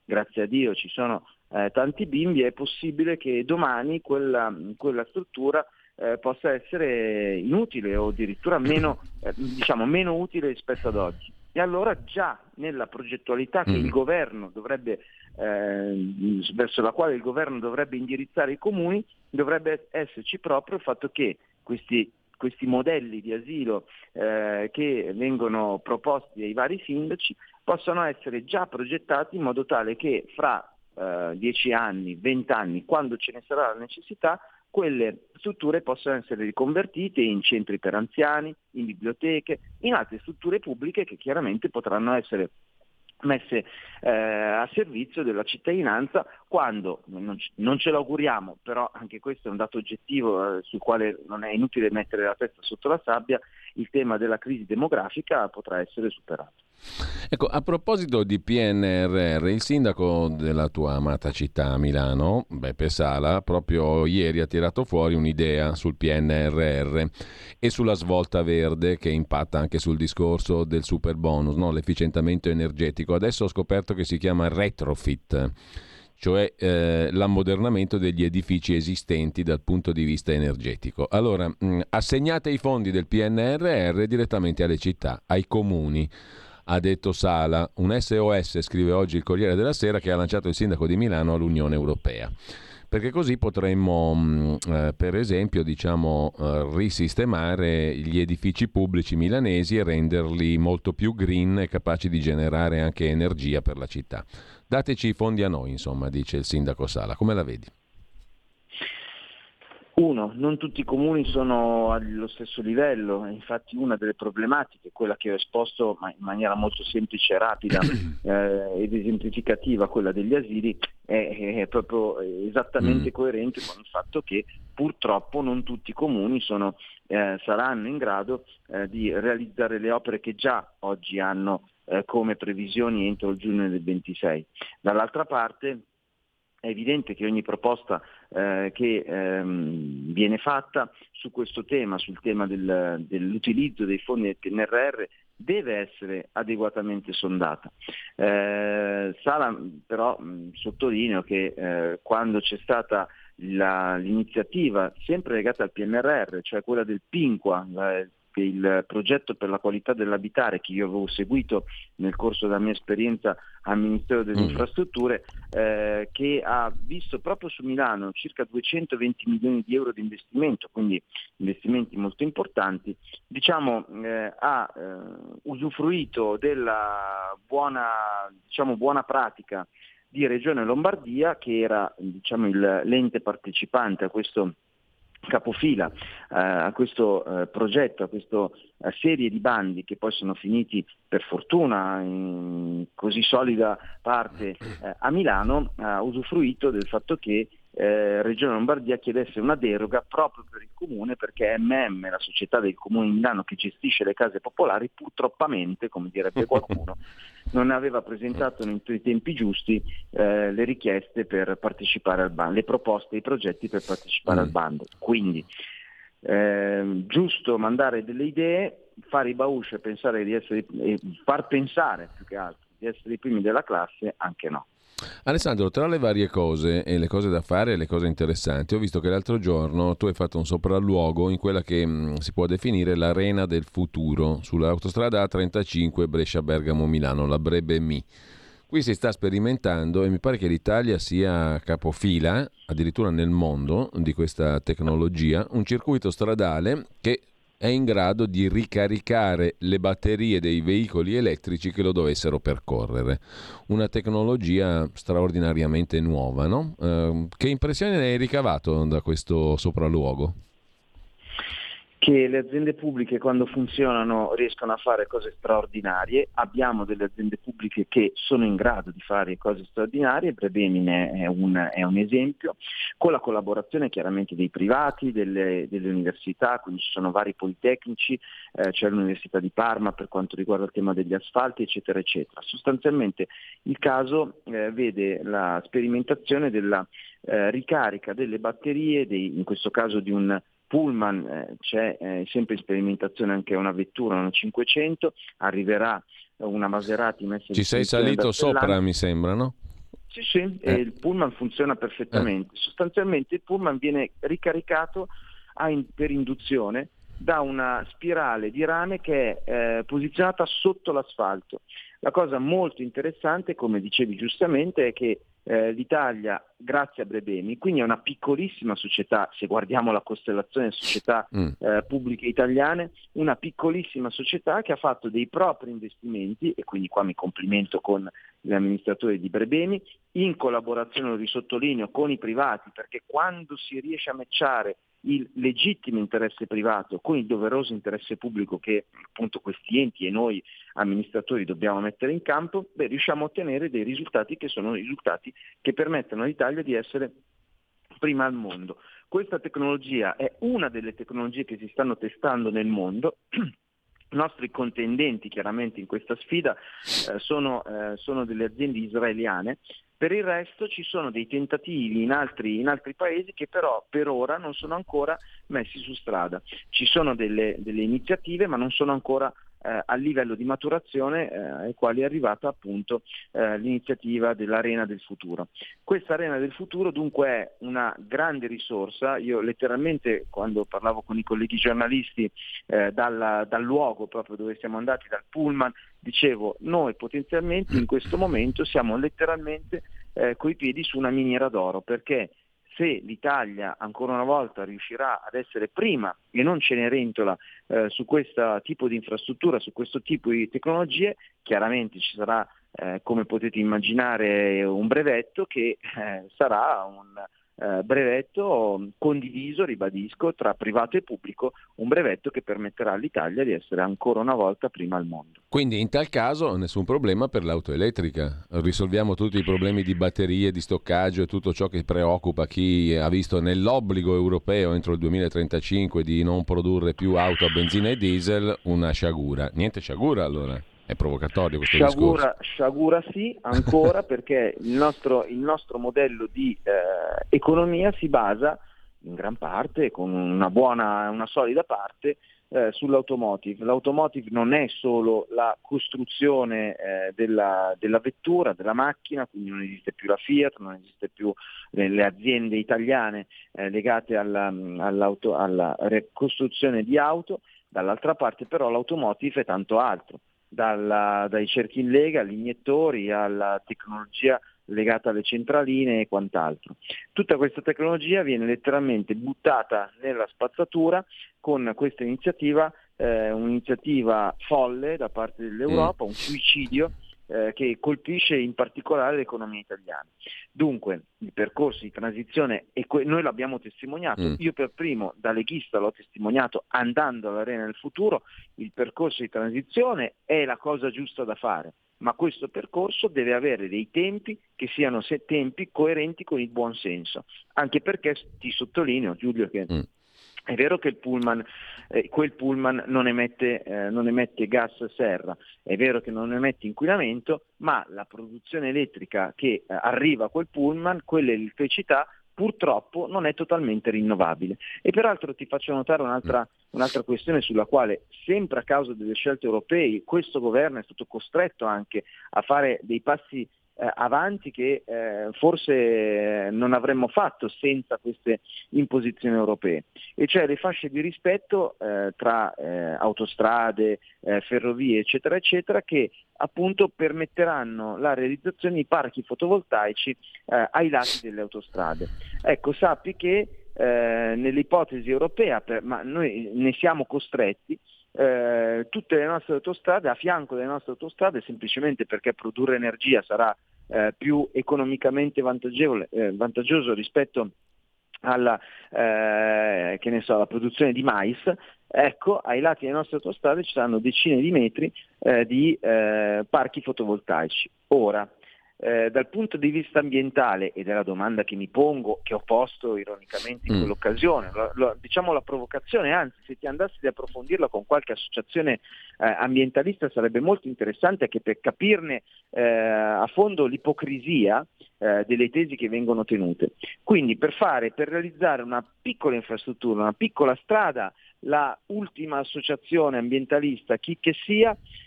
grazie a Dio ci sono tanti bimbi, è possibile che domani quella struttura possa essere inutile o addirittura meno utile rispetto ad oggi. E allora già nella progettualità che il governo dovrebbe verso la quale il governo dovrebbe indirizzare i comuni, dovrebbe esserci proprio il fatto che questi modelli di asilo che vengono proposti ai vari sindaci possano essere già progettati in modo tale che fra 10 anni, 20 anni, quando ce ne sarà la necessità, quelle strutture possono essere riconvertite in centri per anziani, in biblioteche, in altre strutture pubbliche che chiaramente potranno essere messe a servizio della cittadinanza quando, non ce l'auguriamo, però anche questo è un dato oggettivo sul quale non è inutile mettere la testa sotto la sabbia, il tema della crisi demografica potrà essere superato. Ecco, a proposito di PNRR, il sindaco della tua amata città, Milano, Beppe Sala, proprio ieri ha tirato fuori un'idea sul PNRR e sulla svolta verde che impatta anche sul discorso del super bonus, no? L'efficientamento energetico. Adesso ho scoperto che si chiama retrofit, cioè l'ammodernamento degli edifici esistenti dal punto di vista energetico. Allora, assegnate i fondi del PNRR direttamente alle città, ai comuni, ha detto Sala, un SOS, scrive oggi il Corriere della Sera, che ha lanciato il sindaco di Milano all'Unione Europea. Perché così potremmo, per esempio, risistemare gli edifici pubblici milanesi e renderli molto più green e capaci di generare anche energia per la città. Dateci i fondi a noi, insomma, dice il sindaco Sala. Come la vedi? Uno, non tutti i comuni sono allo stesso livello, infatti una delle problematiche, quella che ho esposto ma in maniera molto semplice e rapida ed esemplificativa, quella degli asili, è proprio esattamente coerente con il fatto che purtroppo non tutti i comuni saranno in grado di realizzare le opere che già oggi hanno come previsioni entro il giugno del 26. Dall'altra parte è evidente che ogni proposta che viene fatta su questo tema, sul tema dell'utilizzo dei fondi del PNRR, deve essere adeguatamente sondata. Sala però sottolineo che quando c'è stata l'iniziativa sempre legata al PNRR, cioè quella del PINQUA, il progetto per la qualità dell'abitare che io avevo seguito nel corso della mia esperienza al Ministero delle Infrastrutture, che ha visto proprio su Milano circa 220 milioni di euro di investimento, quindi investimenti molto importanti, ha usufruito della buona pratica di Regione Lombardia, che era l'ente partecipante a questo capofila, a questo progetto, a questa serie di bandi che poi sono finiti per fortuna in così solida parte a Milano, ha usufruito del fatto che Regione Lombardia chiedesse una deroga proprio per il comune, perché MM, la società del comune di Milano che gestisce le case popolari, purtroppamente, come direbbe qualcuno, non aveva presentato entro i tempi giusti le richieste per partecipare al bando, le proposte, i progetti per partecipare al bando. Quindi giusto mandare delle idee, fare i bausch e pensare far pensare più che altro di essere i primi della classe, anche no. Alessandro, tra le varie cose e le cose da fare e le cose interessanti, ho visto che l'altro giorno tu hai fatto un sopralluogo in quella che si può definire l'arena del futuro sull'autostrada A35 Brescia-Bergamo-Milano, la Brebemi. Qui si sta sperimentando e mi pare che l'Italia sia capofila, addirittura nel mondo, di questa tecnologia, un circuito stradale che è in grado di ricaricare le batterie dei veicoli elettrici che lo dovessero percorrere. Una tecnologia straordinariamente nuova, no? Che impressione ne hai ricavato da questo sopralluogo? Che le aziende pubbliche, quando funzionano, riescono a fare cose straordinarie. Abbiamo delle aziende pubbliche che sono in grado di fare cose straordinarie, Brebemine è un esempio, con la collaborazione chiaramente dei privati, delle università, quindi ci sono vari politecnici, c'è l'Università di Parma per quanto riguarda il tema degli asfalti, eccetera, eccetera. Sostanzialmente il caso vede la sperimentazione della ricarica delle batterie, in questo caso di un Pullman, c'è sempre in sperimentazione anche una vettura, una 500, arriverà una Maserati messa Ci sei salito sopra, mi sembra, no? Sì, il pullman funziona perfettamente. Sostanzialmente il pullman viene ricaricato per induzione da una spirale di rame che è posizionata sotto l'asfalto. La cosa molto interessante, come dicevi giustamente, è che l'Italia, grazie a Brebemi, quindi è una piccolissima società, se guardiamo la costellazione delle società pubbliche italiane, una piccolissima società che ha fatto dei propri investimenti, e quindi qua mi complimento con gli amministratori di Brebemi, in collaborazione, lo risottolineo, con i privati, perché quando si riesce a matchare il legittimo interesse privato con il doveroso interesse pubblico che appunto questi enti e noi amministratori dobbiamo mettere in campo, riusciamo a ottenere dei risultati che sono risultati che permettono all'Italia di essere prima al mondo. Questa tecnologia è una delle tecnologie che si stanno testando nel mondo. I nostri contendenti chiaramente in questa sfida sono delle aziende israeliane. Per il resto ci sono dei tentativi in altri paesi che però per ora non sono ancora messi su strada. Ci sono delle iniziative ma non sono ancora a livello di maturazione ai quali è arrivata appunto l'iniziativa dell'Arena del Futuro. Questa Arena del Futuro dunque è una grande risorsa. Io letteralmente quando parlavo con i colleghi giornalisti dal luogo proprio dove siamo andati, dal pullman, dicevo noi potenzialmente in questo momento siamo letteralmente coi piedi su una miniera d'oro, perché se l'Italia ancora una volta riuscirà ad essere prima e non cenerentola su questo tipo di infrastruttura, su questo tipo di tecnologie, chiaramente ci sarà, come potete immaginare, un brevetto che sarà un brevetto condiviso, ribadisco, tra privato e pubblico, un brevetto che permetterà all'Italia di essere ancora una volta prima al mondo. Quindi in tal caso nessun problema per l'auto elettrica, risolviamo tutti i problemi di batterie, di stoccaggio e tutto ciò che preoccupa chi ha visto nell'obbligo europeo entro il 2035 di non produrre più auto a benzina e diesel una sciagura. Niente sciagura allora? È provocatorio questo discorso. Sciagura sì, ancora, perché il nostro modello di economia si basa in gran parte, con una solida parte, sull'automotive. L'automotive non è solo la costruzione della vettura, della macchina, quindi non esiste più la Fiat, non esiste più le aziende italiane legate alla costruzione di auto. Dall'altra parte però l'automotive è tanto altro. Dai cerchi in lega, agli iniettori, alla tecnologia legata alle centraline e quant'altro. Tutta questa tecnologia viene letteralmente buttata nella spazzatura con questa iniziativa, un'iniziativa folle da parte dell'Europa, un suicidio che colpisce in particolare l'economia italiana. Dunque il percorso di transizione, e noi l'abbiamo testimoniato, io per primo da leghista l'ho testimoniato andando all'Arena del Futuro, il percorso di transizione è la cosa giusta da fare, ma questo percorso deve avere dei tempi che siano tempi coerenti con il buon senso, anche perché ti sottolineo, Giulio, che è vero che quel pullman non emette gas serra, è vero che non emette inquinamento, ma la produzione elettrica che arriva a quel pullman, quell'elettricità, purtroppo non è totalmente rinnovabile. E peraltro ti faccio notare un'altra questione sulla quale, sempre a causa delle scelte europee, questo governo è stato costretto anche a fare dei passi avanti che forse non avremmo fatto senza queste imposizioni europee, e cioè le fasce di rispetto tra autostrade, ferrovie eccetera eccetera, che appunto permetteranno la realizzazione di parchi fotovoltaici ai lati delle autostrade. Ecco, sappi che nell'ipotesi europea, ma noi ne siamo costretti, tutte le nostre autostrade, a fianco delle nostre autostrade, semplicemente perché produrre energia sarà più economicamente vantaggioso rispetto alla alla produzione di mais, ecco, ai lati delle nostre autostrade ci saranno decine di metri di parchi fotovoltaici. Ora, dal punto di vista ambientale, ed è la domanda che mi pongo, che ho posto ironicamente in quell'occasione, diciamo la provocazione, anzi se ti andassi ad approfondirla con qualche associazione ambientalista sarebbe molto interessante, anche per capirne a fondo l'ipocrisia delle tesi che vengono tenute. Quindi per realizzare una piccola infrastruttura, una piccola strada, la ultima associazione ambientalista, chi che sia,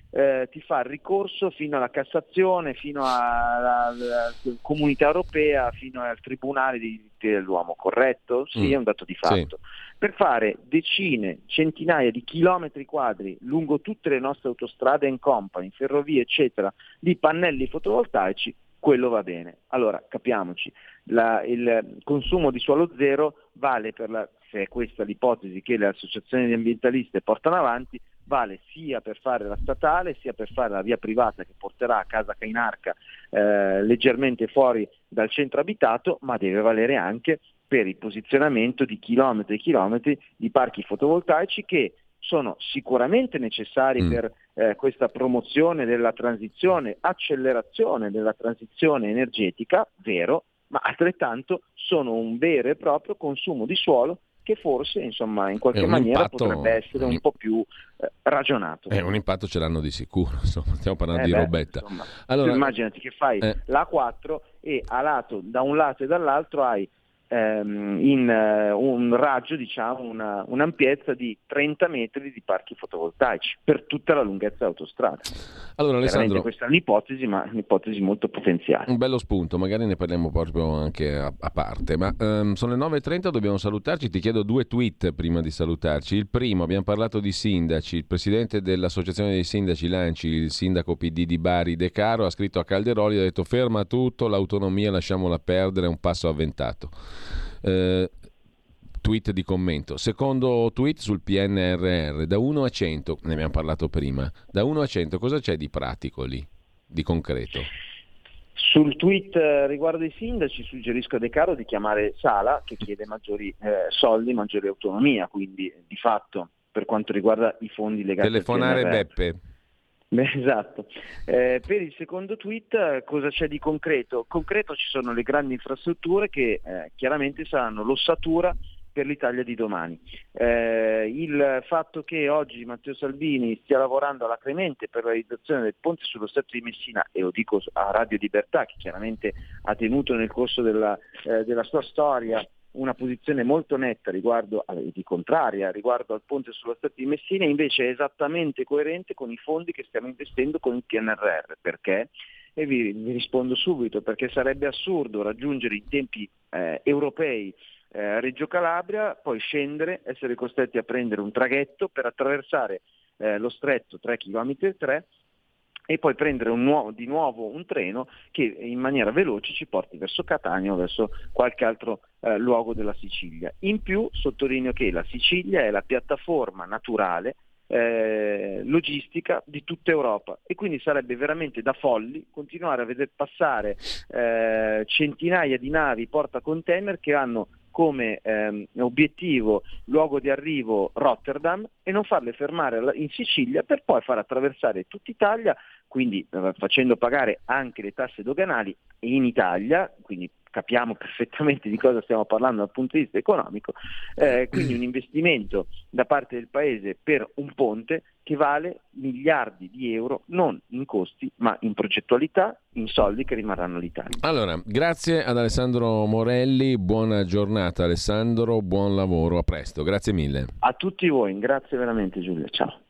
ti fa ricorso fino alla Cassazione, fino alla Comunità Europea, fino al Tribunale dei diritti dell'uomo, corretto? Sì, è un dato di fatto. Sì. Per fare decine, centinaia di chilometri quadri lungo tutte le nostre autostrade in company, ferrovie, eccetera, di pannelli fotovoltaici, quello va bene. Allora, capiamoci, il consumo di suolo zero vale se è questa l'ipotesi che le associazioni di ambientaliste portano avanti, vale sia per fare la statale, sia per fare la via privata che porterà a Casa Cainarca leggermente fuori dal centro abitato, ma deve valere anche per il posizionamento di chilometri e chilometri di parchi fotovoltaici che sono sicuramente necessari per questa promozione della transizione, accelerazione della transizione energetica, vero, ma altrettanto sono un vero e proprio consumo di suolo che forse, insomma, in qualche maniera potrebbe essere un po' più ragionato. Un impatto ce l'hanno di sicuro, insomma, stiamo parlando di robetta. Insomma, allora, immaginati che fai l'A4 e da un lato e dall'altro hai in un raggio, diciamo, un'ampiezza di 30 metri di parchi fotovoltaici per tutta la lunghezza dell'autostrada. Allora, Alessandro, questa è un'ipotesi, ma un'ipotesi molto potenziale. Un bello spunto, magari ne parliamo proprio anche a parte, ma sono le 9.30, dobbiamo salutarci. Ti chiedo 2 tweet prima di salutarci. Il primo, abbiamo parlato di sindaci, il presidente dell'associazione dei sindaci Lanci, il sindaco PD di Bari De Caro, ha scritto a Calderoli, ha detto ferma tutto, l'autonomia lasciamola perdere, è un passo avventato. Tweet di commento. Secondo tweet sul PNRR, da 1 a 100, ne abbiamo parlato prima, da 1 a 100 cosa c'è di pratico lì, di concreto? Sul tweet riguardo i sindaci suggerisco a De Caro di chiamare Sala, che chiede maggiori soldi, maggiore autonomia, quindi di fatto per quanto riguarda i fondi legati telefonare al PNRR. Beppe. Beh, esatto. Per il secondo tweet cosa c'è di concreto? Concreto ci sono le grandi infrastrutture che chiaramente saranno l'ossatura per l'Italia di domani. Il fatto che oggi Matteo Salvini stia lavorando alacremente per la realizzazione del ponte sullo Stretto di Messina, e lo dico a Radio Libertà, che chiaramente ha tenuto nel corso della sua storia una posizione molto netta di contraria riguardo al ponte sullo Stretto di Messina, invece è esattamente coerente con i fondi che stiamo investendo con il PNRR. Perché? E vi rispondo subito, perché sarebbe assurdo raggiungere i tempi europei Reggio Calabria, poi scendere, essere costretti a prendere un traghetto per attraversare lo stretto 3,3 km e poi prendere di nuovo un treno che in maniera veloce ci porti verso Catania o verso qualche altro luogo della Sicilia. In più sottolineo che la Sicilia è la piattaforma naturale logistica di tutta Europa, e quindi sarebbe veramente da folli continuare a vedere passare centinaia di navi porta container che hanno come obiettivo luogo di arrivo Rotterdam e non farle fermare in Sicilia per poi far attraversare tutta Italia, quindi facendo pagare anche le tasse doganali in Italia, quindi capiamo perfettamente di cosa stiamo parlando dal punto di vista economico, quindi un investimento da parte del Paese per un ponte che vale miliardi di euro, non in costi ma in progettualità, in soldi che rimarranno all'Italia. Allora, grazie ad Alessandro Morelli, buona giornata Alessandro, buon lavoro, a presto, grazie mille. A tutti voi, grazie veramente Giulia, ciao.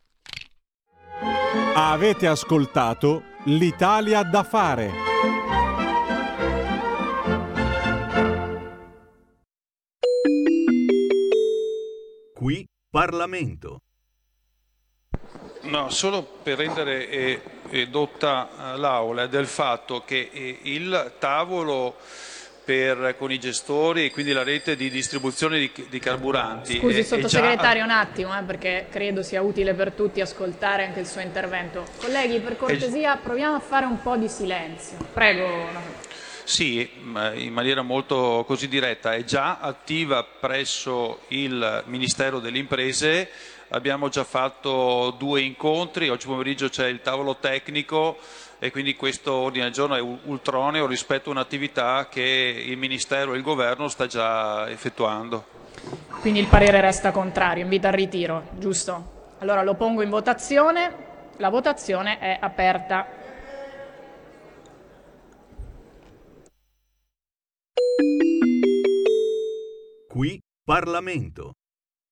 Avete ascoltato l'Italia da fare. Qui Parlamento. No, solo per rendere edotta l'Aula del fatto che il tavolo con i gestori e quindi la rete di distribuzione di carburanti. Scusi sottosegretario un attimo, perché credo sia utile per tutti ascoltare anche il suo intervento. Colleghi, per cortesia proviamo a fare un po' di silenzio. Prego. Sì, in maniera molto così diretta, è già attiva presso il Ministero delle Imprese. Abbiamo già fatto 2 incontri, oggi pomeriggio c'è il tavolo tecnico e quindi questo ordine del giorno è ultroneo rispetto a un'attività che il Ministero e il Governo sta già effettuando. Quindi il parere resta contrario, invita al ritiro, giusto? Allora lo pongo in votazione, la votazione è aperta. Qui Parlamento.